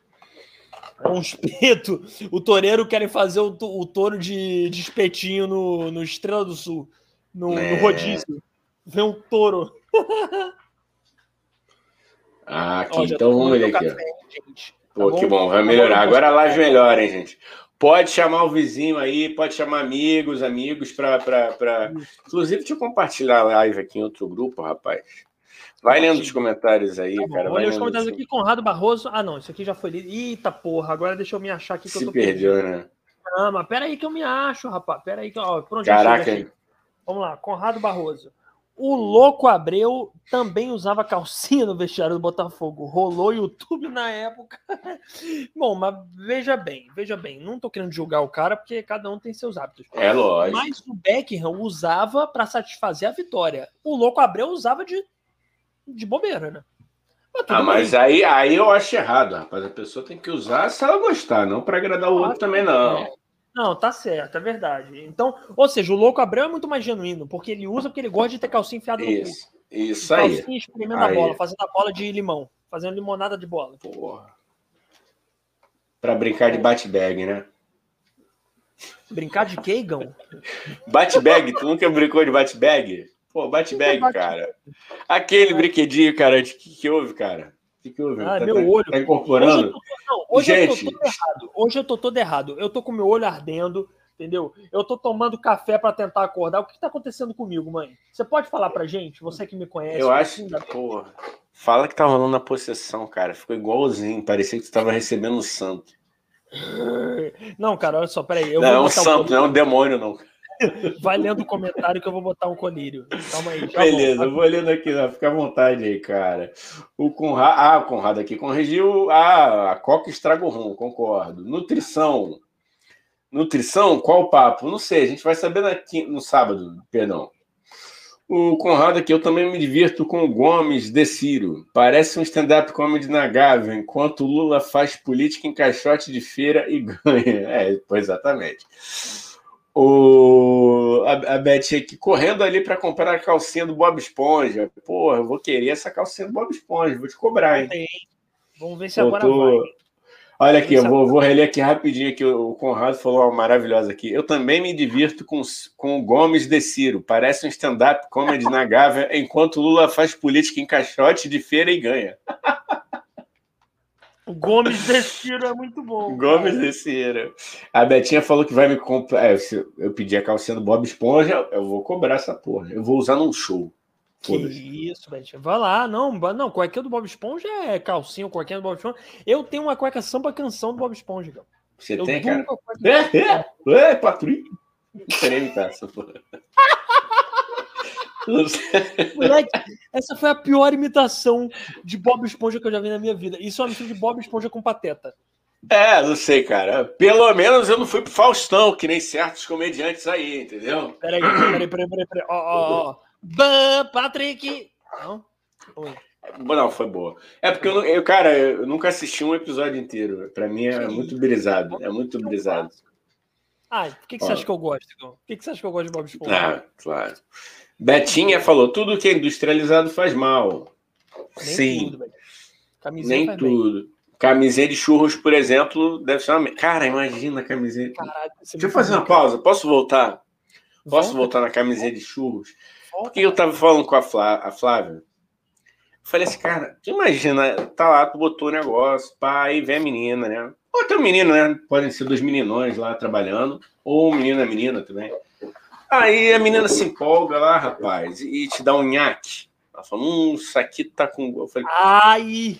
Um espeto. O toureiro querem fazer o, o touro de, de espetinho no, no Estrela do Sul, no, é... no rodízio. Vem um touro. Ah, aqui, ó, então vamos ver aqui. Café, gente. Pô, tá que bom, vai melhorar. Agora a live melhora, hein, gente? Pode chamar o vizinho aí, pode chamar amigos, amigos para... Pra, pra... Inclusive, deixa eu compartilhar a live aqui em outro grupo, rapaz. Vai lendo os comentários aí, tá cara. Olha os comentários aqui, Conrado Barroso. Ah, não, isso aqui já foi lido. Eita, porra, agora deixa eu me achar aqui que Se eu tô perdeu, perdido. Né? Ah, mas pera aí que eu me acho, rapaz. Pera aí que... Ó, por onde Caraca, eu Vamos lá, Conrado Barroso. O Louco Abreu também usava calcinha no vestiário do Botafogo. Rolou YouTube na época. Bom, mas veja bem, veja bem. Não tô querendo julgar o cara, porque cada um tem seus hábitos. É lógico. Mas o Beckham usava para satisfazer a vitória. O Louco Abreu usava de, de bobeira, né? Mas ah, mas aí, aí eu acho errado, rapaz. A pessoa tem que usar se ela gostar, não para agradar o outro também, não. É. Não, tá certo, é verdade. Então, ou seja, o Louco Abreu é muito mais genuíno, porque ele usa porque ele gosta de ter calcinha enfiada no cu. Isso, isso aí. Calcinha espremendo a bola, fazendo a bola de limão, fazendo limonada de bola. Porra. Pra brincar de bate-bag, né? Brincar de quê, Igão? Bate-bag, tu nunca brincou de bate-bag? Pô, bate-bag, bate cara. Aquele é. brinquedinho, cara, de que, que houve, cara? O que, que houve? Ah, tá, meu olho. Tá incorporando? Hoje eu tô, não, hoje Gente, eu tô todo errado. Hoje eu tô todo errado. Eu tô com meu olho ardendo, entendeu? Eu tô tomando café pra tentar acordar. O que, que tá acontecendo comigo, mãe? Você pode falar pra gente? Você que me conhece. Eu acho que, porra, fala que tá rolando a possessão, cara. Ficou igualzinho. Parecia que tu tava recebendo um santo. Não, cara, olha só, peraí. Eu não, vou é um santo, não é um demônio, não. Vai lendo o comentário que eu vou botar um colírio. Calma aí. Beleza, eu vou lendo aqui, não. Fica à vontade aí, cara. O Conrado, ah, o Conrado aqui corrigiu. Ah, a Coca estraga o rum, concordo. Nutrição. Nutrição? Qual o papo? Não sei, a gente vai saber na, no sábado, perdão. O Conrado aqui, eu também me divirto com o Gomes de Ciro. Parece um stand-up comedy na Gávea, enquanto o Lula faz política em caixote de feira e ganha. É, pois exatamente. O, a, a Beth aqui correndo ali para comprar a calcinha do Bob Esponja. Porra, eu vou querer essa calcinha do Bob Esponja, vou te cobrar, hein? Tem. Vamos ver se eu agora tô... vai. Olha aqui, eu vou, vou reler aqui rapidinho que o Conrado falou uma maravilhosa aqui. Eu também me divirto com, com o Gomes de Ciro. Parece um stand-up comedy na Gávea, enquanto Lula faz política em caixote de feira e ganha. O Gomes de Ciro é muito bom. Gomes cara. de Ciro. A Betinha falou que vai me comprar. É, se eu pedir a calcinha do Bob Esponja, eu vou cobrar essa porra. Eu vou usar num show. Que isso, Betinha. Vai lá. Não, não, cuequinha do Bob Esponja é calcinha, cuequinha do Bob Esponja. Eu tenho uma cueca samba canção do Bob Esponja, cara. Você eu tem, cara? Cueca... É, é, é, Patrícia. Não queria imitar essa porra. Moleque, essa foi a pior imitação de Bob Esponja que eu já vi na minha vida. Isso é uma mistura de Bob Esponja com Pateta. É, não sei, cara. Pelo menos eu não fui pro Faustão, que nem certos comediantes aí, entendeu? Peraí, peraí, peraí, peraí, peraí. Ó, ó, ó. Ban, Patrick! Não? Oi. Não, foi boa. É porque, eu, eu, cara, eu nunca assisti um episódio inteiro. Pra mim é muito brisado. É muito brisado. Ah, por que, que você acha que eu gosto, Igor? Por que, que você acha que eu gosto de Bob Esponja? Ah, claro. Betinha falou, tudo que é industrializado faz mal. Nem Sim. Tudo, Camisinha Nem faz tudo. Bem. Camisinha de churros, por exemplo, deve ser uma... Cara, imagina a camisinha. Caralho, deixa eu fazer uma pausa. Posso voltar? Posso Volta. voltar na camisinha de churros? Volta. Porque eu tava falando com a, Flá... a Flávia. Eu falei assim, cara, tu imagina, tá lá, tu botou o negócio, pá, aí vem a menina, né? Ou até o menino, né? Podem ser dois meninões lá trabalhando, ou um menino e menina também. Aí a menina se empolga lá, rapaz, e te dá um nhaque. Ela fala, hum, isso aqui tá com... Eu falei, ai!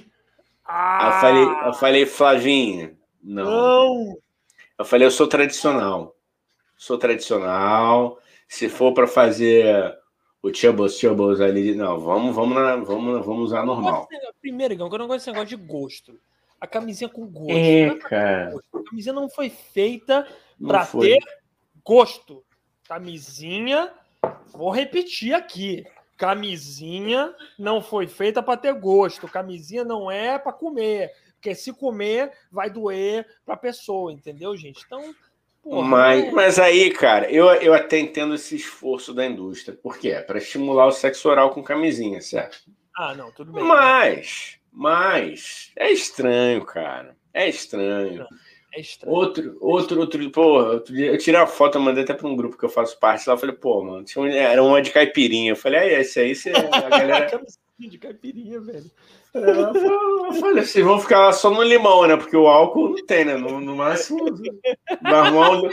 Ah. Eu falei, eu falei, Flavinha, não. não. Eu falei, eu sou tradicional. Sou tradicional. Se for para fazer o Chubbles, Chubbles ali, não, vamos, vamos, na, vamos, vamos usar normal. Primeiro, Igão, que eu não gosto desse negócio de gosto. A camisinha com gosto. É, não é cara. Gosto. A camisinha não foi feita para ter gosto. Camisinha, vou repetir aqui. Camisinha não foi feita para ter gosto. Camisinha não é para comer. Porque se comer, vai doer para a pessoa, entendeu, gente? Então, porra, mas, é... mas aí, cara, eu, eu até entendo esse esforço da indústria. Por quê? É para estimular o sexo oral com camisinha, certo? Ah, não, tudo bem. Mas, mas, é estranho, cara. É estranho. Não. É estranho. Outro, outro, outro, pô, outro dia, eu tirei uma foto, eu mandei até para um grupo que eu faço parte lá, eu falei, pô, mano, tinha um, era uma de caipirinha. Eu falei, é, esse aí, você, a galera... de caipirinha, velho. É, eu falei, vocês vão ficar lá só no limão, né, porque o álcool não tem, né, no, no máximo, vai arrumar um...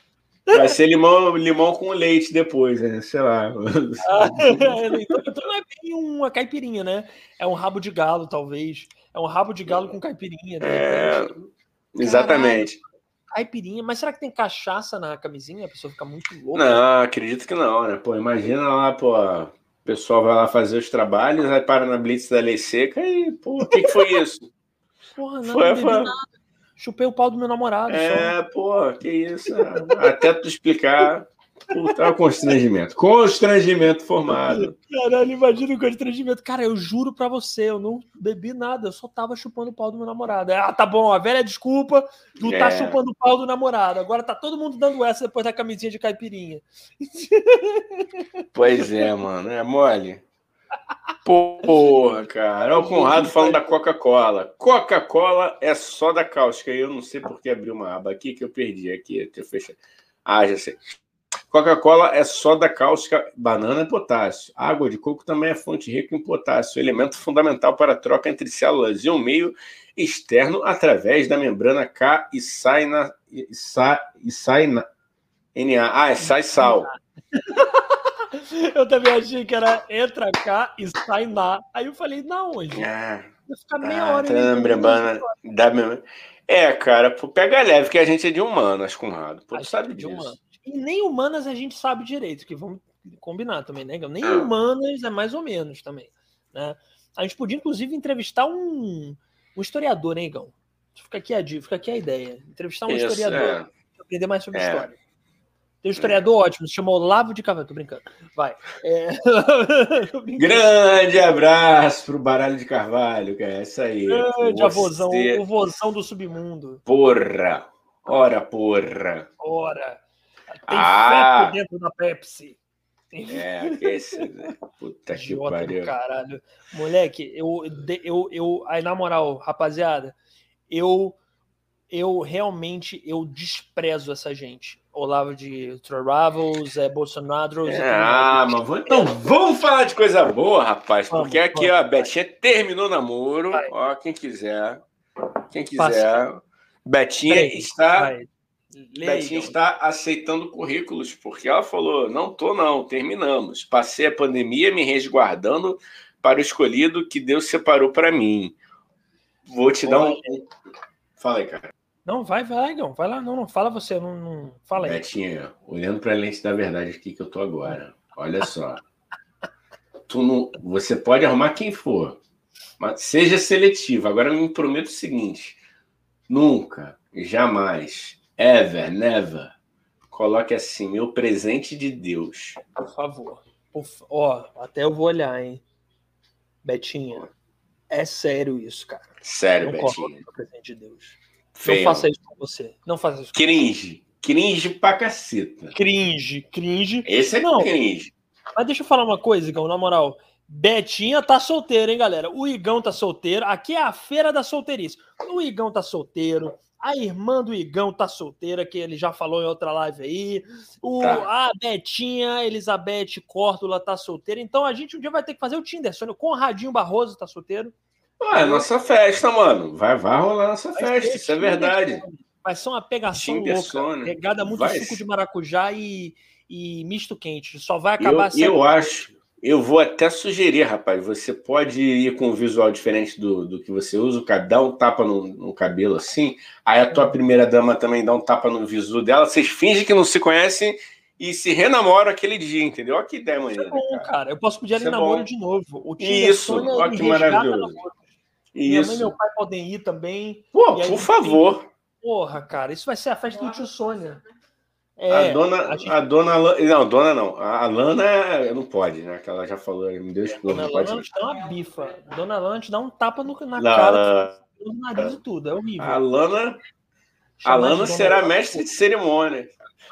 Vai ser limão, limão com leite depois, né, sei lá. Ah, então, então não é bem uma caipirinha, né, é um rabo de galo, talvez, é um rabo de galo com caipirinha, né? É... Exatamente. Caralho, caipirinha, mas será que tem cachaça na camisinha? A pessoa fica muito louca? Não, acredito que não, né? Pô, imagina lá, pô, o pessoal vai lá fazer os trabalhos, aí para na blitz da lei seca e, pô, o que, que foi isso? Porra, não, foi, não foi... nada. Chupei o pau do meu namorado. É, só. Pô, que isso. Até tu explicar. Puta, constrangimento. Constrangimento formado. Caralho, imagina o constrangimento. Cara, eu juro pra você, eu não bebi nada, eu só tava chupando o pau do meu namorado. Ah, tá bom, a velha desculpa, tu é. tá chupando o pau do namorado. Agora tá todo mundo dando essa depois da camisinha de caipirinha. Pois é, mano, é mole. Porra, cara. Olha o Conrado falando da Coca-Cola. Coca-Cola é só da cáustica. Eu não sei por que abri uma aba aqui que eu perdi aqui. Eu fechei. Ah, já sei. Coca-Cola é só da cáustica, banana e potássio. Água de coco também é fonte rica em potássio, elemento fundamental para a troca entre células e um meio externo através da membrana K e sai na e sai, e sai na N A. Ah, é sai sal. Eu também achei que era entra cá e sai na. Aí eu falei, não, hoje. Ah, vai ficar meia ah, hora. Tá na membrana da membrana. É, cara, pô, pega leve que a gente é de humanas, Conrado. Pô, tu sabe de disso. humano. E nem humanas a gente sabe direito, que vamos combinar também, né? Nem Ah. humanas é mais ou menos também, né? A gente podia, inclusive, entrevistar um, um historiador, né, Igão? Fica aqui a dica, fica aqui a ideia. Entrevistar um Isso, historiador, é. pra aprender mais sobre É. história. Tem um historiador ótimo, se chama Olavo de Carvalho. Tô brincando. Vai. É... Tô brincando. Grande abraço pro Baralho de Carvalho, cara. É isso aí. Grande Você... avôzão, o vozão do submundo. Porra! Ora, porra! Ora, tem Ah! feto dentro da Pepsi. É, esse, né? Puta que Idiota do pariu. caralho. Moleque, eu, eu, eu, aí na moral, rapaziada, eu, eu realmente, eu desprezo essa gente. Olavo de Travels, é, Bolsonaro. É, ah, mas vamos, então vamos falar de coisa boa, rapaz, Vamos, porque aqui, vamos, ó, a Betinha terminou o namoro, vai. ó, quem quiser, quem quiser, Passa. Betinha Peraí, está... vai. Leia, Betinha Igão. está aceitando currículos, porque ela falou, não tô não, terminamos. Passei a pandemia me resguardando para o escolhido que Deus separou para mim. Vou te dar um... Fala aí, cara. Não, vai, vai, Igão. Vai lá, não, não, fala você, não, não... fala aí. Betinha, olhando para a lente da verdade aqui que eu tô agora, olha só. Tu não... Você pode arrumar quem for, mas seja seletivo. Agora eu me prometo o seguinte, nunca, jamais... Ever, never. Coloque assim, meu presente de Deus. Por favor. Por fa- Ó, até eu vou olhar, hein. Betinha, é sério isso, cara. Sério, Não Betinha. coloque meu presente de Deus. Feio. Não faça isso com você. Não faça isso com Cringe. Cringe pra caceta. Cringe, cringe. Esse é Não. cringe. Mas deixa eu falar uma coisa, Igão, na moral. Betinha tá solteira, hein, galera? O Igão tá solteiro. Aqui é a feira da solteirice. O Igão tá solteiro. A irmã do Igão tá solteira, que ele já falou em outra live aí. O, Tá. A Betinha, Elizabeth Córtula tá solteira. Então a gente um dia vai ter que fazer o Tinder. O Conradinho Barroso tá solteiro. Ah, é nossa festa, mano. Vai, vai rolar nossa Vai festa, ser isso é Tinder verdade. Sony. Vai ser uma pegação Tinder louca. Sony. Pegada muito Vai suco ser. de maracujá e, e misto quente. Só vai Eu, acabar sete eu acho, eu vou até sugerir, rapaz, você pode ir com um visual diferente do, do que você usa, o cara dá um tapa no, no cabelo assim, aí a tua primeira dama também dá um tapa no visu dela, vocês fingem que não se conhecem e se renamoram aquele dia, entendeu? Olha que ideia maneira, Isso é bom, cara. cara. Eu posso pedir ali Isso é namoro bom. de novo. O Tinder Isso, Sony, olha ele que resgata maravilhoso. namoro. Minha mãe e Isso. meu pai podem ir também. Pô, E aí por tem- favor. Porra, cara, isso vai ser a festa do tio Sônia. A É, dona, a gente- a dona, Lan- não, dona não, a Lana não pode, né? Que ela já falou, me deu expor, Dona não pode. Lana te dá uma bifa. Dona Lana te dá um tapa no, na Não, cara, ela- no nariz e tudo. É horrível. A Lana, a Chamar de Lana Dona será Lana. mestre de cerimônia.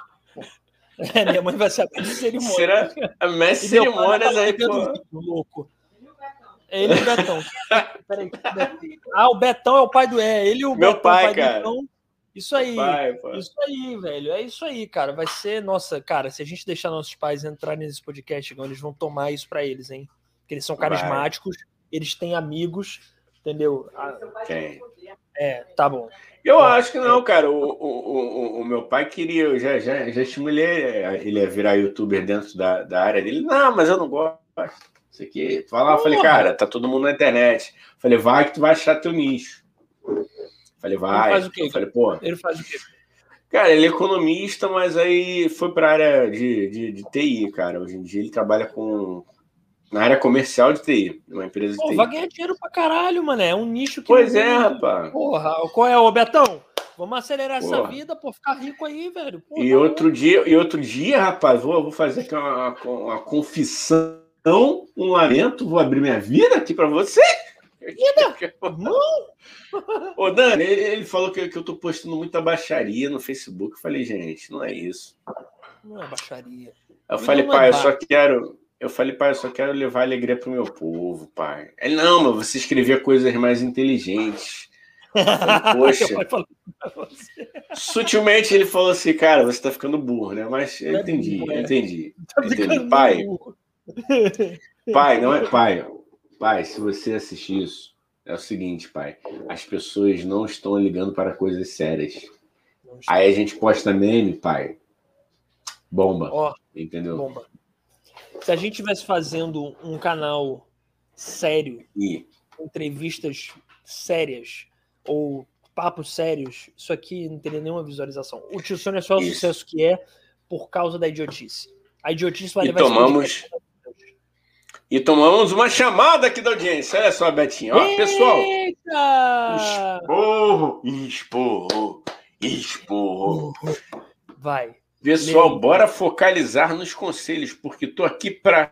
É, minha mãe vai ser a mestre de cerimônia. Será a mestre de E meu pai vai cerimônias falar aí, que é do pô. vídeo, louco. É ele e o Betão. Peraí. Ah, o Betão é o pai do... É, ele e o Meu Betão, pai, pai do cara. Betão. Isso aí. Pai, pô. Isso aí, velho. É isso aí, cara. Vai ser... Nossa, cara, se a gente deixar nossos pais entrarem nesse podcast, Igão, eles vão tomar isso pra eles, hein? Porque eles são Vai. carismáticos, eles têm amigos, entendeu? Ah, Quem? é, tá bom. Eu Ó, acho que não, cara. O, o, o, o meu pai queria, eu já, já, já estimulei ele a virar youtuber dentro da, da área dele. Não, mas eu não gosto. Isso aqui. Fala, eu falei, Porra. cara, tá todo mundo na internet. Falei, vai que tu vai achar teu nicho. Falei, vai. faz o quê, Eu falei, pô. Ele faz o quê? Cara, ele é economista, mas aí foi para a área de, de, de T I, cara. Hoje em dia ele trabalha com na área comercial de T I, uma empresa de Pô, T I. vai ganhar dinheiro pra caralho, mano. É um nicho que... Pois não- é, rapaz. Porra, qual é, ô Betão? Vamos acelerar essa Porra. vida, pô, ficar rico aí, velho. Pô, E tá outro dia, e outro dia, rapaz, vou, vou fazer aqui uma, uma confissão, um lamento, vou abrir minha vida aqui para você. Irmão? Ô, Dani, ele, ele falou que, que eu tô postando muita baixaria no Facebook. Eu falei, gente, não é isso. Não é baixaria. Eu Não, falei, não é pai, eu bar. só quero. Eu falei, pai, eu só quero levar alegria pro meu povo, pai. Ele, não, mas você escrevia coisas mais inteligentes. Eu falei, poxa. Meu pai falou pra você. Sutilmente ele falou assim, cara, você tá ficando burro, né? Mas eu É entendi, burro, eu é. entendi. Tá Entendi. ficando Pai, burro. pai, não é pai. Pai, se você assistir isso, é o seguinte, pai. As pessoas não estão ligando para coisas sérias. Não está. Aí a gente posta meme, pai. Bomba. Ó, Entendeu? bomba. Se a gente estivesse fazendo um canal sério, E entrevistas sérias ou papos sérios, isso aqui não teria nenhuma visualização. O Tio Sônia é só o Isso. sucesso que é por causa da idiotice. A idiotice vai e levar tomamos esse E tomamos uma chamada aqui da audiência. Olha só, Betinho. Ó, pessoal. Eita! Esporro, esporro, esporro. Vai. Pessoal, Leia. bora focalizar nos conselhos, porque tô aqui para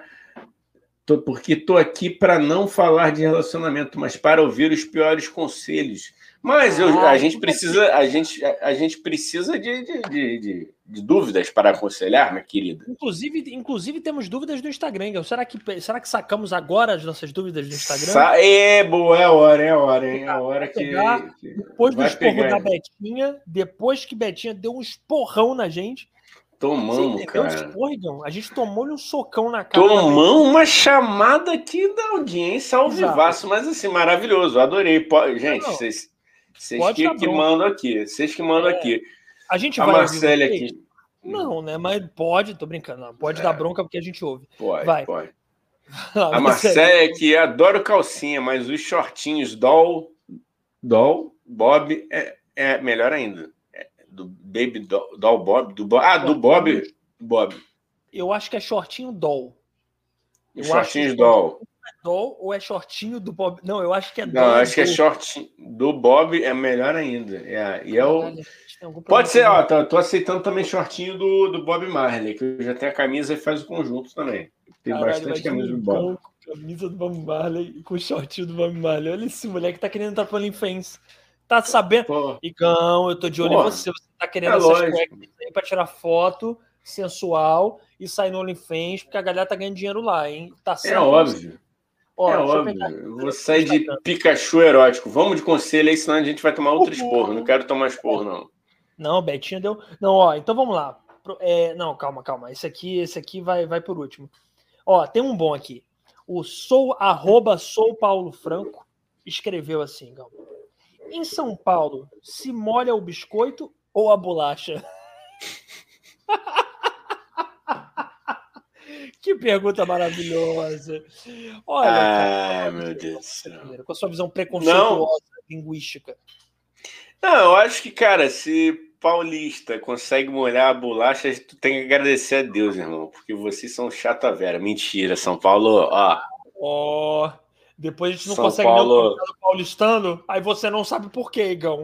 tô, porque tô aqui para não falar de relacionamento, mas para ouvir os piores conselhos. Mas eu, Ah, a gente precisa, a gente, a, a gente precisa de, de, de, de, de dúvidas para aconselhar, minha querida. Inclusive, inclusive temos dúvidas do Instagram. Gão. Será que, será que sacamos agora as nossas dúvidas do Instagram? Sa é, boa, é a hora, é a hora, hein? É a hora que, pegar, que depois do esporro pegar. da Betinha, depois que Betinha deu um esporrão na gente. Tomamos, cara. Esporro, a gente tomou-lhe um socão na cara. Tomamos uma chamada aqui da audiência ao vivaço, mas assim, maravilhoso. Adorei. Pode, gente, vocês que, que mandam aqui. Vocês que mandam é. aqui. A gente a vai Marcele aqui. Não, né? Mas pode, tô brincando. Não. Pode é. dar bronca porque a gente ouve. Pode, vai. pode. A Marcele aqui, adoro calcinha, mas os shortinhos Doll, Doll Bob é, é melhor ainda. Do Baby Doll, doll Bob, do Bob. Ah, do Bob, Bob. Eu acho que é shortinho Doll. Eu shortinhos Doll. É doll ou é shortinho do Bob? Não, eu acho que é Não, Doll. Não, acho que é shortinho do Bob, é melhor ainda. É, e é o... Pode ser, ó, tô, tô aceitando também shortinho do, do Bob Marley, que eu já tenho a camisa e faz o conjunto também. Tem Caralho, bastante camisa do Bob. Camisa do Bob Marley com shortinho do Bob Marley. Olha esse moleque que tá querendo entrar pro OnlyFans. Tá sabendo? Pô. Igão, eu tô de olho Pô. em você. Você tá querendo é essas cuecas aí pra tirar foto sensual e sair no OnlyFans, porque a galera tá ganhando dinheiro lá, hein? Tá certo? É óbvio. Ó, é óbvio. Eu, eu vou sair de Pikachu erótico. Vamos de conselho aí, senão a gente vai tomar outro esporro. Não quero tomar esporro, não. Não, Betinha deu. Não, ó, então vamos lá. É, não, calma, calma. Esse aqui, esse aqui vai, vai por último. Ó, tem um bom aqui. O sou, arroba sou Paulo Franco escreveu assim, Gal. Em São Paulo, se molha o biscoito ou a bolacha? Que pergunta maravilhosa. Olha, Ai, cara, meu Deus do céu. Com a sua visão preconceituosa, Não. linguística. Não, eu acho que, cara, se paulista consegue molhar a bolacha, tu tem que agradecer a Deus, irmão, porque vocês são chata vera. Mentira, São Paulo, ó. Ó... Oh. Depois a gente não São consegue Paulo... nem o paulistano, aí você não sabe por quê, Igão.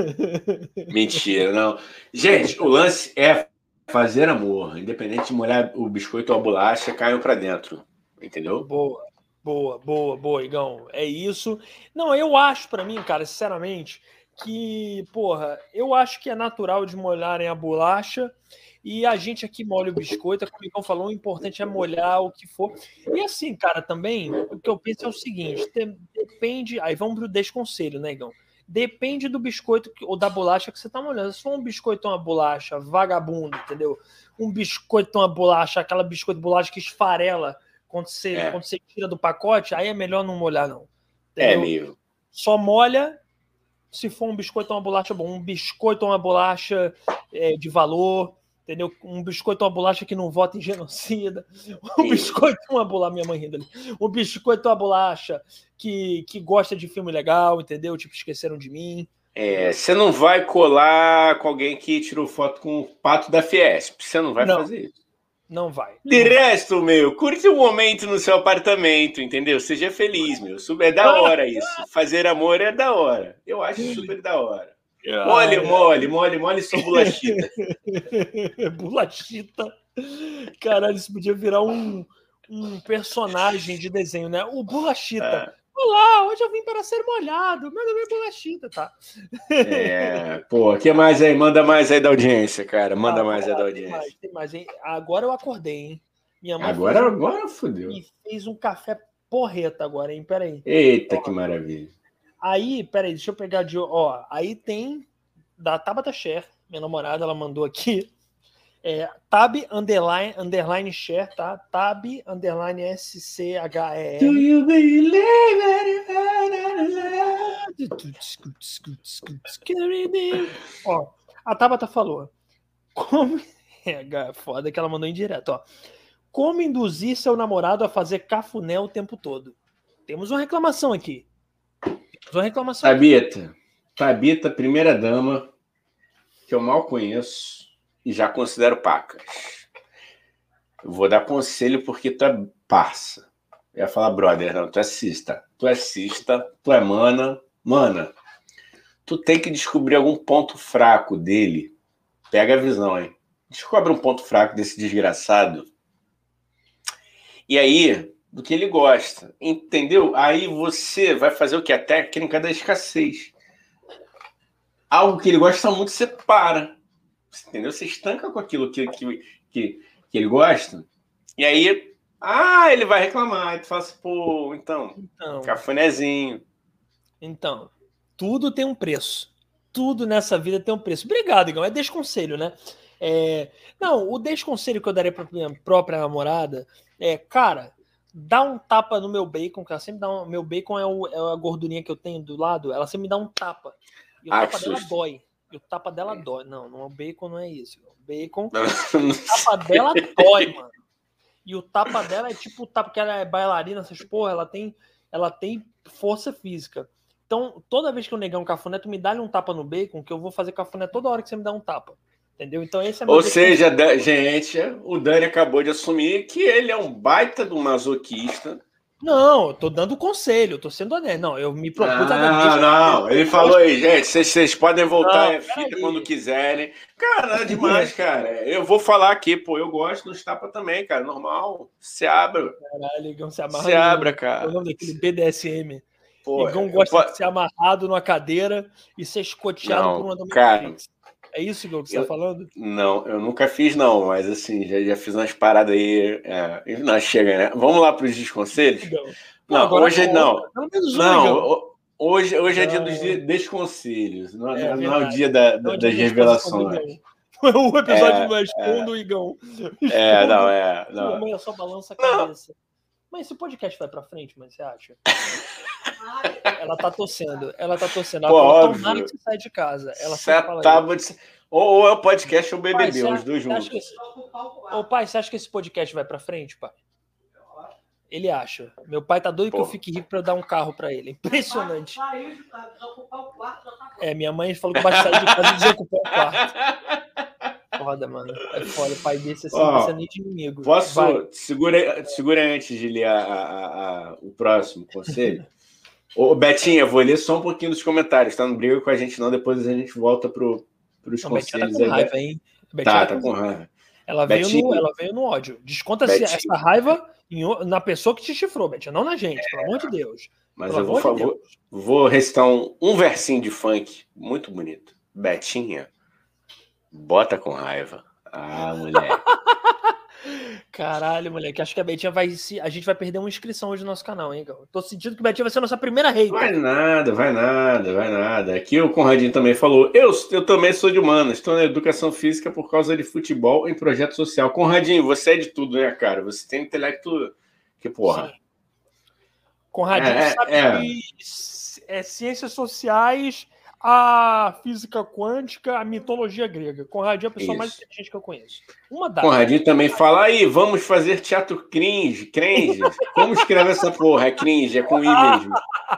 Mentira, não. Gente, o lance é fazer amor. Independente de molhar o biscoito ou a bolacha, caiam pra dentro. Entendeu? Boa, boa, boa, boa, Igão. É isso. Não, eu acho pra mim, cara, sinceramente, que, porra, eu acho que é natural de molharem a bolacha. E a gente aqui molha o biscoito, como o Igão falou, o importante é molhar o que for. E assim, cara, também, o que eu penso é o seguinte, tem, depende, aí vamos pro desconselho, né, Igão? Depende do biscoito ou da bolacha que você tá molhando. Se for um biscoito ou uma bolacha vagabundo, entendeu? Um biscoito ou uma bolacha, aquela biscoito bolacha que esfarela quando você, é. quando você tira do pacote, aí é melhor não molhar, não. Entendeu? É meio. Só molha se for um biscoito ou uma bolacha bom. Um biscoito ou uma bolacha é, de valor... Entendeu? Um biscoito ou uma bolacha que não vota em genocida. Um Sim. biscoito ou uma bolacha, minha mãe rindo ali. Um biscoito ou uma bolacha que, que gosta de filme legal, entendeu? Tipo, Esqueceram de Mim. É, você não vai colar com alguém que tirou foto com o pato da Fiesp. Você não vai não, fazer isso. Não vai. De não resto, vai. meu, curte um momento no seu apartamento, entendeu? Seja feliz, meu. É da hora isso. Fazer amor é da hora. Eu acho super da hora. Mole, ah, mole, mole, mole, sou bolachita. Bolachita. Caralho, isso podia virar um, um personagem de desenho, né? O Bolachita. Ah. Olá, hoje eu vim para ser molhado. Meu nome é Bolachita, tá? É, pô, o que mais aí? Manda mais aí da audiência, cara. Manda ah, mais aí da audiência. Tem mais, tem mais, hein? Agora eu acordei, hein? Minha mãe agora, fez, agora fodeu. Me fez um café porreta agora, hein? Peraí. Eita, ó, que maravilha. Aí, peraí, deixa eu pegar de... Ó, aí tem da Tabata Cher, minha namorada, ela mandou aqui. É, tab, underline, underline share, tá? Tab, underline S C H E R. Do you believe it? Ó, a Tabata falou. Como... É, foda que ela mandou em direto, ó. Como induzir seu namorado a fazer cafuné o tempo todo? Temos uma reclamação aqui. Uma reclamação. Tabita, Tabita, primeira dama, que eu mal conheço, e já considero pacas. Eu vou dar conselho porque tu é parça. Eu ia falar brother, não, tu é cista. Tu é cista, tu é mana. Mana, tu tem que descobrir algum ponto fraco dele. Pega a visão, hein? Descobre um ponto fraco desse desgraçado. E aí, do que ele gosta. Entendeu? Aí você vai fazer o que? A técnica da escassez. Algo que ele gosta muito, você para. Entendeu? Você estanca com aquilo que, que, que, que ele gosta. E aí, ah, ele vai reclamar. Aí tu fala assim, pô, então, Então, cafunézinho. então, tudo tem um preço. Tudo nessa vida tem um preço. Obrigado, Igão. É desconselho, né? É... Não, o desconselho que eu daria pra minha própria namorada é, cara, dá um tapa no meu bacon, que ela sempre dá um... Meu bacon é, o... é a gordurinha que eu tenho do lado, ela sempre me dá um tapa. E o Ah, tapa que dela susto. dói. E o tapa dela dói. Não, não, o bacon não é isso. O bacon, Não, o tapa dela dói, mano. E o tapa dela é tipo o tapa que ela é bailarina, essas porra, ela tem, ela tem força física. Então, toda vez que eu negar um cafuné, tu me dá um tapa no bacon, que eu vou fazer cafuné toda hora que você me dá um tapa. Entendeu? Então, esse é meu Ou seja, da- gente, o Dani acabou de assumir que ele é um baita do masoquista. Não, eu tô dando conselho, eu tô sendo honesto. Não, eu me propus a Não, deixa- não, ele falou aí, gente, vocês, vocês podem voltar Não, a fita peraí. quando quiserem. Cara, é demais, cara. Eu vou falar aqui, pô, eu gosto dos tapas também, cara, normal. Se abra, Caralho, Igão se amarra se no- abra, É o cara. nome daquele B D S M. Pô, Igão eu gosta po- de ser amarrado numa cadeira e ser escoteado Não, por uma cara, dominatrix. É isso, Igão, que você eu- tá falando? Não, eu nunca fiz, não, mas assim, já, já fiz umas paradas aí. É, não, chega, né? Vamos lá para os desconselhos? Igão. Pô, Não, agora hoje conta, não. pelo menos um, Não, Igão. ho- hoje, hoje é dia Não. dos de- desconselhos, não, É não- não é o verdade. dia da- Não da- é dia das da exposição do revelações. Igão. O episódio É, não é escondo, Igão. É, Escondo. não, é. Minha Não. mãe só balança a Não. cabeça. Mas esse podcast vai pra frente, mas você acha? Ela tá torcendo, ela tá torcendo. Ela Pô, falou, óbvio. tomara que você saia de casa. Ela Você sempre fala tava de- Ou, ou é o podcast ou o Pai, B B B, você os acha- dois você acha juntos. que esse- Ô pai, você acha que esse podcast vai pra frente, pai? Ele acha. Meu pai tá doido Pô. que eu fique rico pra eu dar um carro pra ele. Impressionante. É, minha mãe falou que vai sair de casa e desocupar o quarto. Foda, mano. É foda. Pai desse assim, Ó, não precisa nem de inimigo. Posso? Vai. Segura, segura antes de ler a- a- a- o próximo conselho. Ô, Betinha, vou ler só um pouquinho dos comentários, tá? Não briga com a gente, não. Depois a gente volta pro, pros Não, Betinha tá conselhos com aí. raiva, hein? Betinha Tá, tá com raiva. Ela veio, Betinha. no, ela veio no ódio. Desconta Betinha. essa raiva em o- na pessoa que te chifrou, Betinha, não na gente, pelo amor de Deus. Mas Pelo eu vou, amor de fa- vou, vou recitar um, um versinho de funk muito bonito. Betinha, bota com raiva. Ah, mulher. Caralho, moleque, acho que a Betinha vai se. A gente vai perder uma inscrição hoje no nosso canal, hein, Gal? Tô sentindo que a Betinha vai ser a nossa primeira hater. Vai nada, vai nada, vai nada. Aqui o Conradinho também falou. Eu, eu também sou de humanas, estou na educação física por causa de futebol em projeto social. Conradinho, você é de tudo, né, cara? Você tem intelecto que, porra. Sim. Conradinho É, sabe é. que é ciências sociais, a física quântica, a mitologia grega. Conradinho é a pessoa Isso. mais inteligente que eu conheço. Uma das. Conradinho também fala aí, vamos fazer teatro cringe, cringe. Como escreve essa porra? É cringe, é com I mesmo.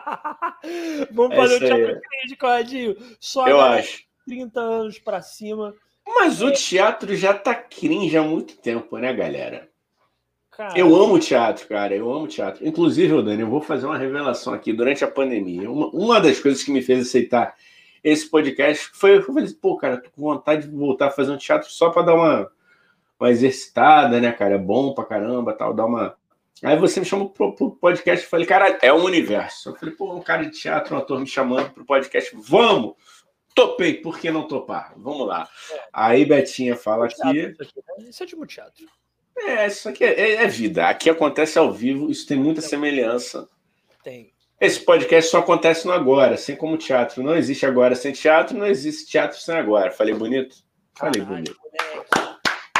Vamos É fazer o isso aí. teatro cringe, Conradinho. Só Eu a galera acho. de trinta anos pra cima. Mas o teatro já tá cringe há muito tempo, né, galera? Cara, Eu amo teatro, cara. Eu amo teatro. Inclusive, ô, Dani, eu vou fazer uma revelação aqui. Durante a pandemia, uma, uma das coisas que me fez aceitar esse podcast foi eu falei, pô, cara, tô com vontade de voltar a fazer um teatro só para dar uma, uma exercitada, né, cara? É bom pra caramba, tal, dar uma. Aí você me chamou pro, pro podcast e falei, cara, é um universo. Eu falei, pô, um cara de teatro, um ator me chamando pro podcast, vamos! Topei, por que não topar? Vamos lá. Aí Betinha fala teatro, aqui. isso aqui, né? Isso é tipo teatro. É, isso aqui é, é- é vida. Aqui acontece ao vivo, isso tem muita semelhança. Tem. Esse podcast só acontece no agora, assim como o teatro. Não existe agora sem teatro, não existe teatro sem agora. Falei bonito? Falei Caralho, bonito. moleque.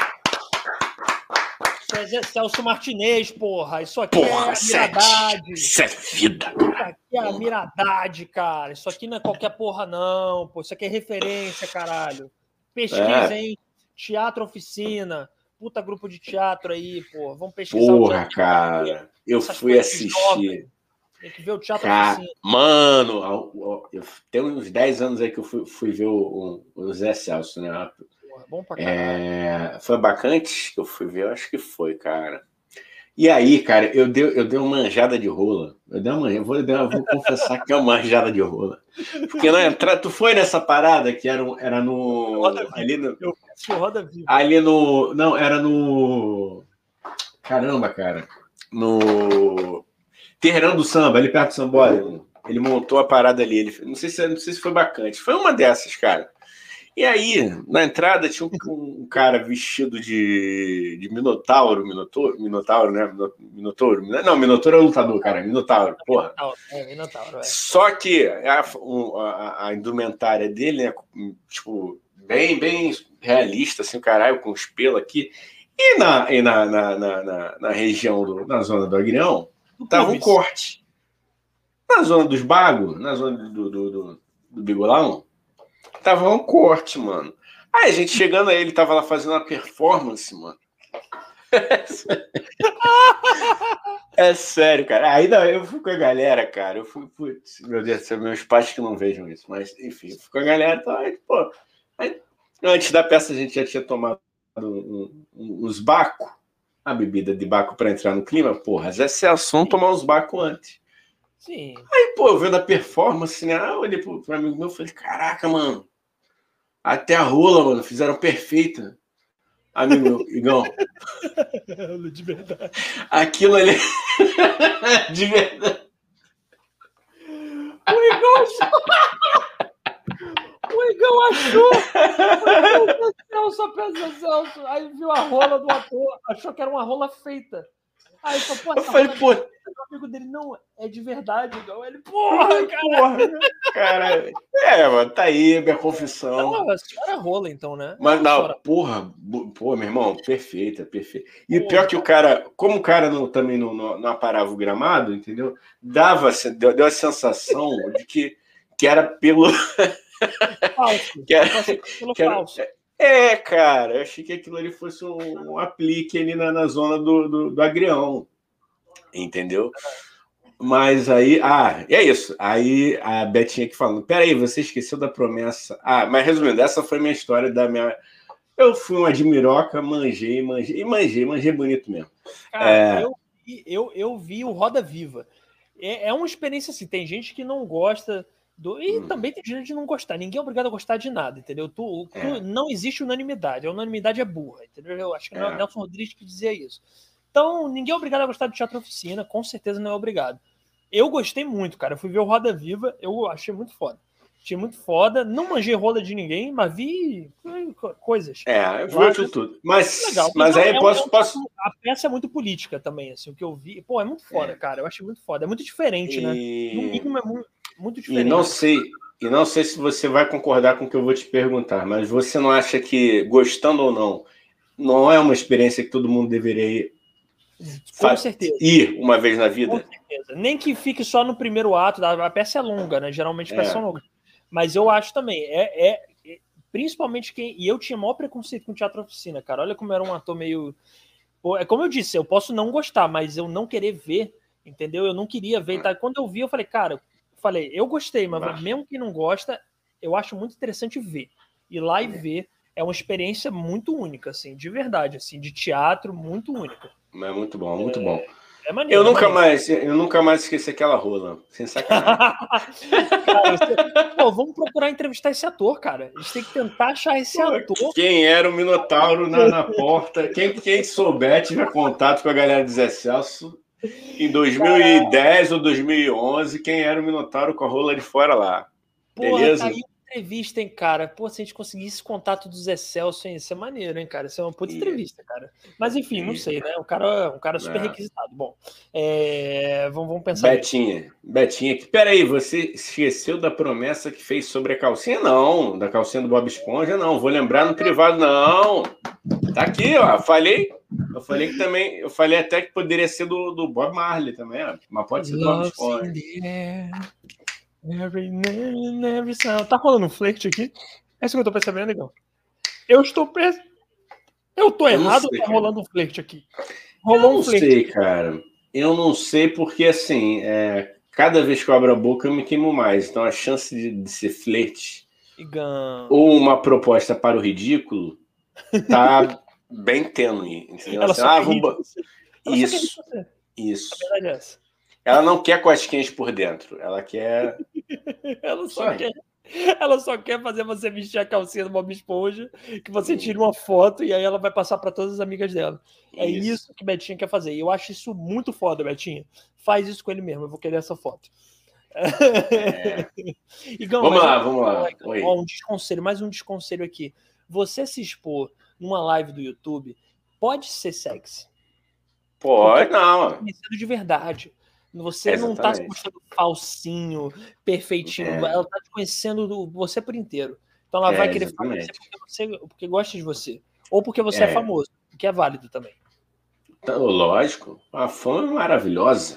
Isso é Celso Martinez, porra. Isso aqui Porra, é a miradade. Isso é vida. Isso aqui é a miradade, cara. Isso aqui não é qualquer porra, não. Pô, isso aqui é referência, caralho. Pesquisa, É. hein? Teatro Oficina. Puta grupo de teatro aí, pô. Vamos pesquisar o Porra, teatro. cara. Eu Essas fui coisas assistir. jovens. Tem que ver o Teatro Cara, Oficina. mano, eu, eu, tem uns dez anos aí que eu fui, fui ver o, o, o Zé Celso, né? Porra, porra. Bom pra caralho. É... Foi Bacantes que eu fui ver? Eu acho que foi, cara. E aí, cara, eu dei, eu dei uma manjada de rola. Eu, dei uma, eu, vou, eu vou confessar que é uma manjada de rola. Porque na entrada, tu foi nessa parada que era, era no. Roda ali no. Eu fiz Roda Viva. Ali no. Não, era no. Caramba, cara. No. Terreirão do Samba, ali perto do Sambódromo. Ele montou a parada ali. Ele, não, sei se, não sei se foi bacante. Foi uma dessas, cara. E aí, na entrada, tinha um, um cara vestido de, de Minotauro, Minotauro, Minotauro, né? Minotauro. Não, Minotauro é lutador, cara. Minotauro, porra. É, Minotauro, é. Só que a, a, a indumentária dele, né? Tipo, bem, bem realista, assim, o caralho, com os pelos aqui. E na, e na, na, na, na, na região, do, na zona do Agrião, tava um corte. Na zona dos bagos, na zona do, do, do, do Bigolão, tava um corte, mano. Aí a gente chegando aí, ele tava lá fazendo uma performance, mano. É sério, cara. Aí não, eu fui com a galera, cara. Eu fui, putz, meu Deus do céu, meus pais que não vejam isso, mas enfim, eu fui com a galera. Então, aí, pô, aí, antes da peça a gente já tinha tomado um, um, uns bacos, a bebida de baco pra entrar no clima. Porra, Zé Celso, vamos tomar uns bacos antes. Sim. Aí, pô, eu vendo a performance, né? Eu olhei pro, pro amigo meu e falei, caraca, mano, até a rola, mano, fizeram perfeita. Amigo meu, Igão. De verdade. Aquilo ali. De verdade. O Igão achou. O Igão achou. Meu Deus do céu, só pensa Celso. Aí viu a rola do ator, achou que era uma rola feita. Aí ele falou, pô, eu falei, pô. O amigo dele, não, é de verdade, Igão. Ele, porra, cara. Porra, cara. É, mano, tá aí, minha confissão. Não, a senhora é rola, então, né? Mas não, senhora... porra, pô, meu irmão, perfeita, perfeita. E o pior que o cara, como o cara não, também não, não, não aparava o gramado, entendeu? Dava, deu, deu a sensação de que, que era pelo. Falso. que era, pelo que era, falso. É, cara, eu achei que aquilo ali fosse um, um aplique ali na, na zona do, do, do Agrião, entendeu? Mas aí, ah, é isso. Aí a Betinha aqui falando, peraí, você esqueceu da promessa. Ah, mas resumindo, essa foi minha história da minha... Eu fui uma admiroca, manjei, manjei, e manjei, manjei bonito mesmo. Cara, é... eu, eu, eu vi o Roda Viva. É, é uma experiência assim, tem gente que não gosta... Do... E hum. também tem gente de não gostar. Ninguém é obrigado a gostar de nada, entendeu? Tu, tu, é. Não existe unanimidade. A unanimidade é burra, entendeu? Eu acho que é. Nelson Rodrigues que dizia isso. Então, ninguém é obrigado a gostar de Teatro Oficina. Com certeza não é obrigado. Eu gostei muito, cara. Eu fui ver o Roda Viva. Eu achei muito foda. Achei muito foda. Não manjei roda de ninguém, mas vi coisas. É, eu vi de tudo. Mas, legal. mas então, aí é posso, um, posso... A peça é muito política também, assim. O que eu vi... Pô, é muito foda, é. cara. Eu achei muito foda. É muito diferente, e... né? No mínimo é muito... Muito diferente. E não sei, e não sei se você vai concordar com o que eu vou te perguntar, mas você não acha que, gostando ou não, não é uma experiência que todo mundo deveria ir, com certeza. ir uma vez na vida? Com certeza. Nem que fique só no primeiro ato, a peça é longa, né? Geralmente a peça é longa. Mas eu acho também, é, é, é principalmente quem... E eu tinha maior preconceito com Teatro Oficina, cara. Olha como eu era um ator meio... Pô, é como eu disse, eu posso não gostar, mas eu não querer ver, entendeu? Eu não queria ver. Tá? Quando eu vi, eu falei, cara... Falei, eu gostei, mas ah. mesmo quem não gosta, eu acho muito interessante ver. Ir lá e ver é uma experiência muito única, assim, de verdade, assim, de teatro muito única. É muito bom, muito é, bom. É maneiro, eu, é nunca maneiro. mais, eu nunca mais esqueci aquela rola, sem sacanagem. Cara, você... Pô, vamos procurar entrevistar esse ator, cara. A gente tem que tentar achar esse Pô, ator. Quem era o Minotauro na, na porta? Quem, quem souber, tiver contato com a galera do Zé Celso... Em dois mil e dez ou dois mil e onze, quem era o Minotauro com a rola de fora lá? Porra, beleza? Tá aí uma entrevista, hein, cara? Pô, se a gente conseguisse esse contato do Zé Celso, hein? Isso é maneiro, hein, cara? Isso é uma puta entrevista, cara. Mas enfim, e... não sei, né? O cara, um cara super não. requisitado. Bom, é... vamos, vamos pensar. Betinha, nisso. Betinha, peraí, você esqueceu da promessa que fez sobre a calcinha? Não, da calcinha do Bob Esponja, não. Vou lembrar no privado, não. Tá aqui, ó. Falei. Eu falei que também, eu falei até que poderia ser do, do Bob Marley também, ó. Mas pode ser do Bob Esponja. Every, every sound. Tá rolando um flerte aqui? É isso que eu tô percebendo, legal. Eu estou percebendo. Eu tô eu errado ou tá rolando um flerte aqui? Rolou eu não um flerte. sei, cara. Eu não sei porque, assim, é, cada vez que eu abro a boca eu me queimo mais. Então a chance de, de ser flerte Igão. ou uma proposta para o ridículo tá bem tênue. Entendeu? Ela Assim, só ah, quer rir de vamos... você. Ela só quer rir de Isso, você. isso. A verdade é essa. Ela não quer cosquinhas por dentro. Ela quer... Ela Só só quer... Ela só quer fazer você vestir a calcinha do Bob Esponja, que você tire uma foto e aí ela vai passar para todas as amigas dela. É Isso. isso que Betinha quer fazer. E eu acho isso muito foda, Betinha. Faz isso com ele mesmo, eu vou querer essa foto. É. Igão, Vamos mas lá, eu- vamos lá. ó, Oi. ó, um desconselho, mais um desconselho aqui. Você se expor numa live do YouTube pode ser sexy. Pode, Porque não. tá conhecendo de verdade. Você não tá se Exatamente. mostrando falsinho, perfeitinho. É. Ela tá te conhecendo do- você por inteiro. Então ela É, vai querer falar com você exatamente. porque, você porque gosta de você. Ou porque você é, É. famoso, que é válido também. Então, lógico, a fama é maravilhosa.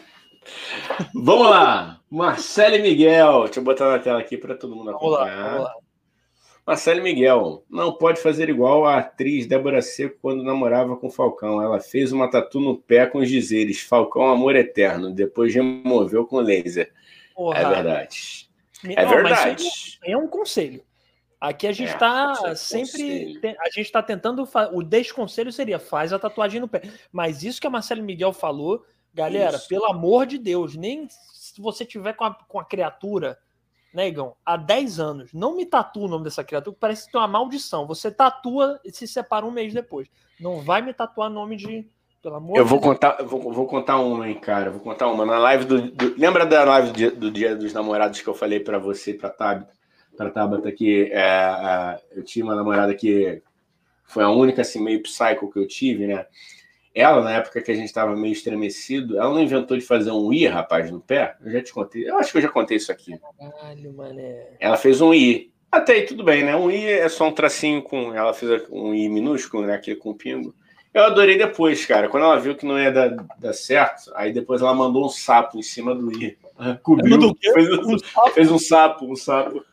Vamos lá, Marcelo e Miguel. Deixa eu botar na tela aqui para todo mundo Vamos lá, acompanhar. vamos lá. Marcelo e Miguel, não pode fazer igual a atriz Débora Seco quando namorava com Falcão. Ela fez uma tatu no pé com os dizeres Falcão, amor eterno. Depois removeu com laser. Porra. É verdade. Me- É Ó, mas verdade. isso aí é um conselho. Aqui a gente É, está isso é sempre. conselho. te- A gente está tentando. fa- O desconselho seria faz a tatuagem no pé. Mas isso que a Marcelo Miguel falou, galera, Isso. pelo amor de Deus, nem se você tiver com a, com a criatura, né, Igão, há dez anos, não me tatua o nome dessa criatura, que parece que tem uma maldição. Você tatua e se separa um mês depois. Não vai me tatuar nome de. Pelo amor Eu vou de Deus. contar, eu vou, vou contar uma, hein, cara. Vou contar uma. Na live do. do- lembra da live do dia, do dia dos namorados que eu falei pra você, pra Tabata, pra Tabata que é, a- eu tinha uma namorada que foi a única, assim, meio psycho que eu tive, né? Ela, na época que a gente tava meio estremecido, ela não inventou de fazer um I, rapaz, no pé? Eu já te contei. Eu acho que eu já contei isso aqui. Caralho, mané. Ela fez um I. Até aí tudo bem, né? Um I é só um tracinho com. Ela fez um I minúsculo, né? Aquele com pingo. Eu adorei depois, cara. Quando ela viu que não ia dar, dar certo, aí depois ela mandou um sapo em cima do I. Cobriu. Do quê? Fez um, Um sapo? fez um sapo, um sapo.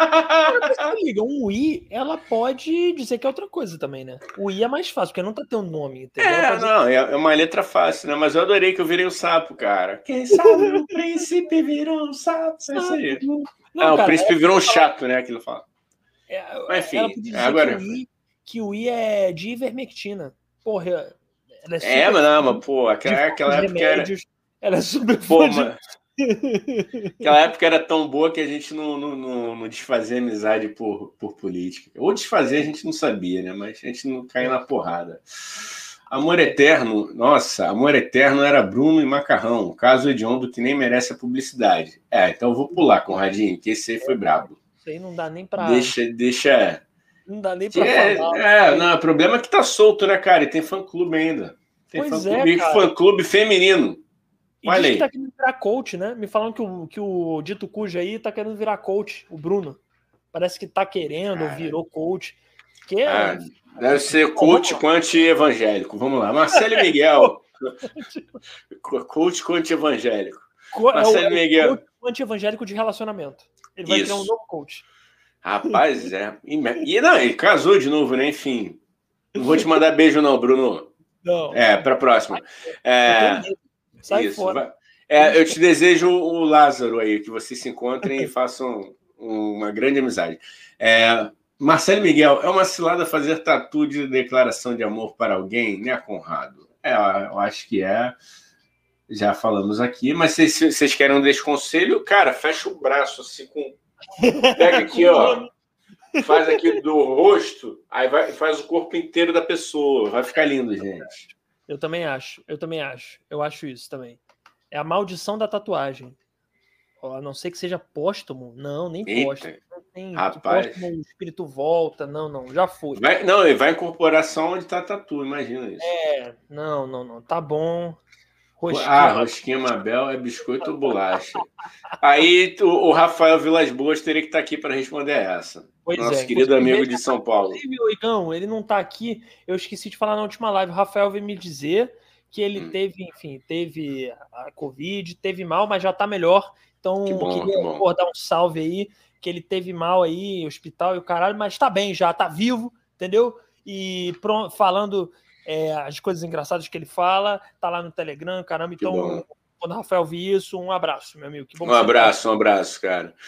Mas, liga, um I, ela pode dizer que é outra coisa também, né? O I é mais fácil, porque não tá tendo nome, entendeu? Ela É, pode dizer- não, é é uma letra fácil, né? Mas eu adorei que eu virei um sapo, cara. Quem sabe o príncipe virou um sapo. É isso aí. Não, Ah, o cara, príncipe virou um chato, né? Aquilo fala. é- Mas, enfim, ela podia dizer agora- que, o I, que o I é de ivermectina. Porra, ela é super É, mas não, fã mas, pô, de aquela, vários aquela época era. remédios. Ela é super Pô, fã de... mano, aquela época era tão boa que a gente não, não, não, não desfazia amizade por, por política. Ou desfazer a gente não sabia, né? Mas a gente não caía na porrada. Amor Eterno, nossa, Amor Eterno era Bruno e Macarrão, caso hediondo que nem merece a publicidade. É, então eu vou pular, Conradinho, que esse aí foi brabo. Isso aí não dá nem pra... Deixa, deixa. Não dá nem Que pra é, falar. é, não, o problema é que tá solto, né, cara? E tem fã-clube ainda. Tem Pois fã-clube, é, cara. fã-clube feminino. E Olha diz aí. que tá querendo virar coach, né? Me falam que o, que o Dito Cujo aí tá querendo virar coach, o Bruno. Parece que tá querendo, ou Cara. virou coach. Que é... Ah, deve ser coach quanto evangélico. Vamos lá. Marcelo e Miguel. Coach quanto evangélico. Co- é o, Marcelo é o Miguel. coach anti-evangélico de relacionamento. Ele vai Isso. criar um novo coach. Rapaz, é. E, e não, ele casou de novo, né? Enfim. Não vou te mandar beijo, não, Bruno. Não. É, pra próxima. Eu É, tenho medo. Sai isso, fora. vai. É, eu te desejo o Lázaro aí, que vocês se encontrem e façam uma grande amizade. É, Marcelo Miguel, é uma cilada fazer tatu de declaração de amor para alguém, né, Conrado? É, eu acho que é. Já falamos aqui, mas se se vocês querem um desconselho, cara, fecha o braço assim com. Pega aqui, ó. Faz aqui do rosto, aí vai, faz o corpo inteiro da pessoa. Vai ficar lindo, gente. Eu também acho. Eu também acho. Eu acho isso também. É a maldição da tatuagem. Ó, a não ser que seja póstumo. Não, nem Eita. póstumo. Não tem. Rapaz. Póstumo, o espírito volta. Não, não. Já foi. Vai, não, ele vai incorporar só onde tá tatu, imagina isso. É, não, não, não. Tá bom. Rosquinha. Ah, rosquinha Mabel é biscoito ou bolacha? Aí o, o Rafael Vilas Boas teria que estar aqui para responder essa. Pois Nosso é. querido Inclusive, amigo de São Paulo. Inclusive, o Igão, ele não tá aqui. Eu esqueci de falar na última live. O Rafael veio me dizer que ele Hum. teve, enfim, teve a Covid, teve mal, mas já tá melhor. Então, Que bom, eu queria que bom. pô, dar um salve aí, que ele teve mal aí, hospital e o caralho, mas tá bem já, tá vivo, entendeu? E pro- falando é, as coisas engraçadas que ele fala, tá lá no Telegram, caramba. Que Então, bom. quando o Rafael vir isso, um abraço, meu amigo. Que bom Um que você tá. abraço, um abraço, cara.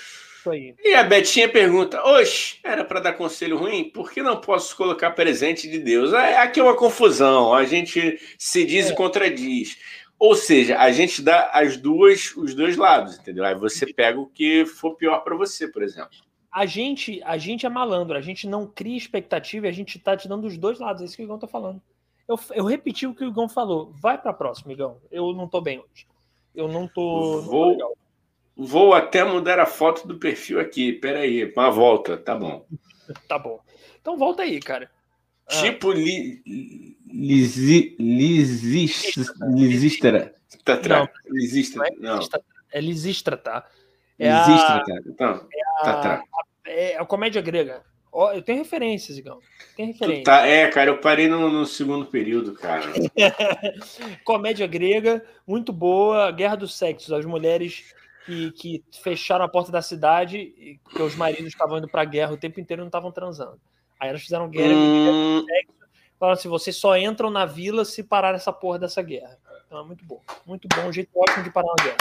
Isso aí. E a Betinha pergunta, oxe, era para dar conselho ruim? Por que não posso colocar presente de Deus? É, aqui é uma confusão, a gente se diz é. e contradiz. Ou seja, a gente dá as duas, os dois lados, entendeu? Aí você pega o que for pior para você, por exemplo. A gente, a gente é malandro, a gente não cria expectativa e a gente tá te dando os dois lados, é isso que o Igão tá falando. Eu, eu repeti o que o Igão falou. Vai pra próxima, Igão. Eu não tô bem hoje. Eu não tô... Vou, não tô vou até mudar a foto do perfil aqui. Pera aí, uma volta, tá bom. Tá bom. Então volta aí, cara. Tipo li, lisi, lisistra. Lisistra. Não, lisistra. Não. É Lisistra, tá? É Lisistra, a, tá. Então, é, tá, tá. A, é a comédia grega. Oh, eu tenho referências, Igão. Tem referência. Tá, é, cara, eu parei no, no segundo período, cara. Comédia grega, muito boa. Guerra dos Sexos. As mulheres que, que fecharam a porta da cidade porque os maridos estavam indo pra guerra o tempo inteiro e não estavam transando. Aí elas fizeram guerra, hum... guerra sexo, falaram assim, vocês só entram na vila se parar essa porra dessa guerra. Então é muito bom. Muito bom, um jeito ótimo de parar uma guerra.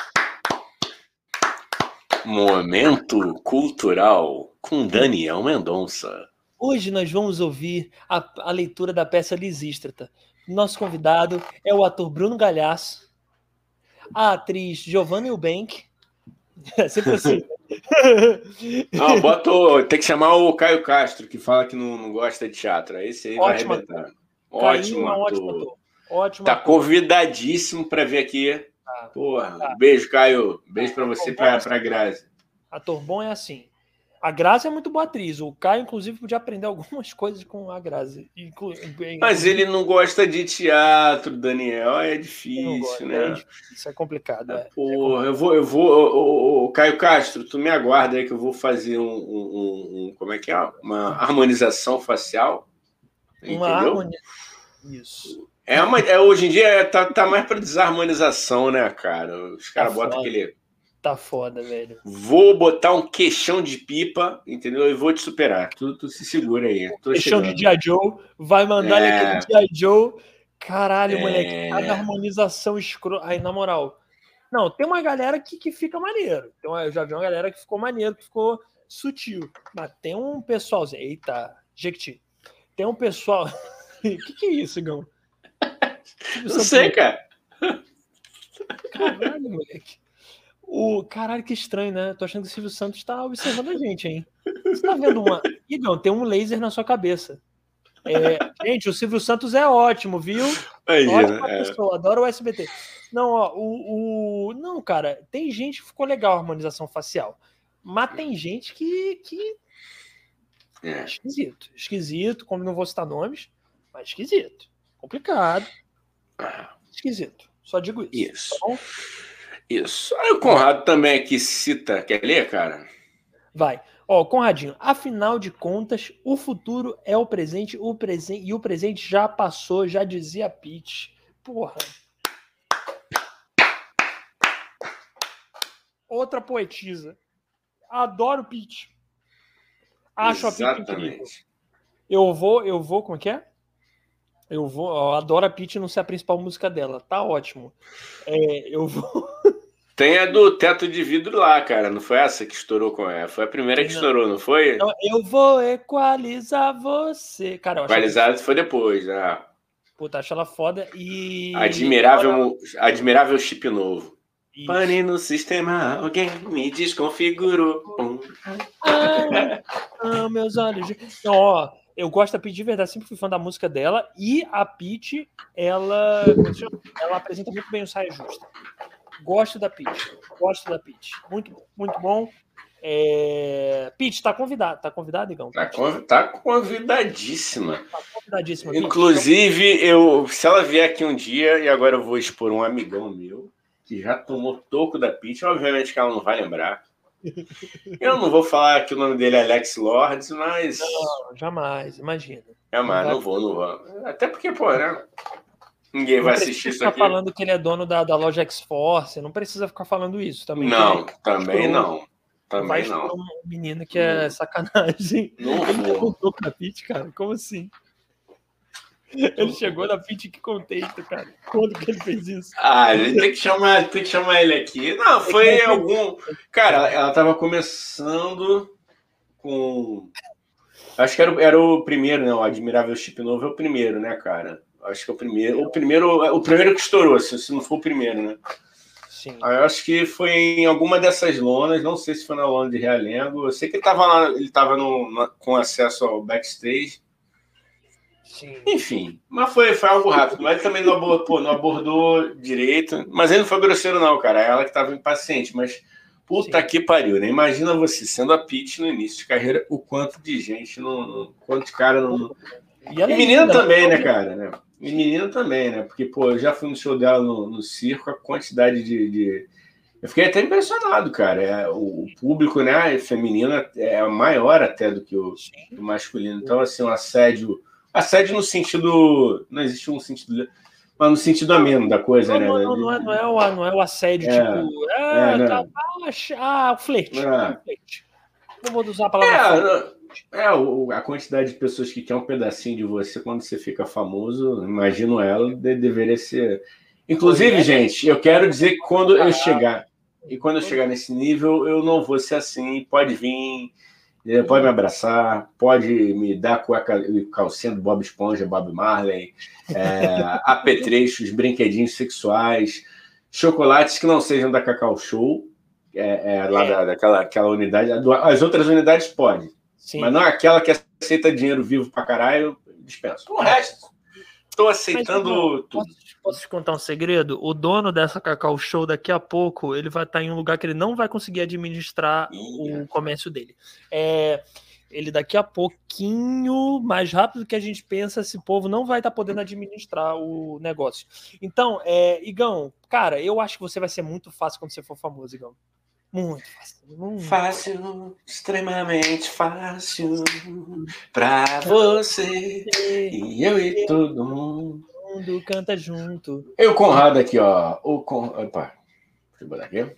Momento cultural com Daniel Mendonça. Hoje nós vamos ouvir a, a leitura da peça Lisístrata. Nosso convidado é o ator Bruno Galhaço, a atriz Giovanna Eubank. É sempre assim. Não, bota o, tem que chamar o Caio Castro, que fala que não, não gosta de teatro. Esse aí ótimo vai arrebentar. Ótimo, Caio, ator. ótimo ator. Ótimo tá ator. Convidadíssimo para vir aqui. Tá. Porra, Tá. Beijo, Caio. Beijo para você e para a Grazi. Ator bom é assim. A Grazi é muito boa atriz. O Caio, inclusive, podia aprender algumas coisas com a Grazi. Inclu... Mas ele não gosta de teatro, Daniel. É difícil, gosta, né? É difícil, isso é complicado. É. Porra, é eu vou, eu vou. O Caio Castro, tu me aguarda aí que eu vou fazer um. um, um como é que é? Uma harmonização facial. Uma entendeu? harmonia. Isso. É, uma, é, hoje em dia tá, tá mais para desarmonização, né, cara? Os caras Tá botam foda. aquele. Tá foda, velho. Vou botar um queixão de pipa, entendeu? E vou te superar. Tu, tu se segura aí. Tô Queixão chegando. de G I. Joe. Vai mandar É. ele aquele G I. Joe. Caralho, É. moleque. Cada harmonização escrota. Aí, na moral. Não, tem uma galera que, que fica maneiro. Tem uma, eu já vi uma galera que ficou maneiro, que ficou sutil. Mas tem um pessoalzinho. Eita, Jequiti. Tem um pessoal. O que, que é isso, Igão? Não sei, cara. Caralho, moleque. O... Caralho, que estranho, né? Tô achando que o Silvio Santos tá observando a gente, hein? Você tá vendo uma... Igão, tem um laser na sua cabeça. É... Gente, o Silvio Santos é ótimo, viu? Ótima é. pessoa, adoro o S B T. Não, ó, o, o... Não, cara, tem gente que ficou legal a harmonização facial. Mas tem gente que... que... É. Esquisito. Esquisito, como não vou citar nomes, mas esquisito. Complicado. Esquisito. Só digo isso. Isso. Tá bom? Isso. Aí o Conrado também aqui cita. Quer ler, cara? Vai. Ó, Conradinho, afinal de contas, o futuro é o presente, o presente e o presente já passou, já dizia Pete. Porra. Outra poetisa. Adoro Pete. Acho Exatamente. a Pete incrível. Eu vou, eu vou, como é que é? Eu vou, eu adoro a Pete não ser a principal música dela. Tá ótimo. É, eu vou... Tem a do Teto de Vidro lá, cara. Não foi essa que estourou com ela? Foi a primeira que não. estourou, não foi? Não, eu vou equalizar você. Cara, eu acho Equalizado que... foi depois, né? Puta, acho ela foda e... Admirável, Agora... admirável chip novo. Isso. Pane no sistema, alguém me desconfigurou. Ah, ah, meus olhos. Então, ó, eu gosto da Pete de verdade, sempre fui fã da música dela. E a Pete, ela, ela apresenta muito bem o Saia Justa. Gosto da Pete. Gosto da Pete. Muito bom, muito bom. É... Pete, tá convidado. Tá convidado, Igão? Tá, conv... tá convidadíssima. Tá convidadíssima. Inclusive, eu, se ela vier aqui um dia, e agora eu vou expor um amigão meu, que já tomou toco da Pete, obviamente que ela não vai lembrar. Eu não vou falar que o nome dele é Alex Lords, mas... Não, jamais, imagina. É, mas não, não vou, não vou. Até porque, pô, né? Ninguém vai assistir isso aqui. Não falando que ele é dono da, da loja X-Force, não precisa ficar falando isso também. Não, também não. Também vai não. Um menino que é não. sacanagem. Não ele vou. mudou pra Pete, cara? Como assim? Ele chegou na Fit que contexto, cara. Quando que ele fez isso? Ah, a gente tem que chamar, tem que chamar ele aqui. Não, foi algum. Cara, ela tava começando com. Acho que era, o- era o primeiro, né? O Admirável Chip Novo é o primeiro, né, cara? Acho que é o primeiro. O primeiro, o primeiro que estourou, se, se não for o primeiro, né? Sim. Aí eu acho que foi em alguma dessas lonas, não sei se foi na lona de Realengo. Eu sei que ele tava lá, ele tava no, na- com acesso ao backstage. Sim. Enfim, mas foi, foi algo rápido. Mas ele também não abordou, pô, não abordou direito. Mas ele não foi grosseiro, não, cara. Ela que tava impaciente. Mas puta Sim. que pariu, né? Imagina você sendo a Pitty no início de carreira, o quanto de gente, não, não- quanto de cara não. E ela E é menina linda, também, ela né, cara? Né? E menina também, né? Porque, pô, eu já fui no show dela no, no circo, a quantidade de. de... Eu fiquei até impressionado, cara. É, o, o público, né, feminino é maior até do que o, o masculino. Então, assim, o assédio. Assédio no sentido. Não existe um sentido. Mas no sentido ameno da coisa, Não, né? não, não, não é, não, é o, não é o assédio, É, tipo, é, ah, né? tá, ah, o flerte. É. É. O flerte. Não vou usar a palavra flerte. É, é o- a quantidade de pessoas que querem um pedacinho de você quando você fica famoso, imagino ela, de- deveria ser. Inclusive, Foi, é, gente, eu quero dizer que quando eu chegar, e quando eu chegar nesse nível, eu não vou ser assim. Pode vir, eh, pode me abraçar, pode me dar cueca, calcinha do Bob Esponja, Bob Marley, é, apetrechos, brinquedinhos sexuais, chocolates que não sejam da Cacau Show. É, é, lá da, daquela aquela unidade. As outras unidades pode, Sim. mas não é aquela que aceita dinheiro vivo pra caralho, dispenso. O resto, estou aceitando Mas, não, tudo. Posso, posso te contar um segredo? O dono dessa Cacau Show, daqui a pouco, ele vai estar em um lugar que ele não vai conseguir administrar Ih. o comércio dele. É, ele daqui a pouquinho, mais rápido do que a gente pensa, esse povo não vai estar podendo administrar o negócio. Então, é, Igão, cara, eu acho que você vai ser muito fácil quando você for famoso, Igão. Muito fácil. Muito. Fácil, extremamente fácil pra você e eu e todo mundo. Todo mundo canta junto. Eu, Conrado, aqui, ó. O Con... Opa, deixa eu botar aqui.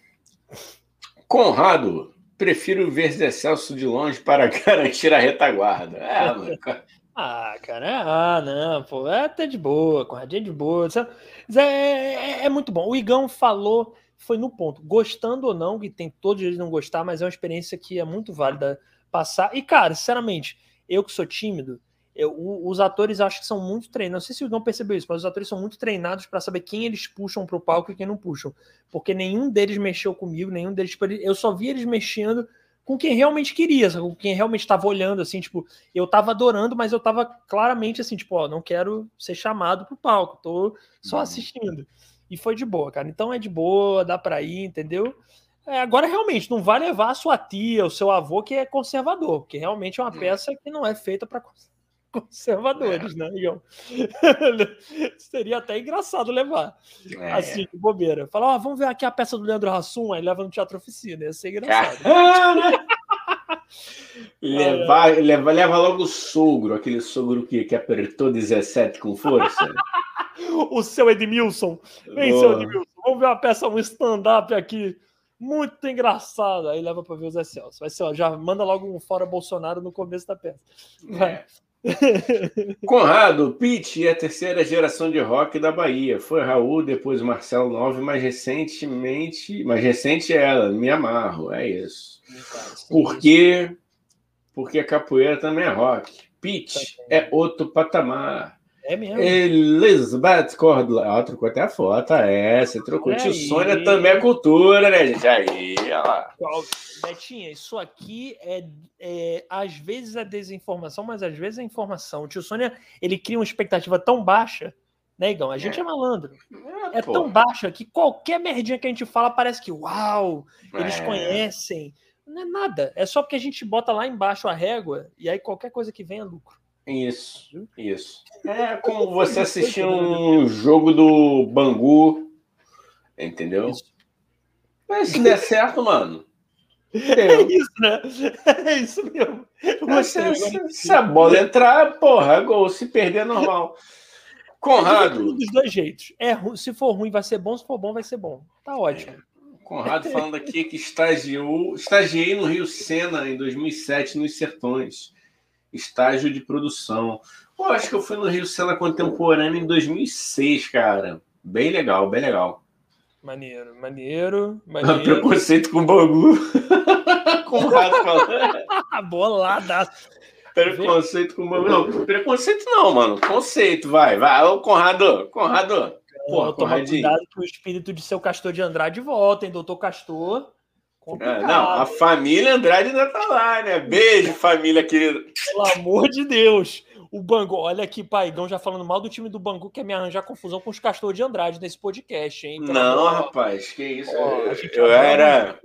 Conrado, prefiro ver Zé Celso de longe para garantir a retaguarda. É, mano. Ah, cara, ah, não, pô, é até de boa, Conradinho é de boa. Zé, é, é, é muito bom. O Igão falou, foi no ponto, gostando ou não, que tem todo jeito de não gostar, mas é uma experiência que é muito válida passar. E, cara, sinceramente, eu que sou tímido, eu, os atores acho que são muito treinados. Não sei se o Igão percebeu isso, mas os atores são muito treinados para saber quem eles puxam pro palco e quem não puxam. Porque nenhum deles mexeu comigo, nenhum deles. Tipo, eu só vi eles mexendo com quem realmente queria, com quem realmente estava olhando, assim, tipo, eu tava adorando, mas eu tava claramente assim, tipo, ó, não quero ser chamado pro palco, tô só assistindo. E foi de boa, cara. Então é de boa, dá pra ir, entendeu? É, agora, realmente, não vai levar a sua tia, o seu avô, que é conservador, porque realmente é uma peça que não é feita para conservadores, é. né, Igão? Seria até engraçado levar. É. Assim, de bobeira. Falar, ó, oh, vamos ver aqui a peça do Leandro Hassum, aí leva no Teatro Oficina, ia ser engraçado. Levar, ah, é. leva, leva logo o sogro, aquele sogro que, que apertou dezessete com força. O seu Edmilson. Vem, oh. seu Edmilson, vamos ver uma peça, um stand-up aqui. Muito engraçado. Aí leva para ver o Zé Celso. Vai ser, ó, já manda logo um fora Bolsonaro no começo da peça. Vai. É. Conrado, Pitty é a terceira geração de rock da Bahia. Foi Raul, depois Marcelo Nove, mais recentemente, mais recente ela, Me Amarro. É isso. Porque, porque a capoeira também é rock. Pitty é outro patamar. É mesmo. Elizabeth Cordula. Ah, trocou até a foto. É, você trocou. Tio Sônia também é cultura, né, gente? Aí, olha lá. Betinha, isso aqui é, é às vezes é desinformação, mas às vezes é informação. O tio Sônia, ele cria uma expectativa tão baixa, né, Igão? A gente é, é malandro. É, é tão baixa que qualquer merdinha que a gente fala parece que, uau, eles é. conhecem. Não é nada. É só porque a gente bota lá embaixo a régua e aí qualquer coisa que vem é lucro. Isso, isso. É como você assistir um jogo do Bangu, entendeu? Isso. Mas se der certo, mano. É isso, né? É isso mesmo. Se, se, se a bola entrar, porra, gol. Se perder, é normal. Conrado. É dos dois jeitos. É, se for ruim, vai ser bom. Se for bom, vai ser bom. Tá ótimo. É. Conrado falando aqui que estagiou, estagiei no Rio Sena em dois mil e sete, nos Sertões. Estágio de produção. Pô, acho que eu fui no Rio Cena Contemporânea em dois mil e seis, cara. Bem legal, bem legal. Maneiro, maneiro, maneiro. Preconceito com Bangu. Com o rato falando. Bolada. Preconceito com Bangu. Não, preconceito não, mano. Conceito, vai, vai. Ô, Conrado, Conrado. Pô, toma cuidado que o espírito de seu Castor de Andrade volta, hein, doutor Castor. É, não, a família Andrade ainda tá lá, né? Beijo, família querida. Pelo amor de Deus. O Bangu, olha aqui, Paigão já falando mal do time do Bangu, quer me arranjar confusão com os Castor de Andrade nesse podcast, hein? Pelo não, amor... rapaz, que isso. Ó, eu eu era.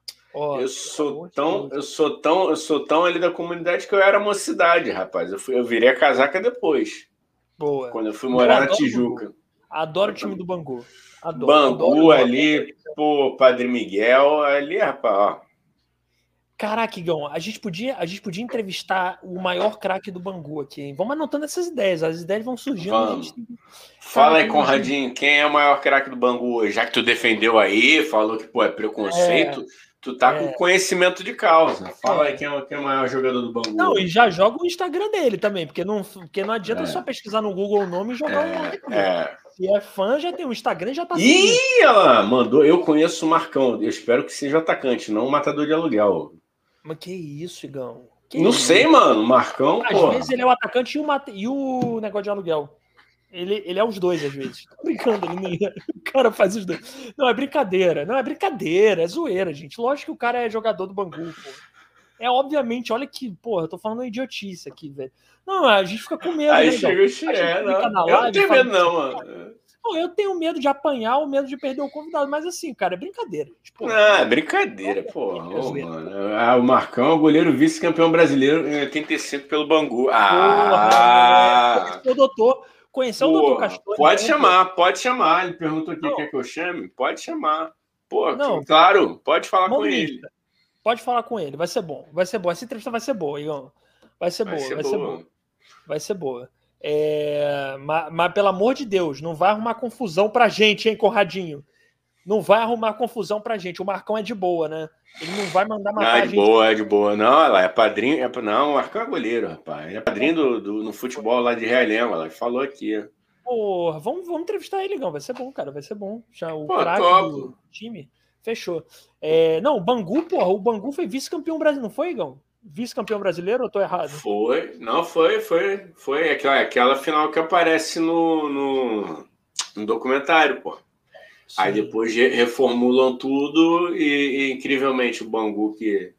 Ó, eu sou tão, eu sou tão, eu sou tão ali da comunidade que eu era mocidade, rapaz. Eu, fui, eu virei a casaca depois. Boa. Quando eu fui morar eu na Tijuca. Adoro o time do Bangu. Adoro, Bangu adoro, ali, adoro. Pô, Padre Miguel, ali, rapaz, ó. Caraca, Igão, a gente podia, a gente podia entrevistar o maior craque do Bangu aqui, hein? Vamos anotando essas ideias, as ideias vão surgindo. Vamos. A gente... Fala aí, Conradinho, quem é o maior craque do Bangu hoje? Já que tu defendeu aí, falou que pô, é preconceito, é, tu tá é. com conhecimento de causa. Fala é. aí quem é, quem é o maior jogador do Bangu. Não, e já joga o Instagram dele também, porque não, porque não adianta é. só pesquisar no Google o nome e jogar é. o nome. É. Se é fã, já tem o Instagram, já tá seguindo. Ih, ela mandou, eu conheço o Marcão, eu espero que seja atacante, não um matador de aluguel. Mas que isso, Igão? Que não isso? sei, mano. Marcão, às pô. vezes ele é o atacante e o, mate... e o negócio de aluguel. Ele, ele é os dois, às vezes. Tô brincando, ele nem... o cara faz os dois. Não, é brincadeira. Não, é brincadeira. É zoeira, gente. Lógico que o cara é jogador do Bangu, pô. É obviamente, olha que, porra, eu tô falando uma idiotice aqui, velho. Não, a gente fica com medo, aí né, chega o Xé, não. Live, eu não tenho medo, não, mano. Não, eu tenho medo de apanhar, o medo de perder o convidado, mas assim, cara, é brincadeira. Tipo, não, é brincadeira, pô. Ah, o Marcão é o goleiro vice-campeão brasileiro em oitenta e cinco pelo Bangu. Ah! Conheceu o doutor, conheceu o doutor Castor. Pode né, chamar, pô? pode chamar. Ele perguntou aqui, quer que eu chame? Pode chamar. Pô, não, claro, pode falar com ele. Pode falar com ele, vai ser bom. Vai ser bom. Essa entrevista vai ser boa, Igão. Vai ser boa, vai ser, vai boa. ser boa. Vai ser boa. É, mas, mas, pelo amor de Deus, não vai arrumar confusão pra gente, hein, Conradinho? Não vai arrumar confusão pra gente. O Marcão é de boa, né? Ele não vai mandar matar não, é de a gente. boa, é de boa. Não, ela é padrinho. É, não, o Marcão é goleiro, rapaz. Ele é padrinho do, do, no futebol lá de Realengo. Ela falou aqui. Porra, vamos, vamos entrevistar ele, Igão. Vai ser bom, cara. Vai ser bom. Já o Pô, craque top. do time. Fechou. É, não, o Bangu, porra, o Bangu foi vice-campeão brasileiro, não foi, Igão? Vice-campeão brasileiro, ou eu tô errado? Foi, não, foi, foi, foi aquela, aquela final que aparece no, no, no documentário, pô. Sim. Aí depois reformulam tudo e, e incrivelmente o Bangu que,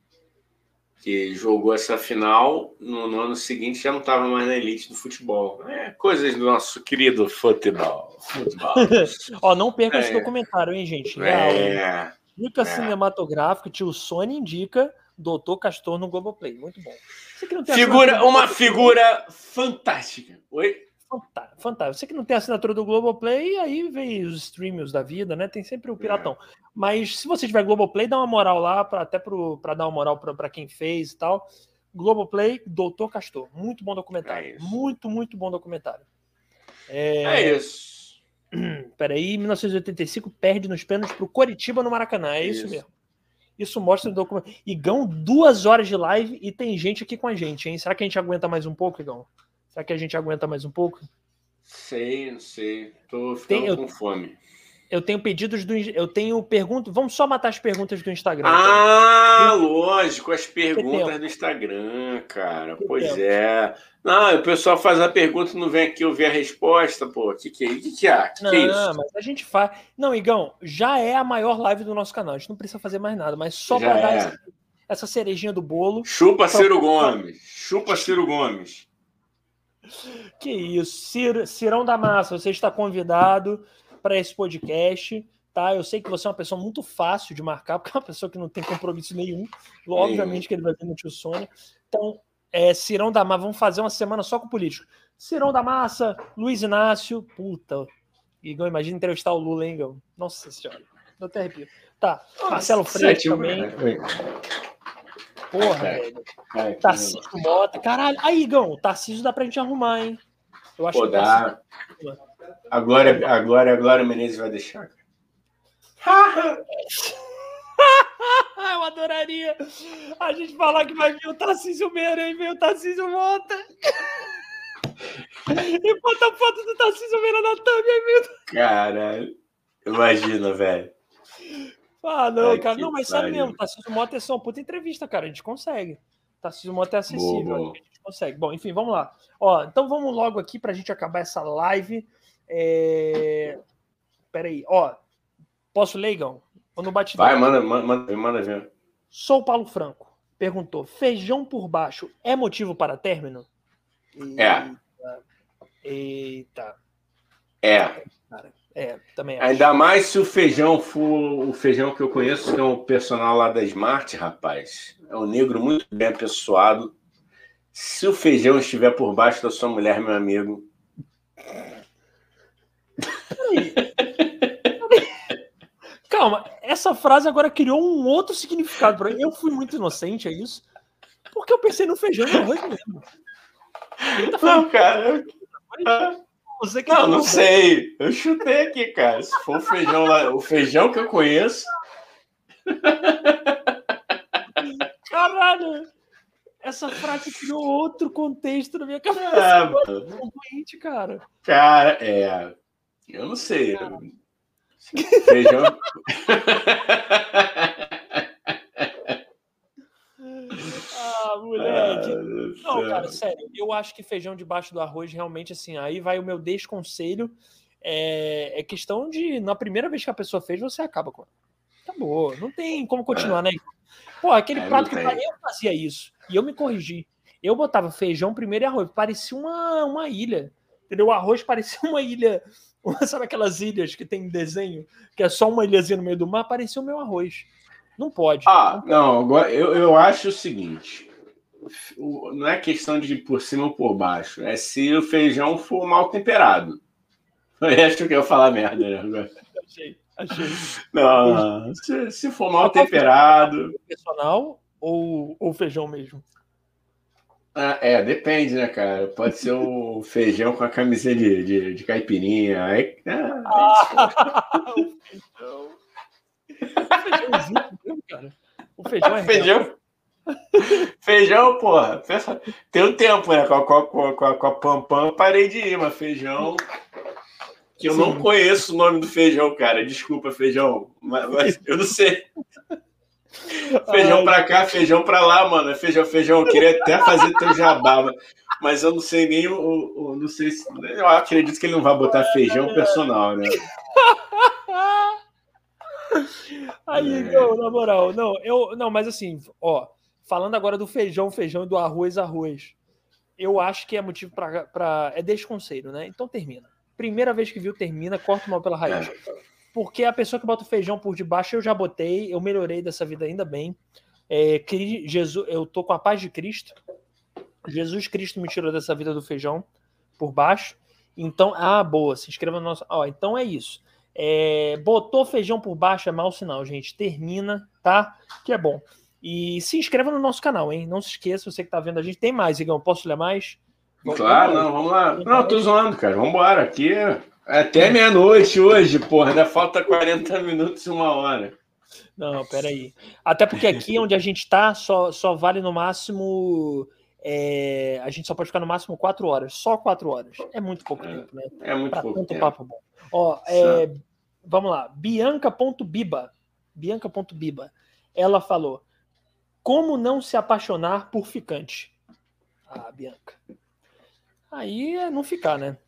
que jogou essa final, no, no ano seguinte já não estava mais na elite do futebol. É, coisas do nosso querido futebol. futebol. Ó, não perca é. esse documentário, hein, gente? É. Dica é. cinematográfica, tio Sônia indica doutor Castor no Globoplay. Muito bom. Você que não tem figura, uma do... figura fantástica. Oi? Fantástico. Você que não tem assinatura do Globoplay, aí vem os streamers da vida, né? Tem sempre o piratão. É. Mas se você tiver Globoplay, dá uma moral lá, pra, até para dar uma moral para quem fez e tal. Globoplay, doutor Castor. Muito bom documentário. É muito, muito bom documentário. É, é isso. Peraí, mil novecentos e oitenta e cinco perde nos pênaltis pro Coritiba no Maracanã. É isso, isso mesmo. Isso mostra no documento. Igão, duas horas de live e tem gente aqui com a gente, hein? Será que a gente aguenta mais um pouco, Igão? Será que a gente aguenta mais um pouco? Sei, não sei. Tô ficando tem, eu, com fome. Eu tenho pedidos do... Eu tenho perguntas... Vamos só matar as perguntas do Instagram. Ah, então. Lógico. As perguntas do Instagram, cara. Que pois tempo. é. Não, o pessoal faz a pergunta e não vem aqui ouvir a resposta, pô. O que que é que que é? Que não, que é isso? mas a gente faz... Não, Igão, já é a maior live do nosso canal. A gente não precisa fazer mais nada, mas só para dar é. essa, essa cerejinha do bolo. Chupa Ciro Gomes. Chupa Ciro Gomes. Que isso. Ciro, Cirão da Massa, você está convidado para esse podcast, tá? Eu sei que você é uma pessoa muito fácil de marcar, porque é uma pessoa que não tem compromisso nenhum. Obviamente Sim. que ele vai vir no tio Sônia. Então, é, Cirão da Massa, vamos fazer uma semana só com político. Cirão da Massa, Luiz Inácio, puta. Igão, imagina entrevistar o Lula, hein, Igão? Nossa senhora, eu até arrepio. Tá, Nossa, Marcelo Freixo também. Porra, é. velho. É, Tarcísio Mota. Caralho. Aí, Igão, o Tarcísio dá pra gente arrumar, hein? Eu acho Pô, que dá. Agora, agora, agora o Menezes vai deixar. Eu adoraria a gente falar que vai vir o Tarcísio Meira e vem o Tarcísio Mota. E bota a foto do Tarcísio Meira na thumb aí, meu. Caralho. Imagina, velho. Ah, não, Ai, cara. Não, mas sério pariu. mesmo, Tarcísio Mota é só uma puta entrevista, cara. A gente consegue. Tarcísio Mota é acessível, Boa, boa. a gente consegue. Bom, enfim, vamos lá. Ó, então vamos logo aqui pra gente acabar essa live. É... Peraí, ó. Posso ler, Igão? Ou no batidão? Vai, manda, manda, manda ver. Sou Paulo Franco. Perguntou: feijão por baixo é motivo para término? É. Eita. É. Cara, é, também acho. Ainda mais se o feijão for o feijão que eu conheço, que é um personal lá da Smart, rapaz. É um negro muito bem apessoado. Se o feijão estiver por baixo da sua mulher, meu amigo. Peraí. Calma, essa frase agora criou um outro significado para mim. Eu fui muito inocente, é isso? Porque eu pensei no feijão e no arroz mesmo. Tá Não, cara. Você que Não, tá não bom. sei. Eu chutei aqui, cara. Se for o feijão lá, o feijão que eu conheço. Caralho! Essa frase criou outro contexto na minha cabeça. Ah, Doente, cara. cara, é. Eu não sei. Feijão. Ah, moleque. Ah, meu Não, céu. cara, sério. Eu acho que feijão debaixo do arroz, realmente, assim, aí vai o meu desconselho. É, é questão de, na primeira vez que a pessoa fez, você acaba com ela. Acabou. Não tem como continuar, né? Pô, aquele É, prato não que tem. eu fazia isso. E eu me corrigi. Eu botava feijão primeiro e arroz. Parecia uma, uma ilha. Entendeu? O arroz parecia uma ilha. Sabe aquelas ilhas que tem desenho? Que é só uma ilhazinha no meio do mar? Parecia o meu arroz. Não pode. Ah, não, agora eu, eu acho o seguinte: o- não é questão de por cima ou por baixo, é se o feijão for mal temperado. Eu acho que eu ia falar merda, né? Agora. Achei, achei. Não, se, se for mal Mas qual temperado. Personal ou, ou feijão mesmo? Ah, é, depende, né, cara? Pode ser o feijão com a camisa de, de, de caipirinha. Aí, ah, Ah, o feijão. O feijão existe mesmo, cara. O feijão é feijão. real. Feijão, porra. Pensa- Tem um tempo, né? Com a, com a, com a, com a Pam Pam, eu parei de ir, mas feijão. Que eu Sim. não conheço o nome do feijão, cara. Desculpa, feijão. Mas, mas eu não sei. Feijão Ai, pra cá, feijão pra lá, mano. É feijão, feijão. Eu queria até fazer teu jabá, mas eu não sei nem o. o- o- não sei se. Eu acredito que ele não vai botar feijão personal, né? Aí, É. não, na moral, não, eu, não, mas assim, ó, falando agora do feijão, feijão e do arroz, arroz, eu acho que é motivo pra, pra é desconselho, né? Então termina. Primeira vez que viu, termina, corta o mal pela raiz. Porque a pessoa que bota o feijão por debaixo, eu já botei, eu melhorei dessa vida ainda bem. É, Cri- Jesus, eu tô com a paz de Cristo. Jesus Cristo me tirou dessa vida do feijão por baixo. Então, ah, boa, se inscreva no nosso. Ó, então é isso. É, botou feijão por baixo é mau sinal, gente. Termina, tá? Que é bom. E se inscreva no nosso canal, hein? Não se esqueça, você que tá vendo a gente. Tem mais, Igão. Posso ler mais? Claro, não, vamos lá. Não, tô zoando, cara. Vambora. Aqui é até meia-noite hoje, porra. Ainda falta quarenta minutos e uma hora. Não, peraí. Até porque aqui onde a gente tá, só, só vale no máximo. É, a gente só pode ficar no máximo quatro horas. Só quatro horas. É muito pouco É, tempo, né? É muito Pra pouco tanto tempo. papo bom. Ó, é, vamos lá. Bianca.biba. Bianca.biba. Ela falou: como não se apaixonar por ficante? Ah, Bianca. Aí é não ficar, né?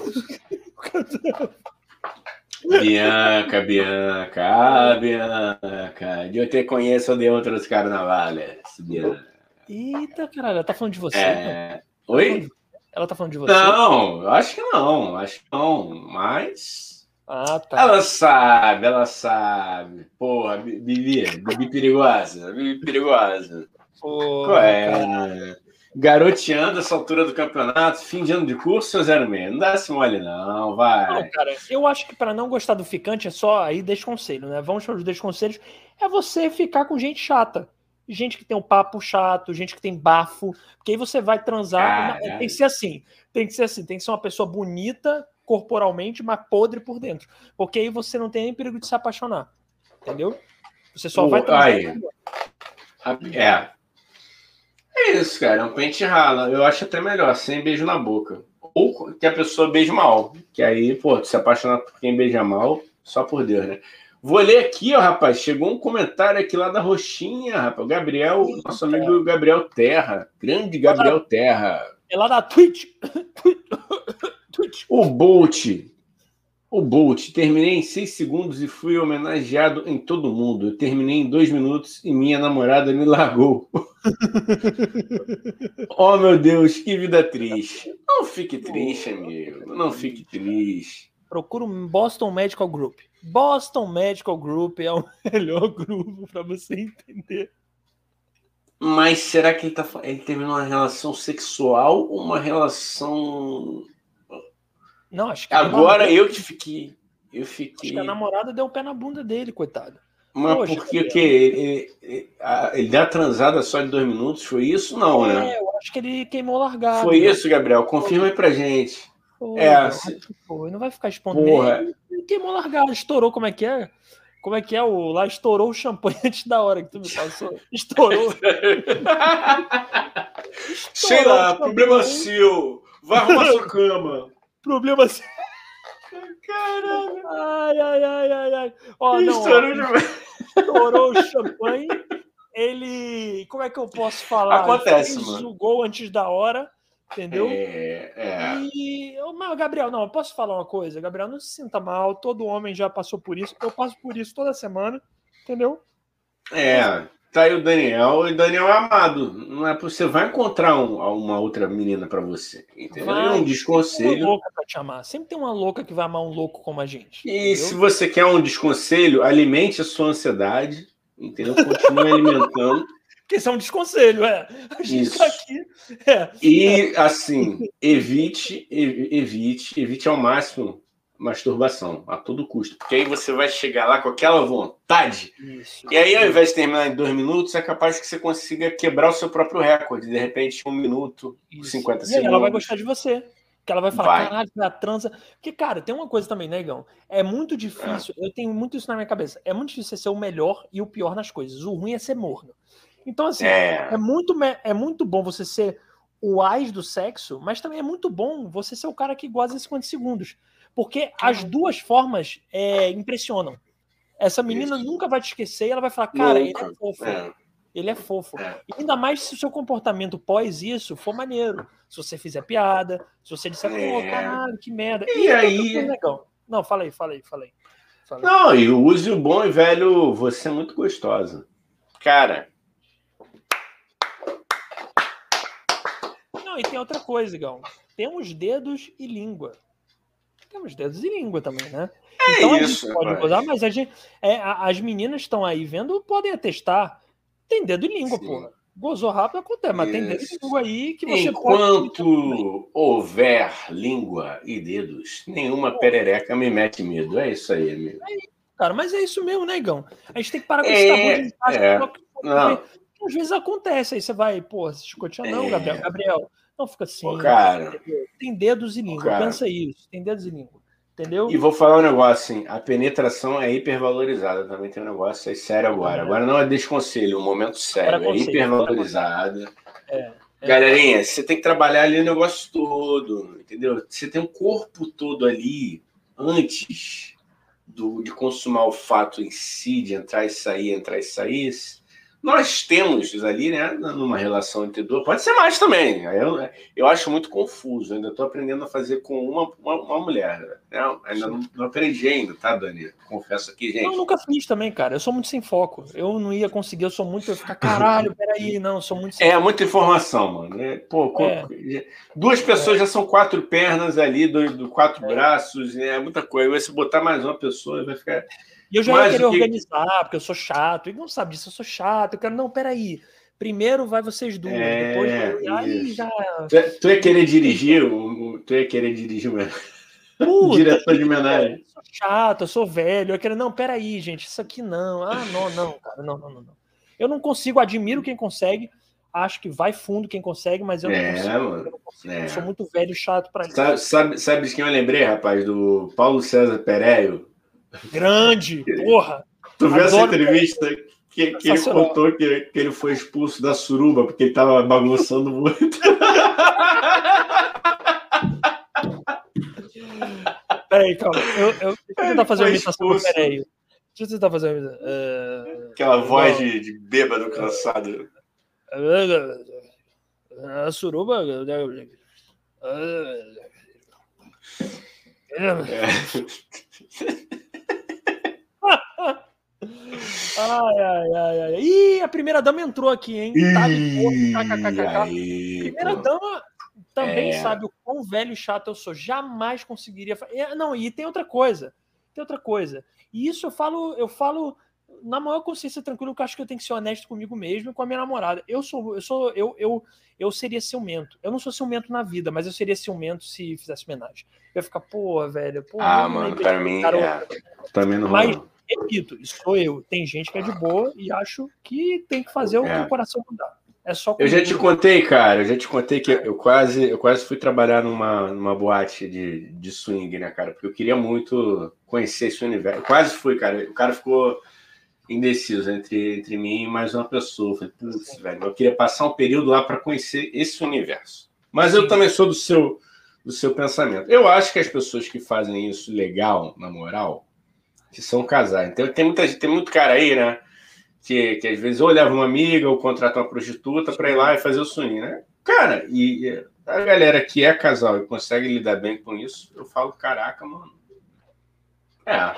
Bianca, Bianca, ah, Bianca. Eu te conheço de outros carnavales, Bianca. Eita, caralho, ela tá falando de você? É... Oi? Ela tá falando de você? Não, eu acho que não, acho que não, mas... Ah, tá. Ela sabe, ela sabe. Porra, Bibi, Bibi perigosa, Bibi perigosa. Pô, Qual é? Garoteando essa altura do campeonato, fim de ano de curso ou zero meio? Não dá esse mole, não, vai. Não, cara, eu acho que para não gostar do ficante é só aí desconselho, né? Vamos para os desconselhos. É você ficar com gente chata. Gente que tem um papo chato, gente que tem bafo. Porque aí você vai transar. Caralho. Tem que ser assim. Tem que ser assim. Tem que ser uma pessoa bonita corporalmente, mas podre por dentro. Porque aí você não tem nem perigo de se apaixonar. Entendeu? Você só Pô, vai transar. aí. É. É isso, cara. É um pente rala. Eu acho até melhor, sem beijo na boca. Ou que a pessoa beije mal. Que aí, pô, tu se apaixonar por quem beija mal, só por Deus, né? Vou ler aqui, ó, rapaz. Chegou um comentário aqui lá da Roxinha, rapaz. O Gabriel, nosso amigo Gabriel Terra. Grande Gabriel Terra. É lá da Twitch. Twitch. O Bolt. O Bolt. Terminei em seis segundos e fui homenageado em todo mundo. Eu terminei em dois minutos e minha namorada me largou. Oh, meu Deus, que vida triste. Não fique triste, amigo. Não fique triste. Procura um Boston Medical Group. Boston Medical Group é o melhor grupo para você entender. Mas será que ele, tá, ele terminou uma relação sexual ou uma relação... Não, acho que agora eu que fiquei... Eu fiquei... Acho que a namorada deu o pé na bunda dele, coitado. Mas Poxa, porque o quê? Ele, ele, ele deu a transada só de dois minutos? Foi isso? Não, é, né? Eu acho que ele queimou largado. Foi isso, Gabriel? Confirma aí pra gente. Foi, é, não, se... foi. Não vai ficar expondo. Porra. Ele queimou largado, estourou, como é que é? Como é que é? O, lá estourou o champanhe antes da hora que tu me passou. Estourou. estourou Sei lá, problema seu. Vai arrumar sua cama. Problema seu. Caralho. Ai, ai, ai, ai, ai. Ó, não, estourou, ó, estourou o champanhe. Ele. Como é que eu posso falar? Acontece, ele fez mano. o gol antes da hora. Entendeu? É, é. E, mas, Gabriel, não, eu posso falar uma coisa, Gabriel, não se sinta mal, todo homem já passou por isso, eu passo por isso toda semana, entendeu? É, tá aí o Daniel, e o Daniel é amado, não é você vai encontrar um, uma outra menina pra você, entendeu? Vai, é um desconselho. Tem uma louca pra te amar, sempre tem uma louca que vai amar um louco como a gente. E entendeu? se você quer um desconselho, alimente a sua ansiedade, entendeu? Continue alimentando. Porque isso é um desconselho, é. A gente Isso. tá aqui. É. E, assim, evite, evite, evite ao máximo masturbação, a todo custo. Porque aí você vai chegar lá com aquela vontade. Isso. E aí, ao invés de terminar em dois minutos, é capaz que você consiga quebrar o seu próprio recorde. De repente, um minuto, Isso. cinquenta e segundos. Ela vai gostar de você. Que ela vai falar, Vai. caralho, a transa. Porque, cara, tem uma coisa também, né, Igão? É muito difícil, é. eu tenho muito isso na minha cabeça. É muito difícil ser o melhor e o pior nas coisas. O ruim é ser morno. Então, assim, é, é, muito, é muito bom você ser o ás do sexo, mas também é muito bom você ser o cara que goza cinquenta segundos. Porque as duas formas é, impressionam. Essa menina Isso. nunca vai te esquecer e ela vai falar, cara, nunca. ele é fofo. É. Ele é fofo. É. E ainda mais se o seu comportamento pós isso for maneiro. Se você fizer piada, se você disser, é. pô, caralho, que merda. E, e aí... Legal. Não, fala aí, fala aí, fala aí. Fala aí. Não, e use o bom e velho, você é muito gostosa. Cara... Não, e tem outra coisa, Igão. Temos dedos e língua. Temos dedos e língua também, né? É então isso. A gente pode gozar, mas a gente, é, as meninas estão aí vendo, podem atestar. Tem dedo e língua, Sim. porra. Gozou rápido acontece, mas isso. tem dedo e língua aí que você Enquanto pode... houver língua e dedos, nenhuma perereca me mete medo. É isso aí, amigo. É isso, cara, mas é isso mesmo, né, Igão? A gente tem que parar com esse tabu de empate. É, não. Às vezes acontece, aí você vai, pô, se escotear, não, Gabriel. É. Gabriel, não fica assim. Pô, cara, tem dedos e língua, cara, pensa isso. Tem dedos e língua, entendeu? E vou falar um negócio assim, a penetração é hipervalorizada, também tem um negócio aí sério agora. Agora não é desconselho, um momento sério, é hipervalorizada. É, é. Galerinha, você tem que trabalhar ali o negócio todo, entendeu? Você tem um corpo todo ali antes do, de consumar o fato em si, de entrar e sair, entrar e sair. Nós temos ali, né, numa relação entre duas, pode ser mais também. Eu, eu acho muito confuso. Ainda estou aprendendo a fazer com uma, uma, uma mulher. Né? Ainda não, não aprendi ainda, tá, Dani? Confesso aqui, gente. Eu nunca fiz também, cara. Eu sou muito sem foco. Eu não ia conseguir, eu sou muito. Eu ficar, caralho, peraí, não, eu sou muito sem É foco. Muita informação, mano. É, pô, é. Duas pessoas é. já são quatro pernas ali, dois, do, quatro é. braços, é muita coisa. Aí você botar mais uma pessoa, vai ficar. E eu já ia querer que... organizar, porque eu sou chato. E não sabe disso, eu sou chato. Eu quero, não, peraí. Primeiro vai vocês duas, é, depois eu... aí já. Tu, tu ia querer dirigir, tu ia querer dirigir o diretor de homenagem. Eu sou chato, eu sou velho. Eu quero, não, peraí, gente, isso aqui não. Ah, não, não, cara, não, não, não, não. Eu não consigo, admiro quem consegue. Acho que vai fundo quem consegue, mas eu não é, consigo. Mano, eu, não consigo. É. eu sou muito velho e chato pra isso. Sabe, sabe, sabe de quem eu lembrei, rapaz? Do Paulo César Pereio. Grande, porra. Tu viu essa entrevista? Que, que ele contou que, que ele foi expulso da suruba porque ele tava bagunçando muito. Peraí, calma. Eu, eu, deixa eu tentar fazer uma imitação. Peraí. Deixa eu tentar fazer uma imitação. Uh, Aquela voz de, de bêbado cansado. A suruba. É. Ai, ai, ai, ai. Ih, a primeira dama entrou aqui, hein? Tá de boa, aí, primeira pô. dama também É. sabe o quão velho e chato eu sou. Jamais conseguiria. fa- É, Não, e tem outra coisa. Tem outra coisa. E isso eu falo, eu falo na maior consciência tranquila, porque eu acho que eu tenho que ser honesto comigo mesmo e com a minha namorada. Eu sou, eu sou, eu, eu, eu seria ciumento. Eu não sou ciumento na vida, mas eu seria ciumento se fizesse homenagem. Eu ia ficar, pô, velho, pô, Ah, não, mano, nem pra mim, cara, é. Também não Mas, rola. repito, isso sou eu. Tem gente que é de boa e acho que tem que fazer o que É. o coração mandar. É só Eu já te comigo. contei, cara, eu já te contei que eu quase, eu quase fui trabalhar numa, numa boate de, de swing, né, cara? Porque eu queria muito conhecer esse universo. Eu quase fui, cara. O cara ficou indeciso entre, entre mim e mais uma pessoa. Eu falei, putz, velho, eu queria passar um período lá para conhecer esse universo. Mas eu Sim. também sou do seu, do seu pensamento. Eu acho que as pessoas que fazem isso legal, na moral, que são casais. Então, tem, muita, tem muito cara aí, né? Que, que às vezes ou leva uma amiga ou contrata uma prostituta para ir lá e fazer o swing, né? Cara, e a galera que é casal e consegue lidar bem com isso, eu falo, caraca, mano. É.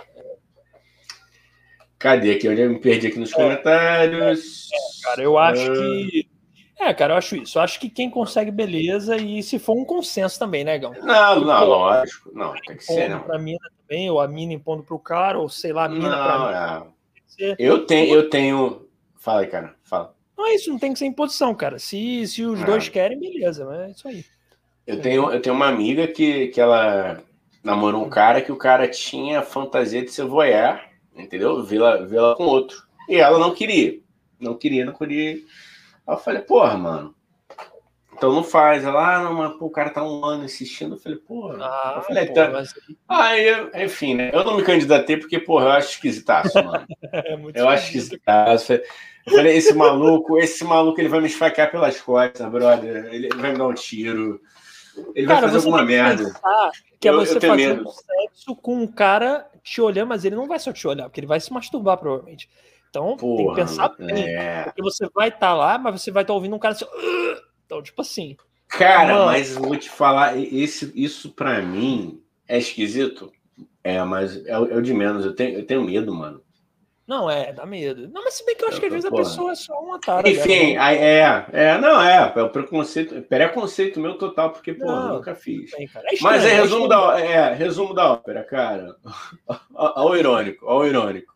Cadê aqui? Onde eu me perdi aqui nos comentários? É, cara, eu acho Ah, que. É, cara, eu acho isso. Eu acho que quem consegue, beleza, e se for um consenso também, né, Gão? Não, Que, não, pô, lógico. Não, tem que ser, impondo não. pra mina também, ou a mina impondo pro cara, ou sei lá, a mina pra Não, mim. é. Tem que ser- Eu tenho, eu tenho. Fala aí, cara. Fala. Não é isso, não tem que ser imposição, cara. Se, se os É. dois querem, beleza, mas é isso aí. Eu tenho, eu tenho uma amiga que, que ela namorou um cara que o cara tinha fantasia de ser voyeur, entendeu? Vê-la vê-la com outro. E ela não queria. Não queria, não queria. Aí eu falei, porra, mano. Então não faz. Ela, ah, não, mas pô, o cara tá um ano insistindo. Eu falei, porra. Ah, eu falei, pô, tá. mas Aí, eu- enfim, né? Eu não me candidatei porque, porra, eu acho esquisitaço, mano. é muito Eu acho esquisitaço. Eu falei, esse maluco, esse maluco, ele vai me esfaquear pelas costas, brother. Ele vai me dar um tiro. Ele vai Cara, fazer você alguma tem que merda. pensar que é Eu- eu você tenho fazer medo. um sexo com um cara te olhando, mas ele não vai só te olhar, porque ele vai se masturbar, provavelmente. Então, tem que Porra, pensar bem. é. Porque você vai estar lá, mas você vai estar ouvindo um cara assim. "Ugh!" Então, tipo assim. Cara, Mano. mas eu vou te falar, esse, isso pra mim é esquisito. É, mas é, o- é o de menos. Eu tenho, eu tenho medo, mano. Não, é, dá medo. Não, mas se bem que eu acho que às vezes a Porra. pessoa é só uma tara. Enfim, dela, aí, é, é, não, é, é o preconceito, preconceito meu total, porque, não. porra, eu Não, nunca fiz. bem, cara. É estranho, Mas é é resumo estranho. da, é, resumo da ópera, cara. Olha o irônico, olha o irônico.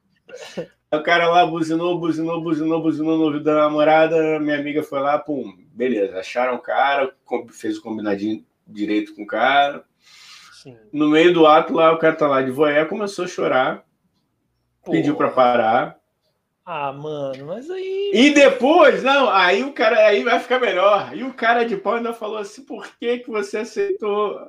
O cara lá buzinou, buzinou, buzinou, buzinou no ouvido da namorada, minha amiga foi lá, pum, beleza, acharam o cara, com- fez o combinadinho direito com o cara. Sim. No meio do ato lá, o cara tá lá de voyeur, começou a chorar, pediu pra Porra. parar. Ah, mano, mas aí. E depois, não, aí o cara, aí vai ficar melhor. E o cara de pau ainda falou assim, por que que você aceitou?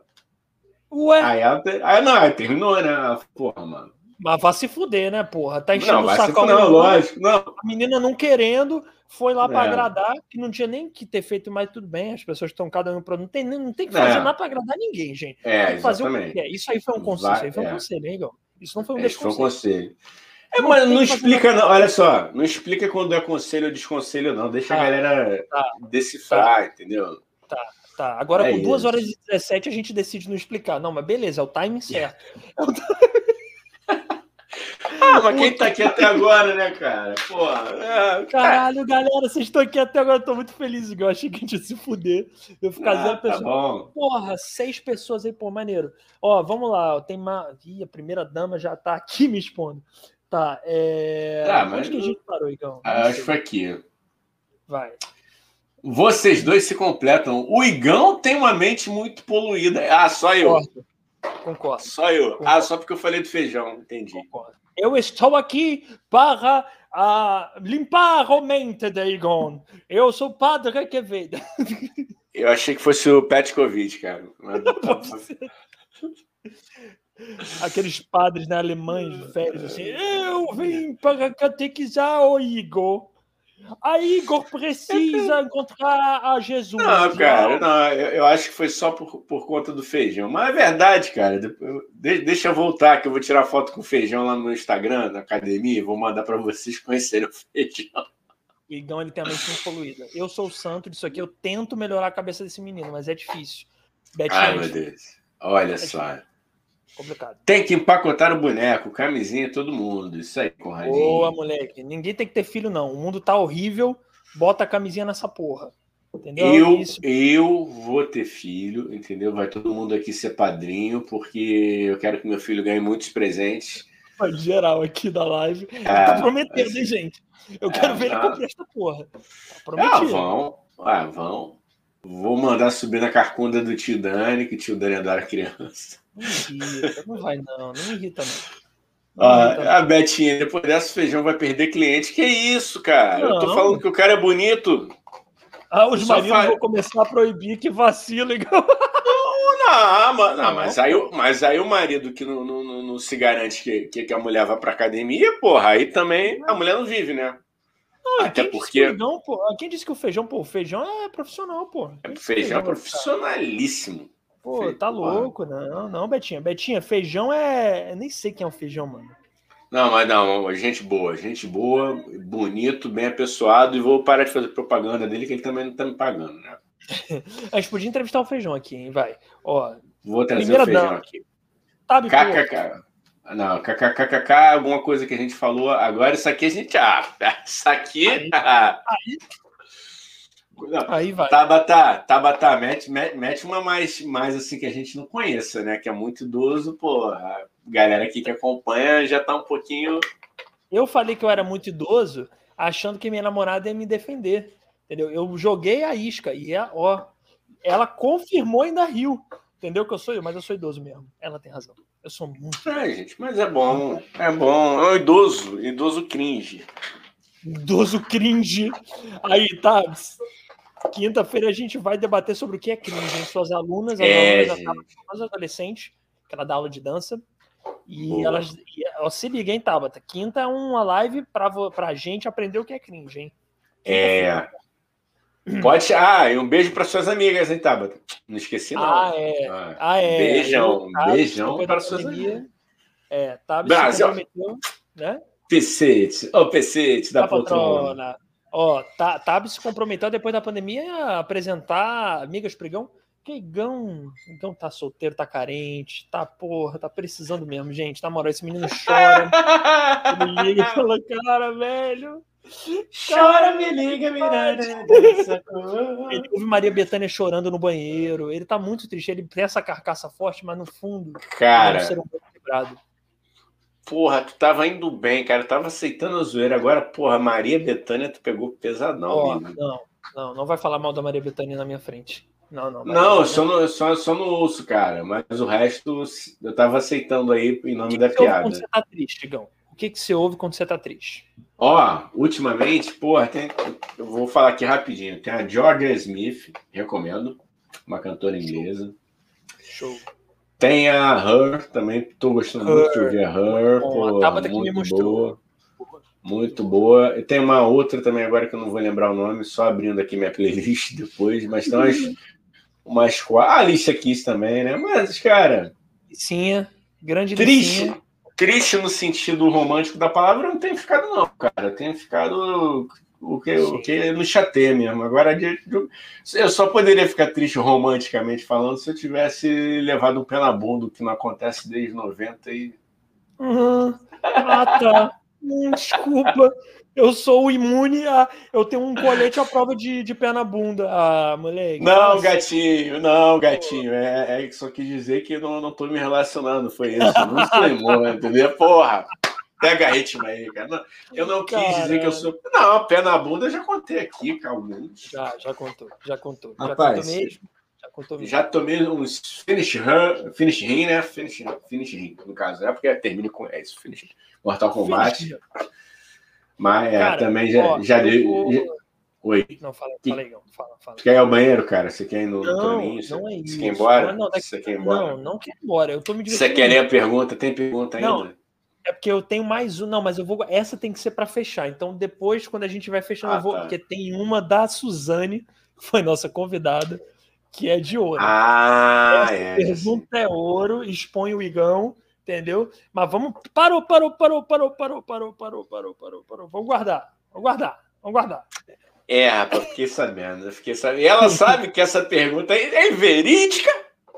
Ué, Aí ela, te- aí não, aí terminou, né? Ela, porra, mano. mas vai se fuder, né, porra? Tá enchendo Não, o vai saco ser, a não, menina, lógico, não. a menina não querendo, foi lá pra É. agradar, que não tinha nem que ter feito, mas tudo bem, as pessoas estão cada um pro. Não tem, não tem que fazer É. nada pra agradar ninguém, gente. É, Tem que fazer o que exatamente. quer. Isso aí foi um conselho, Vai- isso aí foi um é. conselho, hein, Igor? Isso não foi um Esse foi um desconselho. conselho. É, Não mas tem não que fazer explica, nada. não, olha só, não explica quando é conselho ou desconselho, não. Deixa a Tá, galera tá, decifrar, entendeu? Tá, agora É com duas isso. horas e dezessete a gente decide não explicar. Não, mas beleza, é o timing certo. Ah, mas quem tá aqui até agora, né, cara? Porra, é, cara. Caralho, galera, vocês estão aqui até agora, eu tô muito feliz, Igor. Eu achei que a gente ia se fuder. Eu ficar Ah, zero tá pessoas. bom. Porra, seis pessoas aí, pô, maneiro. Ó, vamos lá, ó, tem uma. Ih, a primeira dama já tá aqui me expondo. Tá, é. Ah, Onde mas que a eu- gente parou, Igão? Ah, Não acho sei. que foi aqui. Vai. Vocês dois se completam. O Igão tem uma mente muito poluída. Ah, só eu. Concordo. Concordo. Só eu. Ah, só porque eu falei do feijão. Entendi. Concordo. Eu estou aqui para ah, limpar a mente de Igor. Eu sou o Padre Quevedo. Eu achei que fosse o Petkovic, cara. Mas- Pode ser. Aqueles padres, né, alemães velhos assim, eu vim para catequizar o Igor. A Igor precisa encontrar a Jesus. Não, cara, não, eu, eu acho que foi só por, por conta do feijão. Mas é verdade, cara. De, deixa eu voltar, que eu vou tirar foto com o feijão lá no Instagram, na academia, e vou mandar para vocês conhecerem o feijão. O Igão, ele tem a mente muito poluída. Eu sou o santo disso aqui, eu tento melhorar a cabeça desse menino, mas é difícil. Betinho, Ai, meu Deus. Olha é só. Complicado. Tem que empacotar o boneco, camisinha, todo mundo. Isso aí, Conradinho. Boa, moleque. Ninguém tem que ter filho, não. O mundo tá horrível, bota a camisinha nessa porra. Entendeu? Eu, Isso. eu vou ter filho, entendeu? Vai todo mundo aqui ser padrinho, porque eu quero que meu filho ganhe muitos presentes. Vai geral aqui da live. É, ele tá prometendo, assim, hein, gente? Eu quero é, ver ele não. comprar essa porra. Tá prometido. Ah, vão. Ah, vão. Vou mandar subir na carcunda do tio Dani, que o tio Dani adora criança. Não me irrita, não vai não, não me irrita não. não Ah, me irrita, a Betinha, depois dessa, o feijão vai perder cliente. Que isso, cara? Não. Eu tô falando que o cara é bonito. Ah, os maridos faz... vão começar a proibir, que vacilo, igual. Não, não, mas, não, mas, aí, mas aí o marido que não, não, não se garante que, que a mulher vá pra academia, porra, aí também a mulher não vive, né? Não, até quem porque. Disse feijão, pô, quem disse que o feijão, pô, o feijão é profissional, pô. É, feijão é profissionalíssimo. Pô, feijão, tá louco, não, não, Betinha. Betinha, feijão é. Eu nem sei quem é o feijão, mano. Não, mas não, gente boa, gente boa, bonito, bem apessoado, e vou parar de fazer propaganda dele, que ele também não tá me pagando, né? A gente podia entrevistar o feijão aqui, hein? Vai. Ó, vou trazer o feijão dama. aqui. Sabe, kkk. Não, kkkk, alguma coisa que a gente falou. Agora, isso aqui a gente. Ah, isso aqui. Aí, aí, não, aí vai. Tabata, Tabata, mete, mete, mete uma mais, mais assim que a gente não conheça, né? Que é muito idoso, pô. A galera aqui que acompanha já tá um pouquinho. Eu falei que eu era muito idoso, achando que minha namorada ia me defender. Entendeu? Eu joguei a isca e a, ó, ela confirmou e ainda riu. Entendeu que eu sou eu, mas eu sou idoso mesmo. Ela tem razão. Eu sou muito. É, gente, mas é bom. É bom. É um idoso. Idoso cringe. Idoso cringe. Aí, tá. Quinta-feira a gente vai debater sobre o que é cringe, hein? Suas alunas, as é, alunas da as adolescentes, que ela dá aula de dança. E Boa. elas. E, ó, se liga, hein, Tabata? Quinta é uma live pra, pra gente aprender o que é cringe, hein? É. Pode. Ah, e um beijo para suas amigas, hein, Tabata? Não esqueci, não. Ah, é. Ah, ah, é. Beijão, Eu, beijão para suas amigas. É, Tabata Brasil. comprometeu, né? Pecete, ô oh, Pecete da tá, poltrona. Patrona. Ó, tá, Tab se comprometeu depois da pandemia a apresentar amigas pro Igão. Que Igão, Igão tá solteiro, tá carente, tá porra, tá precisando mesmo, gente. Na moral, esse menino chora. Ele liga e fala, cara, velho. Chora, me liga, mirada. Ele ouve Maria Bethânia chorando no banheiro. Ele tá muito triste. Ele tem essa carcaça forte, mas no fundo, cara, ele é um ser humano quebrado. Porra, tu tava indo bem, cara. Tu tava aceitando a zoeira. Agora, porra, Maria Bethânia, tu pegou pesadão. Ó, não, não, não vai falar mal da Maria Bethânia na minha frente. Não, não. Não, só no, só, só no ouço, cara. Mas o resto eu tava aceitando aí em nome que da que piada. Quando você tá triste, Igão? O que, que você ouve quando você tá triste? Ó, ultimamente, porra, tem, eu vou falar aqui rapidinho. Tem a Georgia Smith, recomendo. Uma cantora inglesa. Show. Tem a Her, também tô gostando Her. muito de ouvir a Her. Bom, pô, a Tabata que muito me mostrou. boa. Muito boa. E tem uma outra também agora que eu não vou lembrar o nome, só abrindo aqui minha playlist depois, mas tem umas, umas quatro. Ah, Alicia Keys também, né? Mas, cara. Licinha, grande triste. Licinha. Triste no sentido romântico da palavra, não tem ficado, não, cara. Tem ficado o que, o que no chateia mesmo. Agora, eu só poderia ficar triste romanticamente falando se eu tivesse levado um pé na bunda, o que não acontece desde noventa e. Uhum. Ah, tá. Hum, desculpa. Eu sou imune a. Eu tenho um colete à prova de, de pé na bunda. Ah, moleque. Não, nossa. gatinho, não, gatinho. É, é só quis dizer que eu não, não tô me relacionando. Foi isso. Não sou imune, entendeu? Porra. Pega a ritmo aí, cara. Não, eu não quis Caramba. dizer que eu sou. Não, pé na bunda eu já contei aqui, calma. Já, já contou, já contou. Rapaz, já contou mesmo. Já, contou mesmo. já tomei uns finish run, finish rim, né? Finish, finish rim, no caso. É porque termina com é isso, finish. Mortal Kombat. Finish. Mas é, Cara, também já, ó, já eu dei. vou- Já... Oi. Não, fala, fala aí, fala, fala. Você quer ir ao banheiro, cara? Você quer ir no não, Torinho? Não é isso. Você quer ir embora? Não, não, daqui... Você quer ir embora? Não, não quer ir embora. Eu tô me divertindo. Você quer ler a pergunta? Tem pergunta ainda? Não, é porque eu tenho mais um. Não, mas eu vou. Essa tem que ser para fechar. Então, depois, quando a gente vai fechando, Ah, eu vou. tá. Porque tem uma da Suzane, que foi nossa convidada, que é de ouro. Ah, Essa é. pergunta é ouro, expõe o Igão, entendeu? Mas vamos. Parou, parou, parou, parou, parou, parou, parou, parou, parou, parou. Vamos guardar. Vamos guardar. Vamos guardar. É, rapaz, fiquei sabendo. Fiquei sabendo. E ela sabe que essa pergunta é verídica?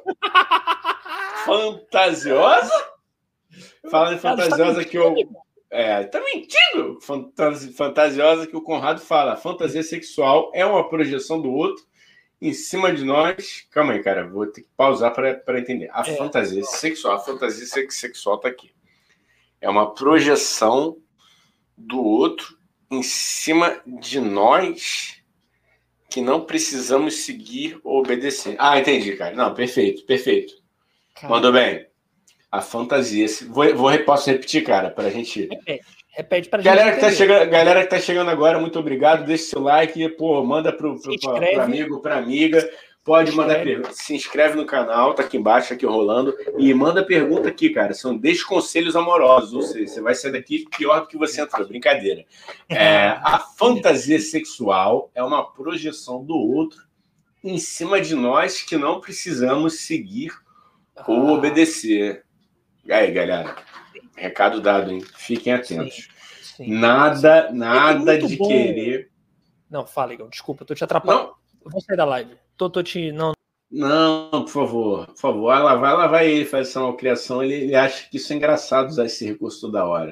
Fantasiosa? Falando em fantasiosa que eu. É, tá mentindo! Fantasi... Fantasiosa que o Conrado fala. Fantasia sexual é uma projeção do outro em cima de nós. Calma aí, cara. Vou ter que pausar para entender. A é. fantasia sexual, a fantasia sexual tá aqui. É uma projeção do outro em cima de nós que não precisamos seguir ou obedecer. Ah, entendi, cara. Não, perfeito, perfeito. Cara. Mandou bem. A fantasia. Vou, vou, posso repetir, cara, para a gente. Repete, repete para a gente. Que tá chegando, galera que tá chegando agora, muito obrigado. Deixa seu like, pô, manda pro, pro, pro, pro amigo, pra amiga. Pode mandar pergunta. Se inscreve no canal, tá aqui embaixo, aqui rolando. E manda pergunta aqui, cara. São desconselhos amorosos. Ou seja, você vai sair daqui pior do que você entrou. Brincadeira. É, a fantasia sexual é uma projeção do outro em cima de nós que não precisamos seguir ou obedecer. E aí, galera? Recado dado, hein? Fiquem atentos. Sim, sim, nada, sim. nada é de bom. querer. Não, fala, Igor. Desculpa, eu tô te atrapalhando. Não. Eu vou sair da live. Tô, tô te. Não. Não, por favor, por favor. Vai lá, vai lá, vai ele fazer essa malcriação. Ele, ele acha que isso é engraçado usar esse recurso toda hora.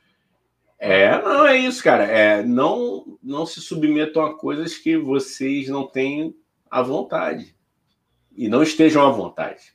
É, não, é isso, cara. É, não, não se submetam a coisas que vocês não têm à vontade. E não estejam à vontade.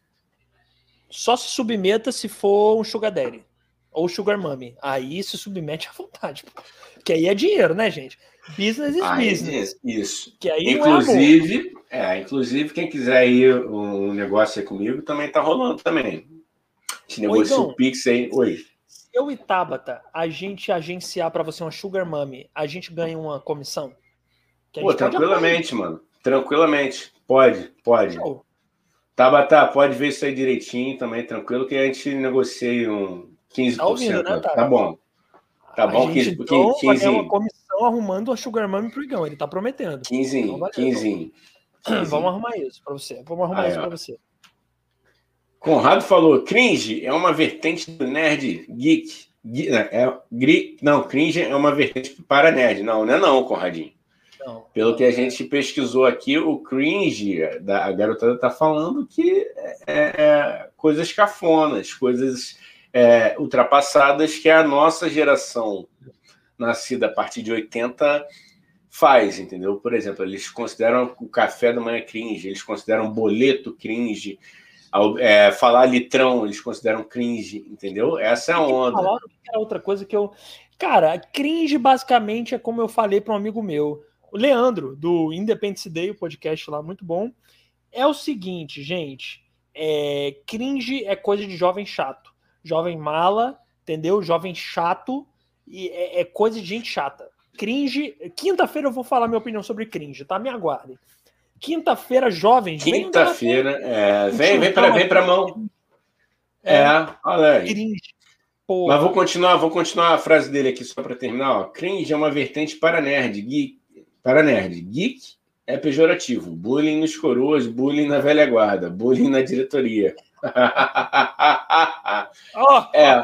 Só se submeta se for um sugar daddy ou sugar mommy. Aí se submete à vontade. Porque aí é dinheiro, né, gente? Business is aí, business. Isso. Que aí inclusive, não é, é, inclusive, quem quiser ir um negócio aí comigo, também tá rolando também. A gente negocia o Pix aí. Oi. Se eu e Tabata, a gente agenciar para você uma sugar mommy, a gente ganha uma comissão? Que Pô, tranquilamente, mano. Tranquilamente. Pode, pode. Show. Tabata, pode ver isso aí direitinho também, tranquilo, que a gente negocia um quinze por cento. Tá, ouvindo, né, tá? Tá bom. Tá bom, a gente, quinze, então, quinze. Vai uma comissão arrumando a Sugar Mami pro Igão, ele tá prometendo. quinze, então, quinze. Vamos arrumar isso para você. Vamos arrumar aí, isso para você. Conrado falou, cringe é uma vertente do nerd geek. geek é, não, cringe é uma vertente para nerd. Não, não é não, Conradinho. Não, Pelo não, que a é. gente pesquisou aqui, o cringe, da, a garotada está falando que é, é coisas cafonas, coisas é, ultrapassadas que a nossa geração, nascida a partir de oitenta, faz, entendeu? Por exemplo, eles consideram o café da manhã cringe, eles consideram boleto cringe, é, falar litrão, eles consideram cringe, entendeu? Essa é a onda. Falaram que era outra coisa que eu... Cara, cringe basicamente é como eu falei para um amigo meu, o Leandro, do Independence Day, o podcast lá, muito bom. É o seguinte, gente, é, cringe é coisa de jovem chato. Jovem mala, entendeu? Jovem chato, e é, é coisa de gente chata. Cringe, quinta-feira eu vou falar minha opinião sobre cringe, tá? Me aguardem. Quinta-feira, jovens, Quinta-feira, é, vem, vem para vem para mão. É, é, olha aí. Cringe. Porra. Mas vou continuar, vou continuar a frase dele aqui só para terminar. Ó. Cringe é uma vertente para nerd, geek, para nerd. Geek é pejorativo. Bullying nos coroas, bullying na velha guarda, bullying na diretoria. é.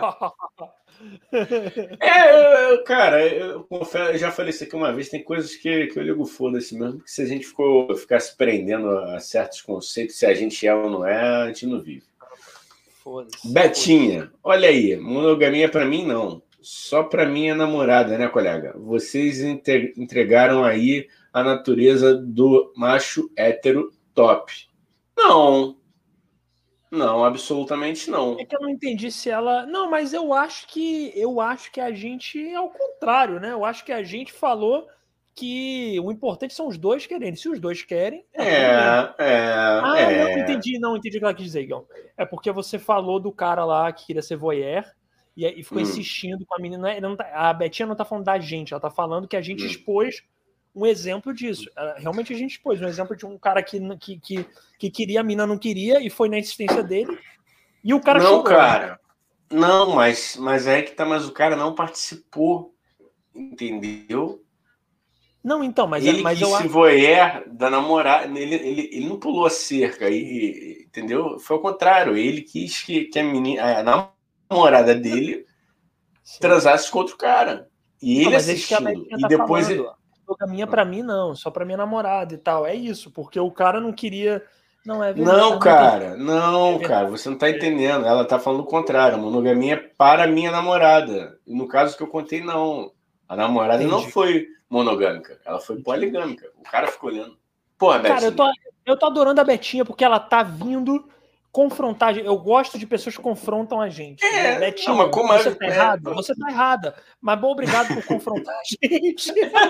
É, eu, cara, eu confesso, eu já falei isso aqui uma vez, tem coisas que, que eu ligo foda-se mesmo, porque se a gente for ficar se prendendo a certos conceitos, se a gente é ou não é, a gente não vive. Foda-se. Betinha, foda-se. Olha aí, monogamia pra mim não, só pra minha namorada, né, colega? Vocês entregaram aí a natureza do macho hétero top. Não. Não, absolutamente não. É que eu não entendi se ela... Não, mas eu acho que eu acho que a gente é ao contrário, né? Eu acho que a gente falou que o importante são os dois querendo. Se os dois querem... Tá é, é, Ah, é. não, entendi, não, entendi o que ela quis dizer, Igão. É porque você falou do cara lá que queria ser voyeur e, e ficou hum. insistindo com a menina. Não tá, a Betinha não tá falando da gente, ela tá falando que a gente hum. expôs um exemplo disso. Realmente a gente pôs um exemplo de um cara que, que, que, que queria, a mina não queria, e foi na insistência dele, e o cara não, chorou. cara. Né? Não, mas, mas é que tá, mas o cara não participou, entendeu? Não, então, mas... Ele mas que eu... se voer da namorada, ele, ele, ele não pulou a cerca, e, entendeu? Foi ao contrário, ele quis que, que a menina, a namorada dele Sim. transasse com outro cara. E ele não, assistindo. E tá depois falando. Ele... minha pra mim, não, só pra minha namorada e tal. É isso, porque o cara não queria... Não, é verdade, não, cara, não, é cara, você não tá entendendo. Ela tá falando o contrário. A monogamia é para a minha namorada. E no caso que eu contei, não. A namorada Entendi. não foi monogâmica, ela foi poligâmica. O cara ficou olhando. Porra, Betinha. Cara, eu tô, eu tô adorando a Betinha porque ela tá vindo confrontar. Eu gosto de pessoas que confrontam a gente. É, né? Betinha, não, mas como você é, tá errada? É, você tá errada. Mas bom, obrigado por confrontar a gente.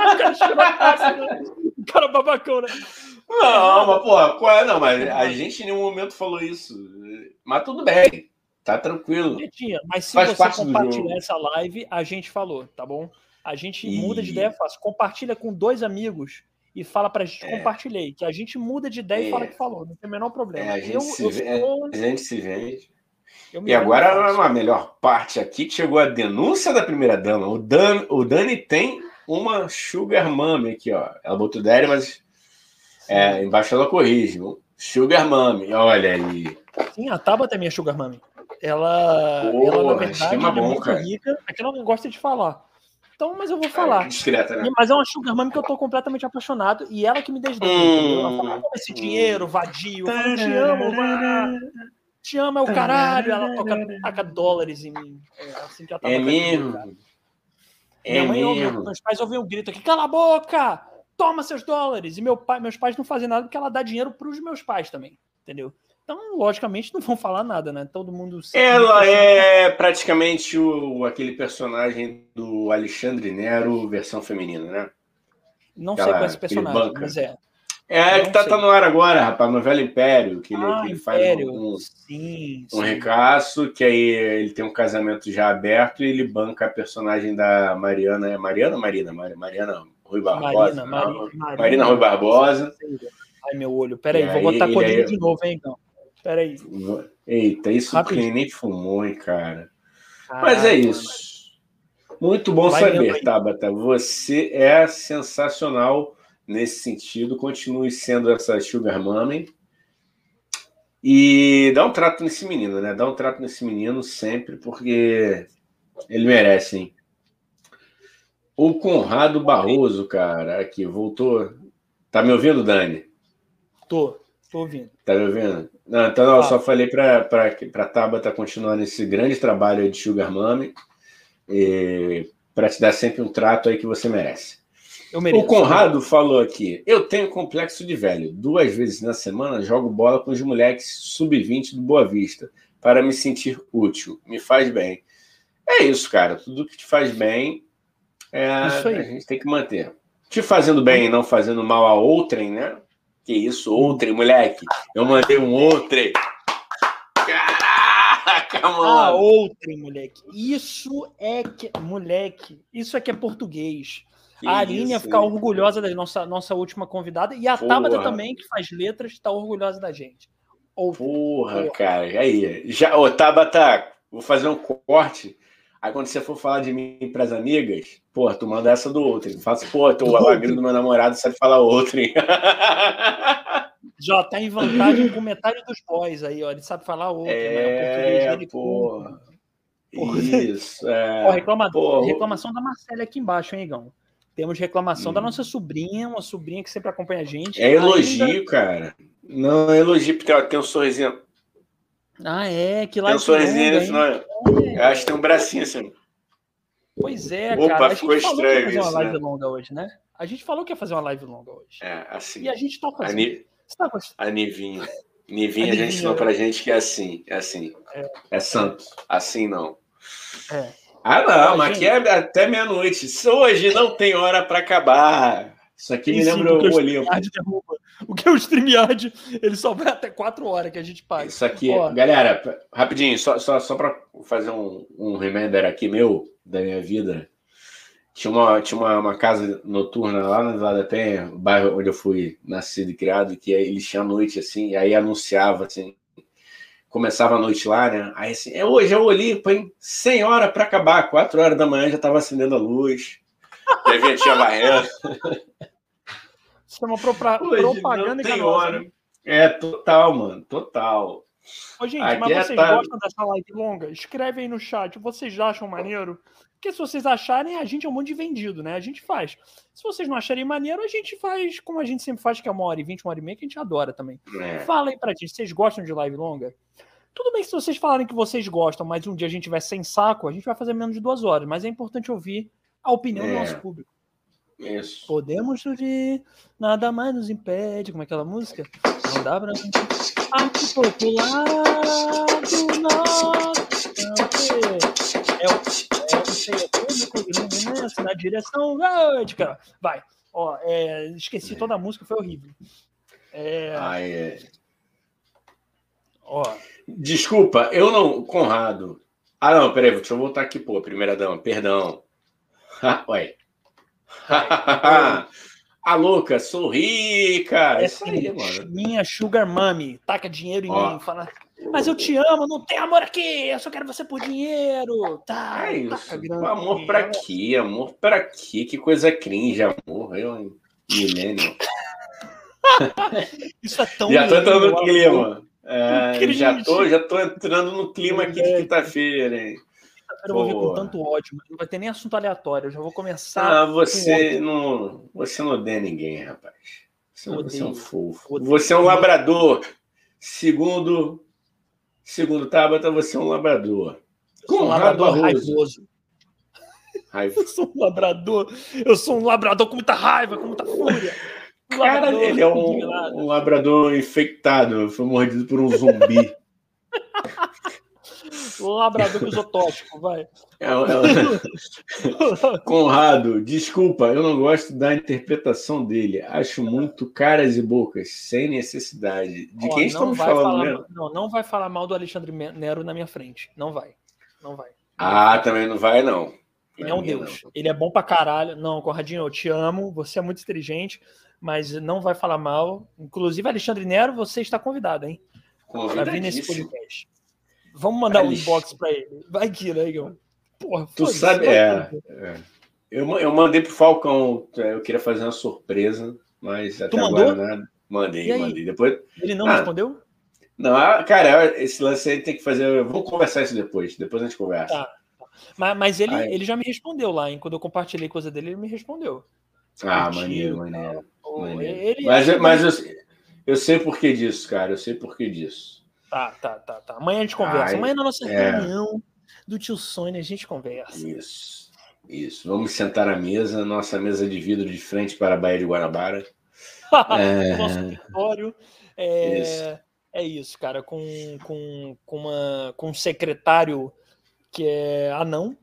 O cara babacão, né? Não, mas porra, não, mas a gente em nenhum momento falou isso. Mas tudo bem, tá tranquilo. Betinha, mas se Faz você parte compartilhar essa live, a gente falou, tá bom? A gente e... muda de ideia fácil. Compartilha com dois amigos e fala pra gente, é. compartilhei. Que a gente muda de ideia é. e fala que falou. Não tem o menor problema. É, a, gente eu, se eu vê, sou... a gente se vende. E agora, a melhor parte aqui, que chegou a denúncia da primeira-dama. O, Dan, o Dani tem uma sugar mommy aqui, ó. Ela botou Dani, mas é, embaixo ela corrige. Sugar mommy, olha aí. Sim, a Tabata é minha sugar mommy. Ela, Pô, ela na verdade, bom, é muito cara. rica. É que ela não gosta de falar. Então, mas eu vou falar. É, discreta, né? Mas é uma sugar mommy que eu tô completamente apaixonado e ela que me desdenha, hum, entendeu? Ela fala, toma esse dinheiro, vadio. Eu falo, te amo, vá. Te amo, é o caralho. Ela toca, taca dólares em mim. É, assim que ela tá é mesmo? É Minha mãe mesmo? Ouve, meus pais ouvem um grito aqui, cala a boca! Toma seus dólares! E meu pai, meus pais não fazem nada porque ela dá dinheiro pros meus pais também, entendeu? Então, logicamente, não vão falar nada, né? Todo mundo... Ela é praticamente o, aquele personagem do Alexandre Nero, versão feminina, né? Não Aquela, sei qual é esse personagem, mas é. É, que tá, tá no ar agora, rapaz, a novela Império, que ele, ah, que ele Império. faz um, sim, um sim. recaço, que aí ele tem um casamento já aberto e ele banca a personagem da Mariana, é Mariana ou Marina? Mariana Rui Barbosa. Marina, Marina, Marina, Marina Rui Barbosa. Ai, meu olho, peraí, vou botar colírio aí... de novo, hein, então. Peraí. Eita, isso que nem fumou, hein, cara. Caraca, mas é isso. Mano. Muito bom Vai saber, Tabata. Você é sensacional nesse sentido. Continue sendo essa sugar mommy. E dá um trato nesse menino, né? Dá um trato nesse menino sempre, porque ele merece, hein? O Conrado Barroso, cara, aqui, voltou. Tá me ouvindo, Dani? Tô, tô ouvindo. Tá me ouvindo? Não, então não, ah. eu só falei para a Tabata continuar nesse grande trabalho de sugar mommy para te dar sempre um trato aí que você merece. Eu mereço, o Conrado falou aqui, eu tenho complexo de velho. Duas vezes na semana jogo bola com os moleques sub vinte do Boa Vista para me sentir útil. Me faz bem. É isso, cara. Tudo que te faz bem, é, a gente tem que manter. Te fazendo bem e não fazendo mal a outrem, né? Que isso, outrem, moleque. Eu mandei um outrem. Caraca, mano. Ah, outrem, moleque. Isso é que... Moleque, isso é que é português. Que a Aline ia ficar orgulhosa da nossa, nossa última convidada. E a Porra. Tabata também, que faz letras, está orgulhosa da gente. Outrem. Porra, Porra, cara. Aí, já, ô, Tabata, vou fazer um corte. Aí quando você for falar de mim pras amigas, pô, tu manda essa do outro. Faço, pô, o amigo do meu namorado sabe falar outro. Já tá em vantagem com metade dos boys aí, ó. Ele sabe falar outro, é, né? O português dele. Porra. Porra. Isso, é. Ó, reclama... porra. Reclamação da Marcela aqui embaixo, hein, Igão? Temos reclamação hum. da nossa sobrinha, uma sobrinha que sempre acompanha a gente. É elogio, ainda... cara. Não, é elogio, porque ela tem um sorrisinho. Ah, é? Que lá tem um sorrisinho nesse nome. É. Eu acho que tem um bracinho assim. Pois é, Opa, cara. A ficou gente estranho falou que ia fazer isso, uma live né? longa hoje, né? A gente falou que ia fazer uma live longa hoje. É, assim. E a gente tá fazendo. A, Ni... tá a Nivinha. Nivinha, a, a gente ensinou pra gente que é assim. É assim. É, é santo. Assim não. É. Ah, não, mas aqui é até meia-noite. Hoje não tem hora pra acabar. Isso aqui me lembra o Olimpo. O que é o StreamYard, ele só vai até quatro horas que a gente paga. Isso aqui, Ó, galera, rapidinho, só, só, só para fazer um, um reminder aqui meu, da minha vida. Tinha uma, tinha uma, uma casa noturna lá na Vila da Penha, o bairro onde eu fui nascido e criado, que eles tinham noite assim, e aí anunciava assim, começava a noite lá, né? Aí assim, é hoje é o Olimpo, hein? cem horas para acabar, quatro horas da manhã já estava acendendo a luz, já vinha tinha varrendo. Isso é uma propra... Hoje propaganda não tem enganosa, hora. né? É, total, mano, total. Ô, gente, Aqui mas é vocês tá- gostam dessa live longa? Escreve aí no chat. Vocês acham maneiro? Porque se vocês acharem, a gente é um monte de vendido, né? A gente faz. Se vocês não acharem maneiro, a gente faz como a gente sempre faz, que é uma hora e vinte, uma hora e meia, que a gente adora também. É. Fala aí pra gente, vocês gostam de live longa? Tudo bem que se vocês falarem que vocês gostam, mas um dia a gente tiver sem saco, a gente vai fazer menos de duas horas. Mas é importante ouvir a opinião É. do nosso público. Isso. Podemos fugir, nada mais nos impede. Como é aquela música? Não dá pra arte popular do nosso é o é o sei é público iluminância na direção gótica. Vai. Ó, é, esqueci toda a música, foi horrível. É, Ah, é. ó, Desculpa, eu não. Conrado. Ah, não, peraí, deixa eu voltar aqui, pô, primeira dama, perdão. Ué. A louca, sou rica. é Isso aí, mano. minha sugar mommy, taca dinheiro em Ó. mim, fala, mas eu te amo, não tem amor aqui, eu só quero você por dinheiro. Tá, É taca isso. grana Amor aqui. pra quê? Amor pra quê? Que coisa cringe, amor. Eu, hein? Milênio. Isso é tão Já tô entrando no amor. clima. É, Cringe. já, tô, já tô entrando no clima aqui de quinta-feira, hein? Eu vou ver com Boa. tanto ódio, mas não vai ter nem assunto aleatório. Eu já vou começar. Ah, com você ódio. não, você não odeia ninguém, rapaz. Você, Eu você é um odeio. fofo. Odeio. Você é um labrador. Segundo, segundo Tabata, você é um labrador. Eu sou um Conrado labrador Barroso. raivoso. Raiva. Eu sou um labrador. Eu sou um labrador com muita raiva, com muita fúria. Um Cara, labrador ele é indignado. um, um labrador infectado. Foi mordido por um zumbi. Um labrador que usou tóxico, vai. É, é... Conrado, desculpa, eu não gosto da interpretação dele. Acho muito caras e bocas, sem necessidade. De Ó, quem não estamos vai falando falar, mesmo? Não, não vai falar mal do Alexandre Nero na minha frente. Não vai. Não vai. Ah, também não vai, não. Ele é um deus. Ele é bom pra caralho. Não, Conradinho, eu te amo. Você é muito inteligente, mas não vai falar mal. Inclusive, Alexandre Nero, você está convidado, hein? Pra vir nesse podcast. Vamos mandar um Alex... inbox pra ele. Vai que, né, Igor? Porra, tu sabe, é, é. Eu, eu mandei pro Falcão, eu queria fazer uma surpresa, mas até tu mandou? agora nada. Mandei, mandei. Depois... Ele não ah, respondeu? Não, cara, esse lance aí tem que fazer. Vamos conversar isso depois. Depois a gente conversa. Tá. Mas, mas ele, ele já me respondeu lá, hein? Quando eu compartilhei coisa dele, ele me respondeu. Ah, Curtiu, maneiro, maneiro. Oh, maneiro. Ele mas é... mas eu, eu sei por que disso, cara. Eu sei por que disso. Tá, tá, tá, tá. Amanhã a gente conversa. Ai, Amanhã na nossa é. reunião do Tio Sônia a gente conversa. Isso, isso. Vamos sentar à mesa, nossa mesa de vidro de frente para a Baía de Guanabara. é... Nosso território. É... Isso. É isso, cara. Com, com, com, uma, com um secretário que é anão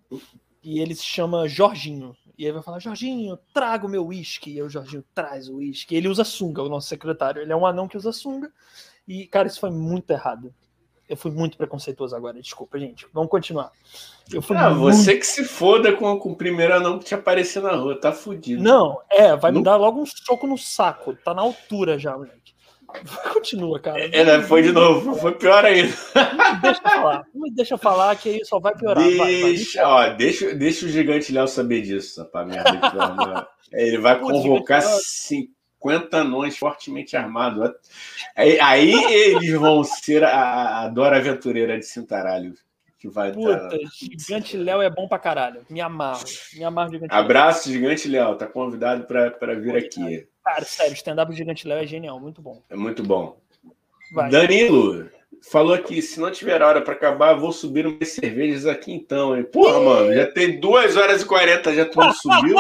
e ele se chama Jorginho. E ele vai falar, Jorginho, traga o meu uísque. E aí o Jorginho traz o uísque. Ele usa sunga, o nosso secretário. Ele é um anão que usa sunga. E, cara, isso foi muito errado. Eu fui muito preconceituoso agora. Desculpa, gente. Vamos continuar. Eu fui ah, muito... você que se foda com, com o primeiro anão que te aparecer na rua. Tá fudido. Não, é. Vai não... me dar logo um soco no saco. Tá na altura já, moleque. Continua, cara. É, foi de novo. Foi pior ainda. Deixa eu falar. Me deixa eu falar que aí só vai piorar. Deixa, vai, vai. Ó, deixa, deixa o Gigante Léo saber disso. Pra merda. Ele vai convocar cinquenta anões fortemente armados. Aí, aí eles vão ser a, a Dora Aventureira de Cintaralho. Que vai Puta, dar... Gigante Léo é bom pra caralho. Me amarro. Me amarro Gigante Abraço, Léo. Gigante Léo. Tá convidado pra, pra vir aqui. Cara, sério, stand-up do Gigante Léo é genial. Muito bom. É muito bom. Vai. Danilo falou aqui, se não tiver hora pra acabar, vou subir umas cervejas aqui então, hein? Porra, mano, já tem duas horas e quarenta, já tu não subiu?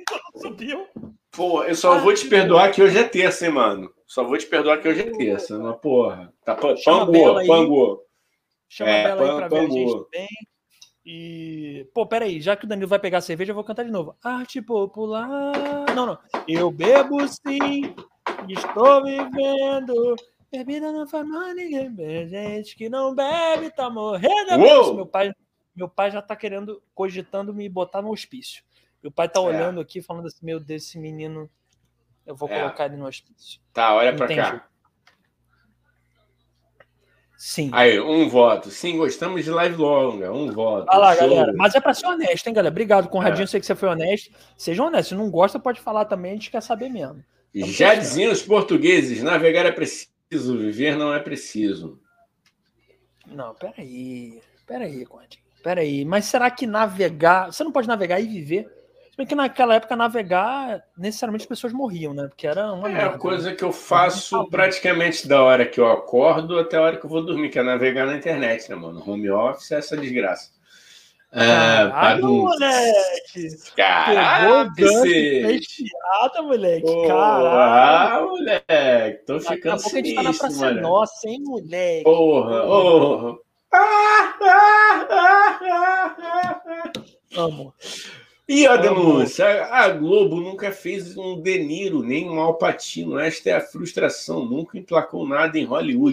Subiu? Pô, eu só vou te perdoar que hoje é terça, hein, mano? Só vou te perdoar que hoje é terça, mas porra. Tá, pangou, pangou. Chama é, a Bela aí pra ver a gente bem. E, pô, peraí, já que o Danilo vai pegar a cerveja, eu vou cantar de novo. Arte popular. Não, não. Eu bebo sim, estou vivendo. Bebida não faz mal ninguém. Gente que não bebe tá morrendo. Meu pai, meu pai já tá querendo, cogitando me botar no hospício. Meu pai tá É. olhando aqui, falando assim, meu Deus, esse menino, eu vou É. colocar ele no hospício. Tá, olha Não pra tem cá. jeito. Sim. Aí, um voto. Sim, gostamos de live longa. Um voto. Vai lá, Show. galera. Mas é pra ser honesto, hein, galera? Obrigado, Conradinho. É. Eu sei que você foi honesto. Seja honesto. Se não gosta, pode falar também. A gente quer saber mesmo. Vamos Já fechar. diziam os portugueses, navegar é preciso, viver não é preciso. Não, peraí. Peraí, Conradinho. Peraí. Mas será que navegar... Você não pode navegar e viver? Se bem que naquela época navegar, necessariamente as pessoas morriam, né? Porque era uma É merda. a coisa que eu faço praticamente da hora que eu acordo até a hora que eu vou dormir, que é navegar na internet, né, mano? Home office é essa desgraça. Ah, Caralho, bagunça. moleque! Caraca, Pegou o gancho, cê- fez piada, moleque. Porra, Caralho! moleque. Tô Daqui a ficando pouco a gente tá na sinistro, Praça mano. Nossa, hein, moleque? Porra, porra. Ah, ah, ah, ah, ah, ah. Amo. E a Amo. denúncia? A Globo nunca fez um De Niro, nem um Al Pacino. Esta é a frustração. Nunca emplacou nada em Hollywood.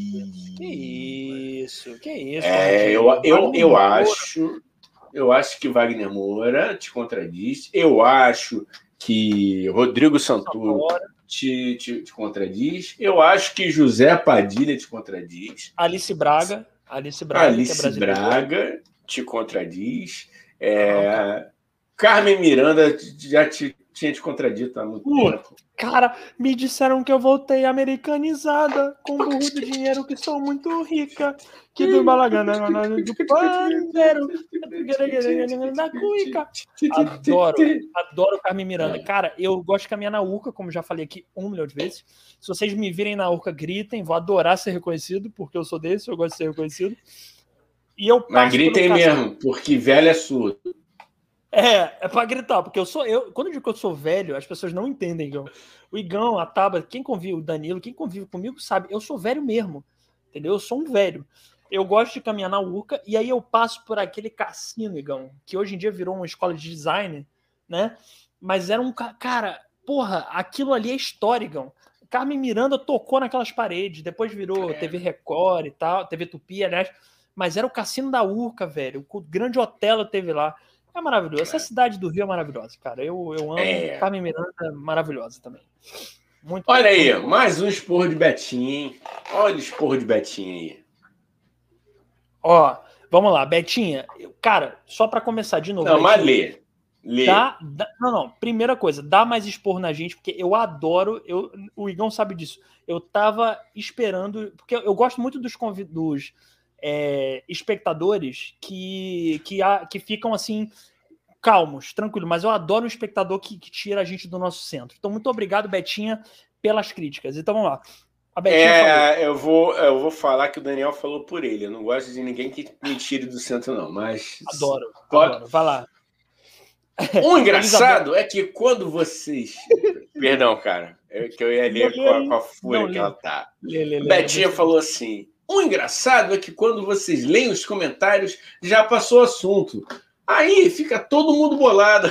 Que isso, que isso. É, eu, Conradinho. eu, Wagner eu Moura. acho, eu acho que Wagner Moura te contradiz. Eu acho que Rodrigo Santoro te, te, te contradiz. Eu acho que José Padilha te contradiz. Alice Braga. Alice Braga, que é Alice brasileira. Braga te contradiz. É, Carmen Miranda já te, tinha te contradito há muito Uh, tempo. Cara, me disseram que eu voltei americanizada, com burro do dinheiro que sou muito rica, que do balagana do pandeiro, da cuica. Adoro, adoro Carmen Miranda. Cara, eu gosto de caminhar na Urca, como já falei aqui um milhão de vezes. Se vocês me virem na Urca, gritem, vou adorar ser reconhecido, porque eu sou desse, eu gosto de ser reconhecido. E eu passo Mas gritem pelo castelo- mesmo, porque velho é surdo. É, é pra gritar, porque eu sou eu. Quando eu digo que eu sou velho, as pessoas não entendem, Igão. O Igão, a Taba, quem convive, o Danilo, quem convive comigo sabe, eu sou velho mesmo. Entendeu? Eu sou um velho. Eu gosto de caminhar na Urca e aí eu passo por aquele cassino, Igão, que hoje em dia virou uma escola de design, né? Mas era um. ca- Cara, porra, aquilo ali é história, Igão. Carmen Miranda tocou naquelas paredes, depois virou T V Record e tal, T V Tupi, aliás. Mas era o cassino da Urca, velho. O grande hotel teve lá. É maravilhoso. Essa cidade do Rio é maravilhosa, cara. Eu, eu amo. É. Carmen Miranda é maravilhosa também. Muito Olha aí, muito bom. mais um esporro de Betinho, hein? Olha o esporro de Betinho aí. Ó, vamos lá, Betinha. eu- Cara, só pra começar de novo. Não, mas Betinha, lê. Lê. dá, dá- não, não. Primeira coisa, dá mais esporro na gente, porque eu adoro. Eu, o Igão sabe disso. Eu tava esperando. Porque eu gosto muito dos, convi- dos é, espectadores que, que, a- que ficam assim. Calmos, tranquilo, mas eu adoro um espectador que, que tira a gente do nosso centro. Então, muito obrigado, Betinha, pelas críticas. Então, vamos lá. A Betinha falou. É, eu vou, eu vou falar que o Daniel falou por ele. Eu não gosto de ninguém que me tire do centro, não. Mas Adoro, Pode- adoro. Vai lá. o engraçado é que quando vocês. Perdão, cara. É que eu ia ler Não, com a, com a fúria não, que lê. ela tá. Lê, lê, lê, Betinha lê. falou assim: o engraçado é que quando vocês leem os comentários, já passou o assunto. Aí fica todo mundo bolado.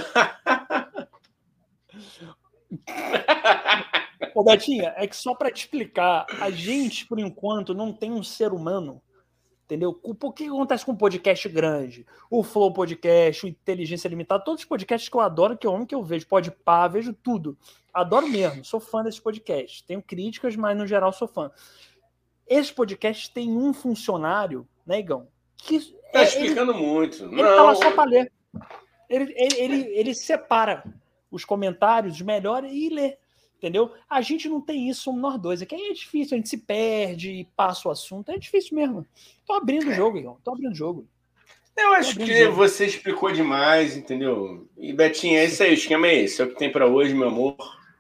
Ô, Betinha, é que só pra te explicar, a gente, por enquanto, não tem um ser humano, entendeu? O por que acontece com um podcast grande? O Flow Podcast, o Inteligência Limitada, todos os podcasts que eu adoro, que eu amo, que eu vejo, Podpah, vejo tudo. Adoro mesmo, sou fã desses podcasts. Tenho críticas, mas no geral sou fã. Esses podcasts têm um funcionário, né, Igão? Que Tá é- explicando muito. Ele, ele tá lá Não, só pra ler. Ele, ele, ele, ele separa os comentários, os melhores, e lê. Entendeu? A gente não tem isso, somos nós dois. Aqui é difícil, a gente se perde e passa o assunto. É difícil mesmo. Tô abrindo o jogo, Igão. Tô abrindo o jogo. eu acho Tô que abrindo. você explicou demais, entendeu? E Betinho, é isso aí. O esquema é esse. É o que tem pra hoje, meu amor.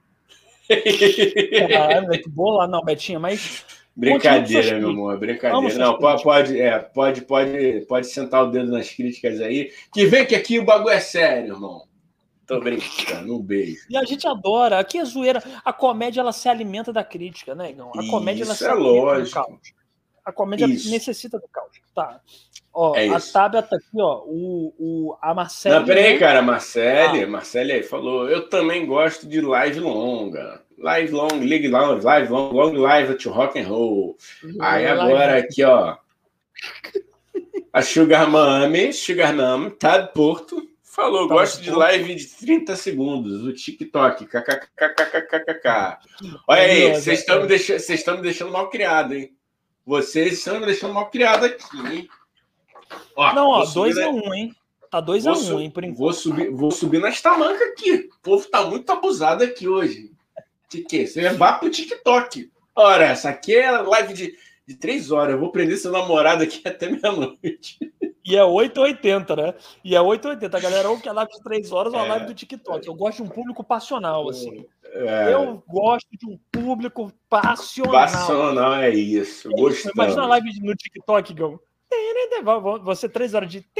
Ah, moleque, boa lá, não, Betinha, mas. Brincadeira, Continua meu com amor, Vamos brincadeira. suas Não, pode, críticas. pode, é, pode, pode, pode sentar o dedo nas críticas aí. Que vem que aqui o bagulho é sério, irmão. Tô brincando, um beijo. E a gente adora. Aqui é zoeira. A comédia, ela se alimenta da crítica, né, Igão? A comédia, ela Isso se é alimenta do lógico. caos. A comédia Isso. necessita do caos. Tá. Ó, É a isso. Tabata tá aqui, ó. O, o, a Marcele. Não, peraí, né? cara, Marcele, Ah. Marcele aí falou, eu também gosto de live longa. Live long, live long, live long, long live to rock and roll. Aí agora aqui, ó, a Sugar Mami, Sugar Mami, tá de Porto, Falou, tá, gosto de live de trinta segundos, o TikTok. Kkkkkkk. Olha aí, vocês estão me, deixando, me deixando mal criado, hein? Vocês estão me deixando mal criado aqui, hein? Ó, não, ó, dois a um, hein? Tá dois a um, hein, por enquanto. Vou subir, vou subir nas tamancas aqui. O povo tá muito abusado aqui hoje. De quê? Você vai pro TikTok. Ora, essa aqui é live de, de três horas. Eu vou prender seu namorado aqui até meia-noite. E é oito e oitenta, né? E é oito e oitenta. A galera ou que é live de três horas ou a live do TikTok. Eu gosto de um público passional, assim. É. Eu gosto de um público passional. Passional é isso. Gostamos. Imagina a live no TikTok, Gão. Você três horas de...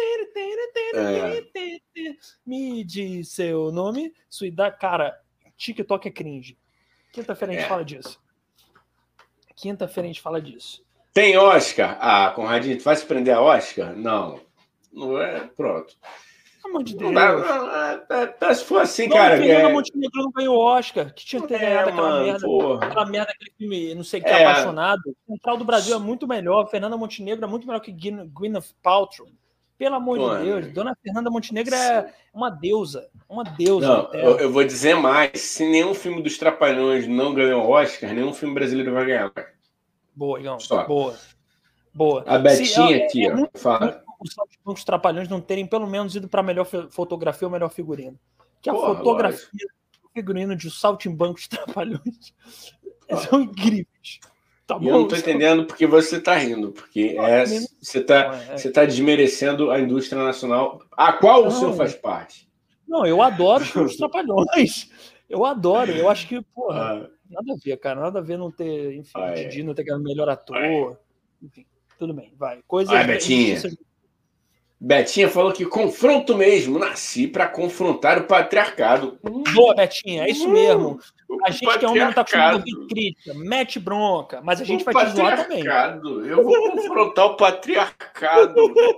É. Me diz seu nome, sua idade. Cara, TikTok é cringe. Quinta-feira a gente é. fala disso. Quinta-feira a gente fala disso. Tem Oscar? Ah, Conradinho, tu vai se prender a Oscar? Não. Não é? Pronto. Pelo amor de Deus. Não, não, não, se for assim, não, cara... Fernanda é... Montenegro não ganhou Oscar. Que tinha que ter é, ganhado aquela mano, merda. Porra. Aquela merda, aquele filme, não sei o que, é. Apaixonado. O Central do Brasil é muito melhor. Fernanda Montenegro é muito melhor que Gwyneth Paltrow. Pelo amor Pô, de Deus. Dona Fernanda Montenegro é uma deusa. Uma deusa. Não, eu, eu vou dizer mais. Se nenhum filme dos Trapalhões não ganhou Oscar, nenhum filme brasileiro vai ganhar. Boa, Igão. Boa. Boa. A Betinha Se, aqui, é, ó. É muito, fala. Os Saltimbancos Trapalhões não terem pelo menos ido para melhor fotografia ou melhor figurino. Que a Porra, fotografia do figurino de Saltimbancos Trapalhões são incríveis. Tá bom? Eu não tô entendendo porque você tá rindo, porque é, você tá, você tá desmerecendo a indústria nacional, a qual não, o senhor faz parte. Não, eu adoro os filmes Trapalhões. Eu adoro. Eu acho que, porra, ah. nada a ver, cara. Nada a ver não ter, enfim, ah, é. Didi não ter ganhado melhor ator. Ah, é. Enfim, tudo bem, vai. Coisa ah, Betinha. Betinha falou que confronto mesmo, nasci para confrontar o patriarcado. Boa, Betinha, é isso mesmo. A gente que é homem não tá acostumado a crítica, mete bronca, mas a gente o vai te zoar também. Eu vou confrontar o patriarcado.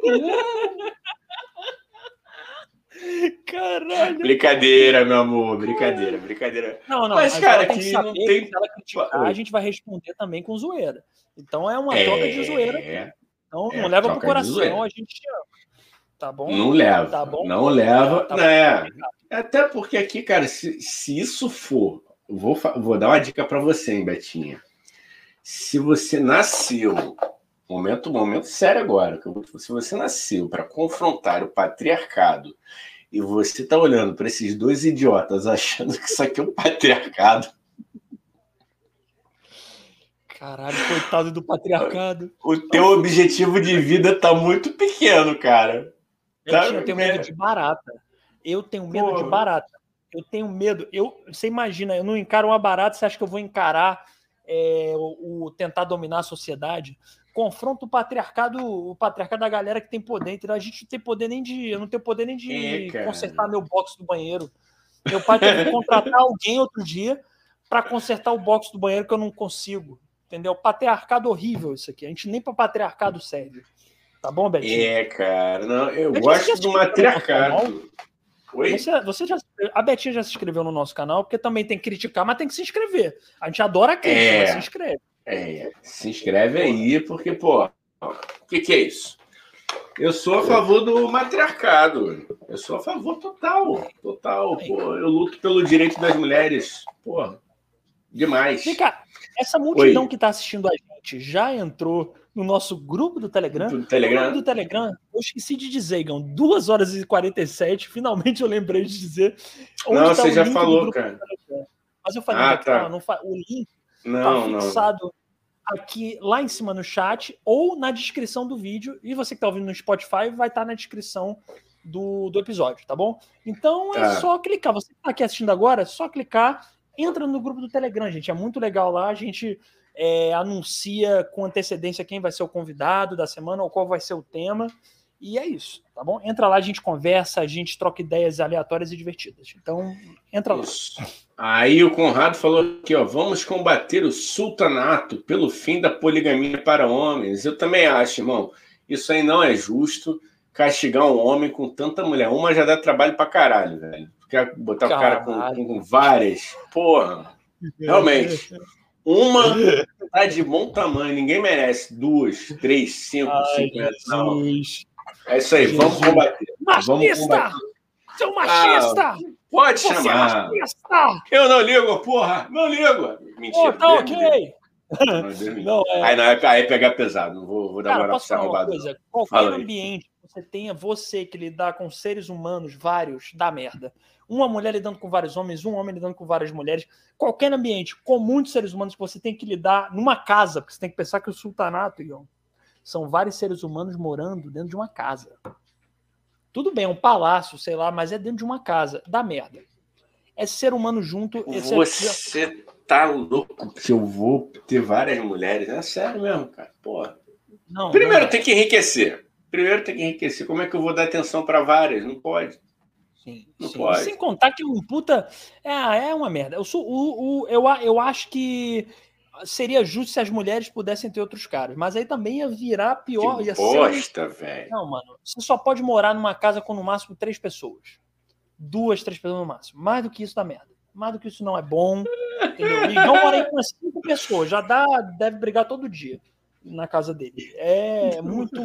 Caralho. Brincadeira, meu amor, brincadeira, brincadeira. Não, não, mas, cara, que, que não tem. Se ela criticar, a gente vai responder também com zoeira. Então é uma é... troca de zoeira. Então é, não leva pro coração, a gente te ama. Tá bom? Não leva. Tá bom? Não leva. Tá né? Até porque aqui, cara, se, se isso for. Vou, vou dar uma dica para você, hein, Betinha. Se você nasceu. Momento, momento sério agora. Se você nasceu para confrontar o patriarcado e você tá olhando para esses dois idiotas achando que isso aqui é um patriarcado. Caralho, coitado do patriarcado. O teu objetivo de vida tá muito pequeno, cara. Tá? Eu tenho medo de barata. Eu tenho medo Porra. de barata. Eu tenho medo. Eu, você imagina, eu não encaro uma barata, você acha que eu vou encarar é, o, o tentar dominar a sociedade? Confronto o patriarcado, o patriarcado da galera que tem poder. Entendeu? A gente não tem poder nem de. Eu não tenho poder nem de é, consertar meu box do banheiro. Meu pai teve que contratar alguém outro dia para consertar o box do banheiro que eu não consigo. Entendeu? Patriarcado horrível isso aqui. A gente nem para patriarcado serve. Tá bom, Betinho? É, cara. Não, eu, eu gosto do matriarcado. Oi? Você, você já, a Betinha já se inscreveu no nosso canal, porque também tem que criticar, mas tem que se inscrever. A gente adora crítica, é, mas se inscreve. É, se inscreve aí, porque, pô, o que, que é isso? Eu sou a favor do matriarcado. Eu sou a favor total. Total. Pô, eu luto pelo direito das mulheres. Pô, demais. Vem cá, essa multidão Oi. que está assistindo a gente já entrou no nosso grupo do Telegram. Do Telegram. No grupo do Telegram, eu esqueci de dizer, Gão, duas horas e quarenta e sete, finalmente eu lembrei de dizer. Onde não, tá você já falou, cara. Mas eu falei, ah, tá. não, não, o link não, tá fixado não. aqui, lá em cima no chat, ou na descrição do vídeo, e você que está ouvindo no Spotify, vai estar tá na descrição do, do episódio, tá bom? Então é tá. só clicar. Você que está aqui assistindo agora, é só clicar, entra no grupo do Telegram, gente. É muito legal lá, a gente... É, anuncia com antecedência quem vai ser o convidado da semana ou qual vai ser o tema. E é isso, tá bom? Entra lá, a gente conversa, a gente troca ideias aleatórias e divertidas. Então, entra lá. Isso. Aí o Conrado falou aqui, ó, vamos combater o sultanato pelo fim da poligamia para homens. Eu também acho, irmão. Isso aí não é justo, castigar um homem com tanta mulher. Uma já dá trabalho pra caralho, velho. Quer botar caralho. o cara com, com várias. Porra, realmente. Uma tá de bom tamanho, ninguém merece. Duas, três, cinco, Ai, cinquenta. Não. É isso aí, Jesus. Vamos combater. Machista! Seu machista! Ah, pode Você chamar. é machista! Eu não ligo, porra! Não ligo! Mentira. Oh, tá ok. Não, é... Aí, não, aí pegar pesado. Não vou, vou dar Cara, moral posso pra ser falar uma roubado. coisa? Qualquer ambiente que você tenha, você que lidar com seres humanos vários, dá merda. Uma mulher lidando com vários homens, um homem lidando com várias mulheres. Qualquer ambiente com muitos seres humanos que você tem que lidar numa casa, porque você tem que pensar que o sultanato, Igão, são vários seres humanos morando dentro de uma casa. Tudo bem, é um palácio, sei lá, mas é dentro de uma casa. Dá merda. É ser humano junto. Você é... tá louco que eu vou ter várias mulheres? É sério mesmo, cara. Porra. Não, Primeiro não tem que enriquecer. Primeiro tem que enriquecer. Como é que eu vou dar atenção para várias? Não pode. Sim, não sim. pode. Sem contar que um puta... É, é uma merda. Eu, sou, o, o, eu, eu acho que seria justo se as mulheres pudessem ter outros caras. Mas aí também ia virar pior. Que ia bosta, ser... velho. Não, mano. Você só pode morar numa casa com no máximo três pessoas. Duas, três pessoas no máximo. Mais do que isso dá merda. Mais do que isso não é bom. Entendeu? O Igão mora aí com umas cinco pessoas. Já dá, deve brigar todo dia na casa dele. É muito...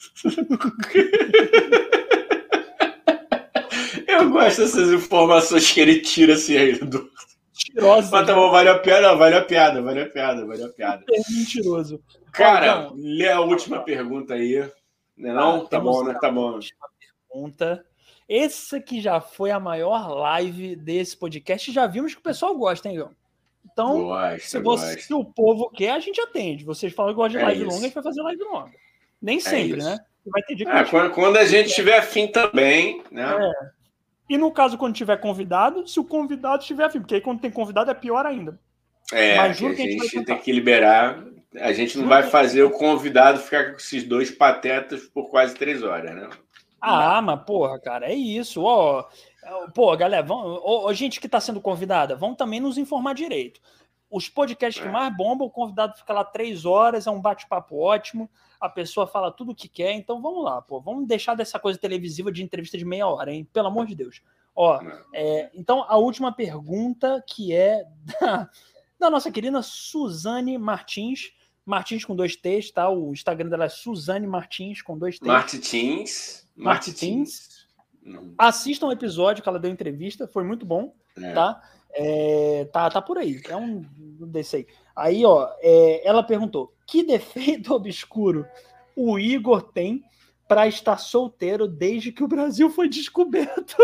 Eu gosto dessas informações que ele tira assim aí do... Mentirosa. Mas tá bom, valeu a piada, valeu a piada, valeu a piada, valeu a piada. É mentiroso. Cara, então, lê a última pergunta aí. Não, é não? Ah, tá bom, né? Tá bom. Última pergunta. Essa que já foi a maior live desse podcast. Já vimos que o pessoal gosta, hein, Igão? Então, gosta, se, você, se o povo quer, a gente atende. Vocês falam que gostam de live é longa, a gente vai fazer live longa. Nem sempre, é né? Vai ter dia que é, a quando, quando a gente tiver afim também, né? É. E no caso, quando tiver convidado, se o convidado estiver afim, porque aí quando tem convidado é pior ainda. É, Mas juro que a gente, que a gente tem que liberar. A gente não juro vai fazer o convidado ficar com esses dois patetas por quase três horas, né? Ah, mas porra, cara, é isso. Ó, pô, galera, vão, ó, gente que está sendo convidada, vão também nos informar direito. Os podcasts é. que mais bombam, o convidado fica lá três horas, é um bate-papo ótimo, a pessoa fala tudo o que quer, então vamos lá, pô, vamos deixar dessa coisa televisiva de entrevista de meia hora, hein? Pelo amor de Deus. Ó, é, então a última pergunta que é da, da nossa querida Suzane Martins, Martins com dois T's, tá? O Instagram dela é Suzane Martins com dois T's. Martins. Martins. Assistam o episódio que ela deu entrevista, foi muito bom, é. tá? É, tá? Tá por aí, é um desse aí. Aí, ó, é, ela perguntou, que defeito obscuro o Igor tem para estar solteiro desde que o Brasil foi descoberto?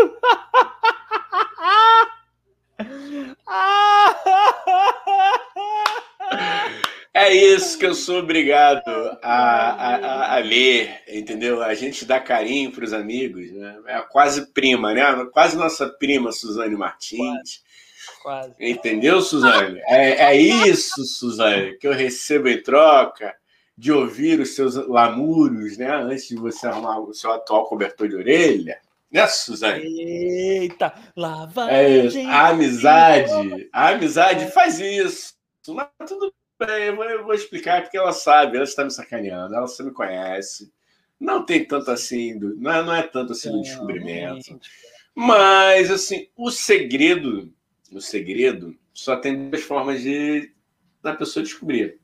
É isso que eu sou obrigado a, a, a ler, entendeu? A gente dá carinho para os amigos, né? É quase prima, né? Quase nossa prima Suzane Martins. Quase. Quase. Entendeu, Suzane? É, é isso, Suzane, que eu recebo em troca de ouvir os seus lamúrios, né? Antes de você arrumar o seu atual cobertor de orelha. Né, Suzane? Eita, lavagem. É isso. A amizade, a amizade faz isso. Mas tudo bem, eu vou, eu vou explicar porque ela sabe, ela está me sacaneando, ela só me conhece. Não tem tanto assim, do, não, é, não é tanto assim no descobrimento. Mas, assim, o segredo, o segredo só tem duas formas de da pessoa descobrir.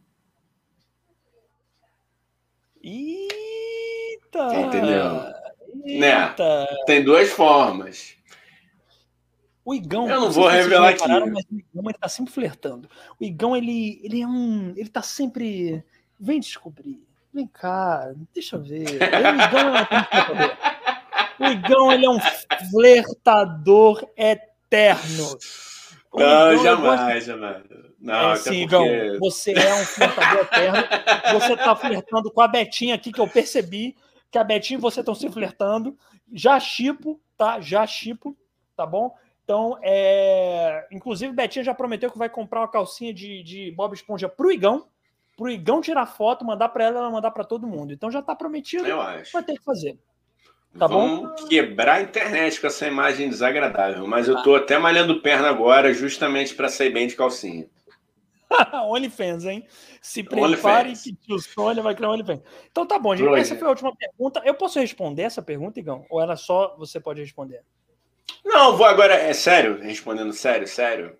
Eita! Entendeu? Né? Tem duas formas. O Igão, eu não vou revelar aqui. Mas o Igão, ele tá sempre flertando. O Igão, ele, ele é um, ele tá sempre, vem descobrir, vem cá, deixa eu ver. O Igão é um o Igão, ele é um flertador eterno. O não, Igão, jamais, gosta... jamais. Não, é, sim, Igão, porque... você é um flertador eterno. Você tá flertando com a Betinha aqui, que eu percebi que a Betinha e você estão se flertando. Já chipo, tá? Já chipo, tá bom? Então, é... inclusive, Betinha já prometeu que vai comprar uma calcinha de, de Bob Esponja pro Igão, pro Igão tirar foto, mandar para ela, ela mandar para todo mundo. Então já tá prometido, eu acho. Vai ter que fazer. Tá Vamos bom? quebrar a internet com essa imagem desagradável, mas eu tô ah. até malhando perna agora justamente para sair bem de calcinha. OnlyFans, hein? Se prepare que o Sônia vai criar um OnlyFans. Então tá bom, gente. Oi. Essa foi a última pergunta. Eu posso responder essa pergunta, Igão? Ou era só você pode responder? Não, vou agora... É sério? Respondendo sério, sério.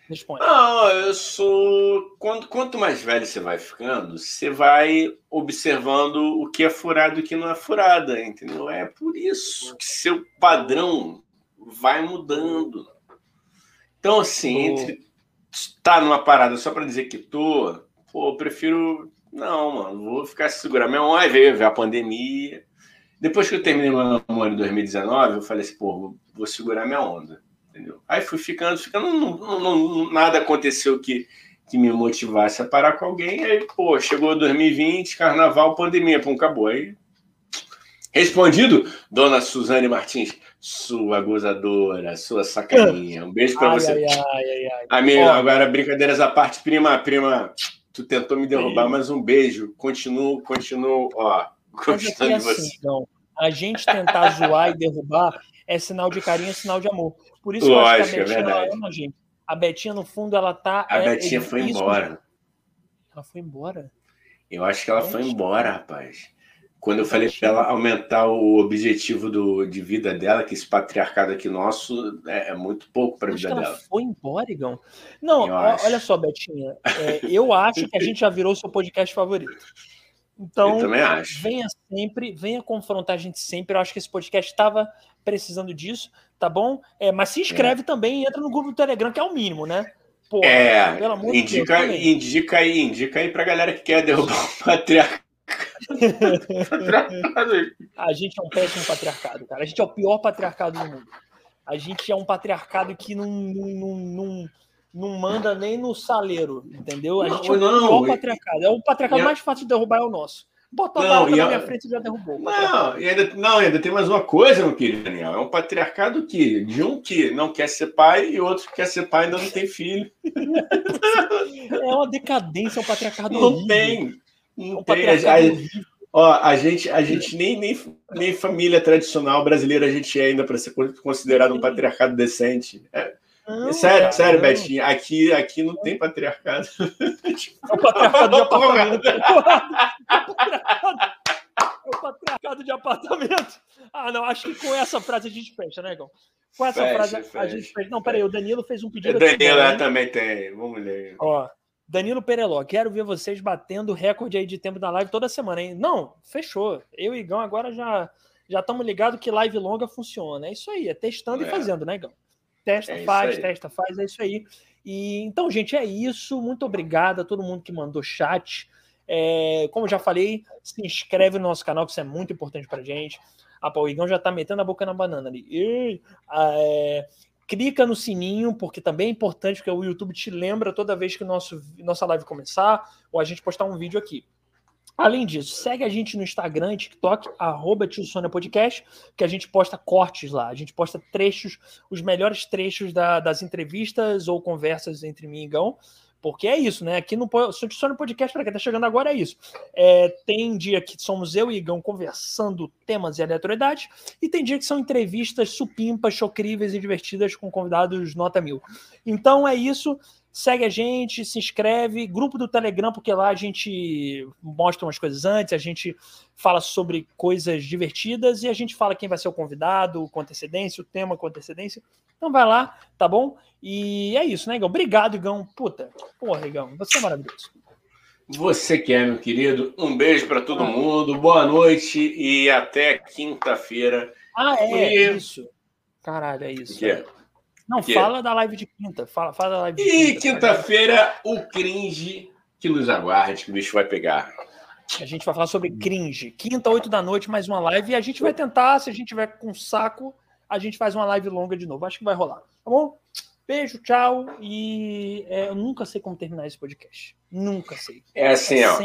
Responde. Não, eu sou... Quanto, quanto mais velho você vai ficando, você vai observando o que é furado e o que não é furada, entendeu? É por isso que seu padrão vai mudando. Então, assim, entre estar numa parada só para dizer que tô, pô, eu prefiro... Não, mano, vou ficar segurando minha onda. Aí veio, veio a pandemia. Depois que eu terminei meu namoro em dois mil e dezenove, eu falei assim, pô, vou segurar minha onda. Entendeu? Aí fui ficando, ficando, não, não, não, nada aconteceu que, que me motivasse a parar com alguém. Aí, pô, chegou dois mil e vinte, carnaval, pandemia, pum, acabou. Aí, respondido, dona Suzane Martins, sua gozadora, sua sacaninha. Um beijo pra ai, você. Ai, ai, ai, ai. Amigo, Ó, agora brincadeiras à parte, prima, prima, tu tentou me derrubar, mas um beijo. Continuo, continuo, ó, gostando de você. Assim, então, a gente tentar zoar e derrubar é sinal de carinho, é sinal de amor. Por isso Lógico, eu acho que a Betinha, é verdade. ela ama a gente. A Betinha, no fundo, ela tá... A é, Betinha é, foi isso... embora. Ela foi embora? Eu acho que ela Onde? foi embora, rapaz. Quando eu falei Betinha. para ela aumentar o objetivo do, de vida dela, que esse patriarcado aqui nosso é, é muito pouco para a vida Acho que dela. ela foi embora, Igão. Não, Eu ó, acho. olha só, Betinha. É, eu acho que a gente já virou seu podcast favorito. Eu Então, também acho. venha sempre, venha confrontar a gente sempre. Eu acho que esse podcast estava precisando disso, tá bom? É, mas se inscreve É. também e entra no grupo do Telegram, que é o mínimo, né? Porra, É, pelo amor indica, de Deus, indica aí, indica aí pra galera que quer derrubar o patriarcado. A gente é um péssimo patriarcado, cara. A gente é o pior patriarcado do mundo. A gente é um patriarcado que não, não, não, não manda nem no saleiro, entendeu? A gente Não, é o não, pior e- patriarcado. É o patriarcado e- mais fácil de derrubar, é o nosso. Bota a Não, barata e na a- minha frente e já derrubou. o patriarcado. Não, e ainda, não, ainda tem mais uma coisa, meu querido Daniel. É um patriarcado que, de um que não quer ser pai e outro que quer ser pai e ainda não tem filho. É uma decadência, é um patriarcado Não horrível. tem. É Não um tem. patriarcado A- horrível. Ó, a gente, a gente nem, nem, nem família tradicional brasileira a gente é ainda para ser considerado um patriarcado decente. É, Não, sério, cara, sério, não. Betinho. Aqui, aqui não tem patriarcado. É o patriarcado de apartamento. É o patriarcado de apartamento. Ah, não, acho que com essa frase a gente fecha, né, Igão? Com essa Fecha, frase a fecha, gente fecha. Não, peraí, o Danilo fez um pedido Daniel aqui. Bom, hein? também tem. Vamos ler. Ó, Danilo Pereló, quero ver vocês batendo recorde aí de tempo da live toda semana, hein? Não, fechou. Eu e Igão agora já já estamos ligados que live longa funciona. É isso aí, é testando É. e fazendo, né, Igão? Testa, É isso faz, aí. testa, faz, é isso aí. E então, gente, é isso. Muito obrigado a todo mundo que mandou chat. É, como eu já falei, se inscreve no nosso canal, que isso é muito importante pra gente. Ah, pô, o Igão já tá metendo a boca na banana ali. E, é, clica no sininho, porque também é importante, porque o YouTube te lembra toda vez que nosso, nossa live começar ou a gente postar um vídeo aqui. Além disso, segue a gente no Instagram e TikTok, arroba Tio Sônia Podcast, que a gente posta cortes lá. A gente posta trechos, os melhores trechos da, das entrevistas ou conversas entre mim e Igão. Porque é isso, né? Aqui no Tio Sônia Podcast, para quem tá chegando agora, é isso. É, tem dia que somos eu e Igão conversando temas e aleatoriedades, e tem dia que são entrevistas supimpas, chocríveis e divertidas com convidados nota mil. Então é isso. Segue a gente, se inscreve, grupo do Telegram, porque lá a gente mostra umas coisas antes, a gente fala sobre coisas divertidas e a gente fala quem vai ser o convidado, com antecedência, o tema com antecedência. Então vai lá, tá bom? E é isso, né, Igão? Obrigado, Igão. Puta, porra, Igão, você é maravilhoso. Você que é, meu querido. Um beijo para todo mundo. Boa noite e até quinta-feira. Ah, é, E- isso. Caralho, é isso. Que é? Não, Que fala da live de quinta. Fala, fala da live de E quinta. quinta-feira, o cringe que nos aguarde, que o bicho vai pegar. A gente vai falar sobre cringe. Quinta, oito da noite, mais uma live. E a gente vai tentar, se a gente tiver com saco, a gente faz uma live longa de novo. Acho que vai rolar. Tá bom? Beijo, tchau. E é, eu nunca sei como terminar esse podcast. Nunca sei. É assim, ó.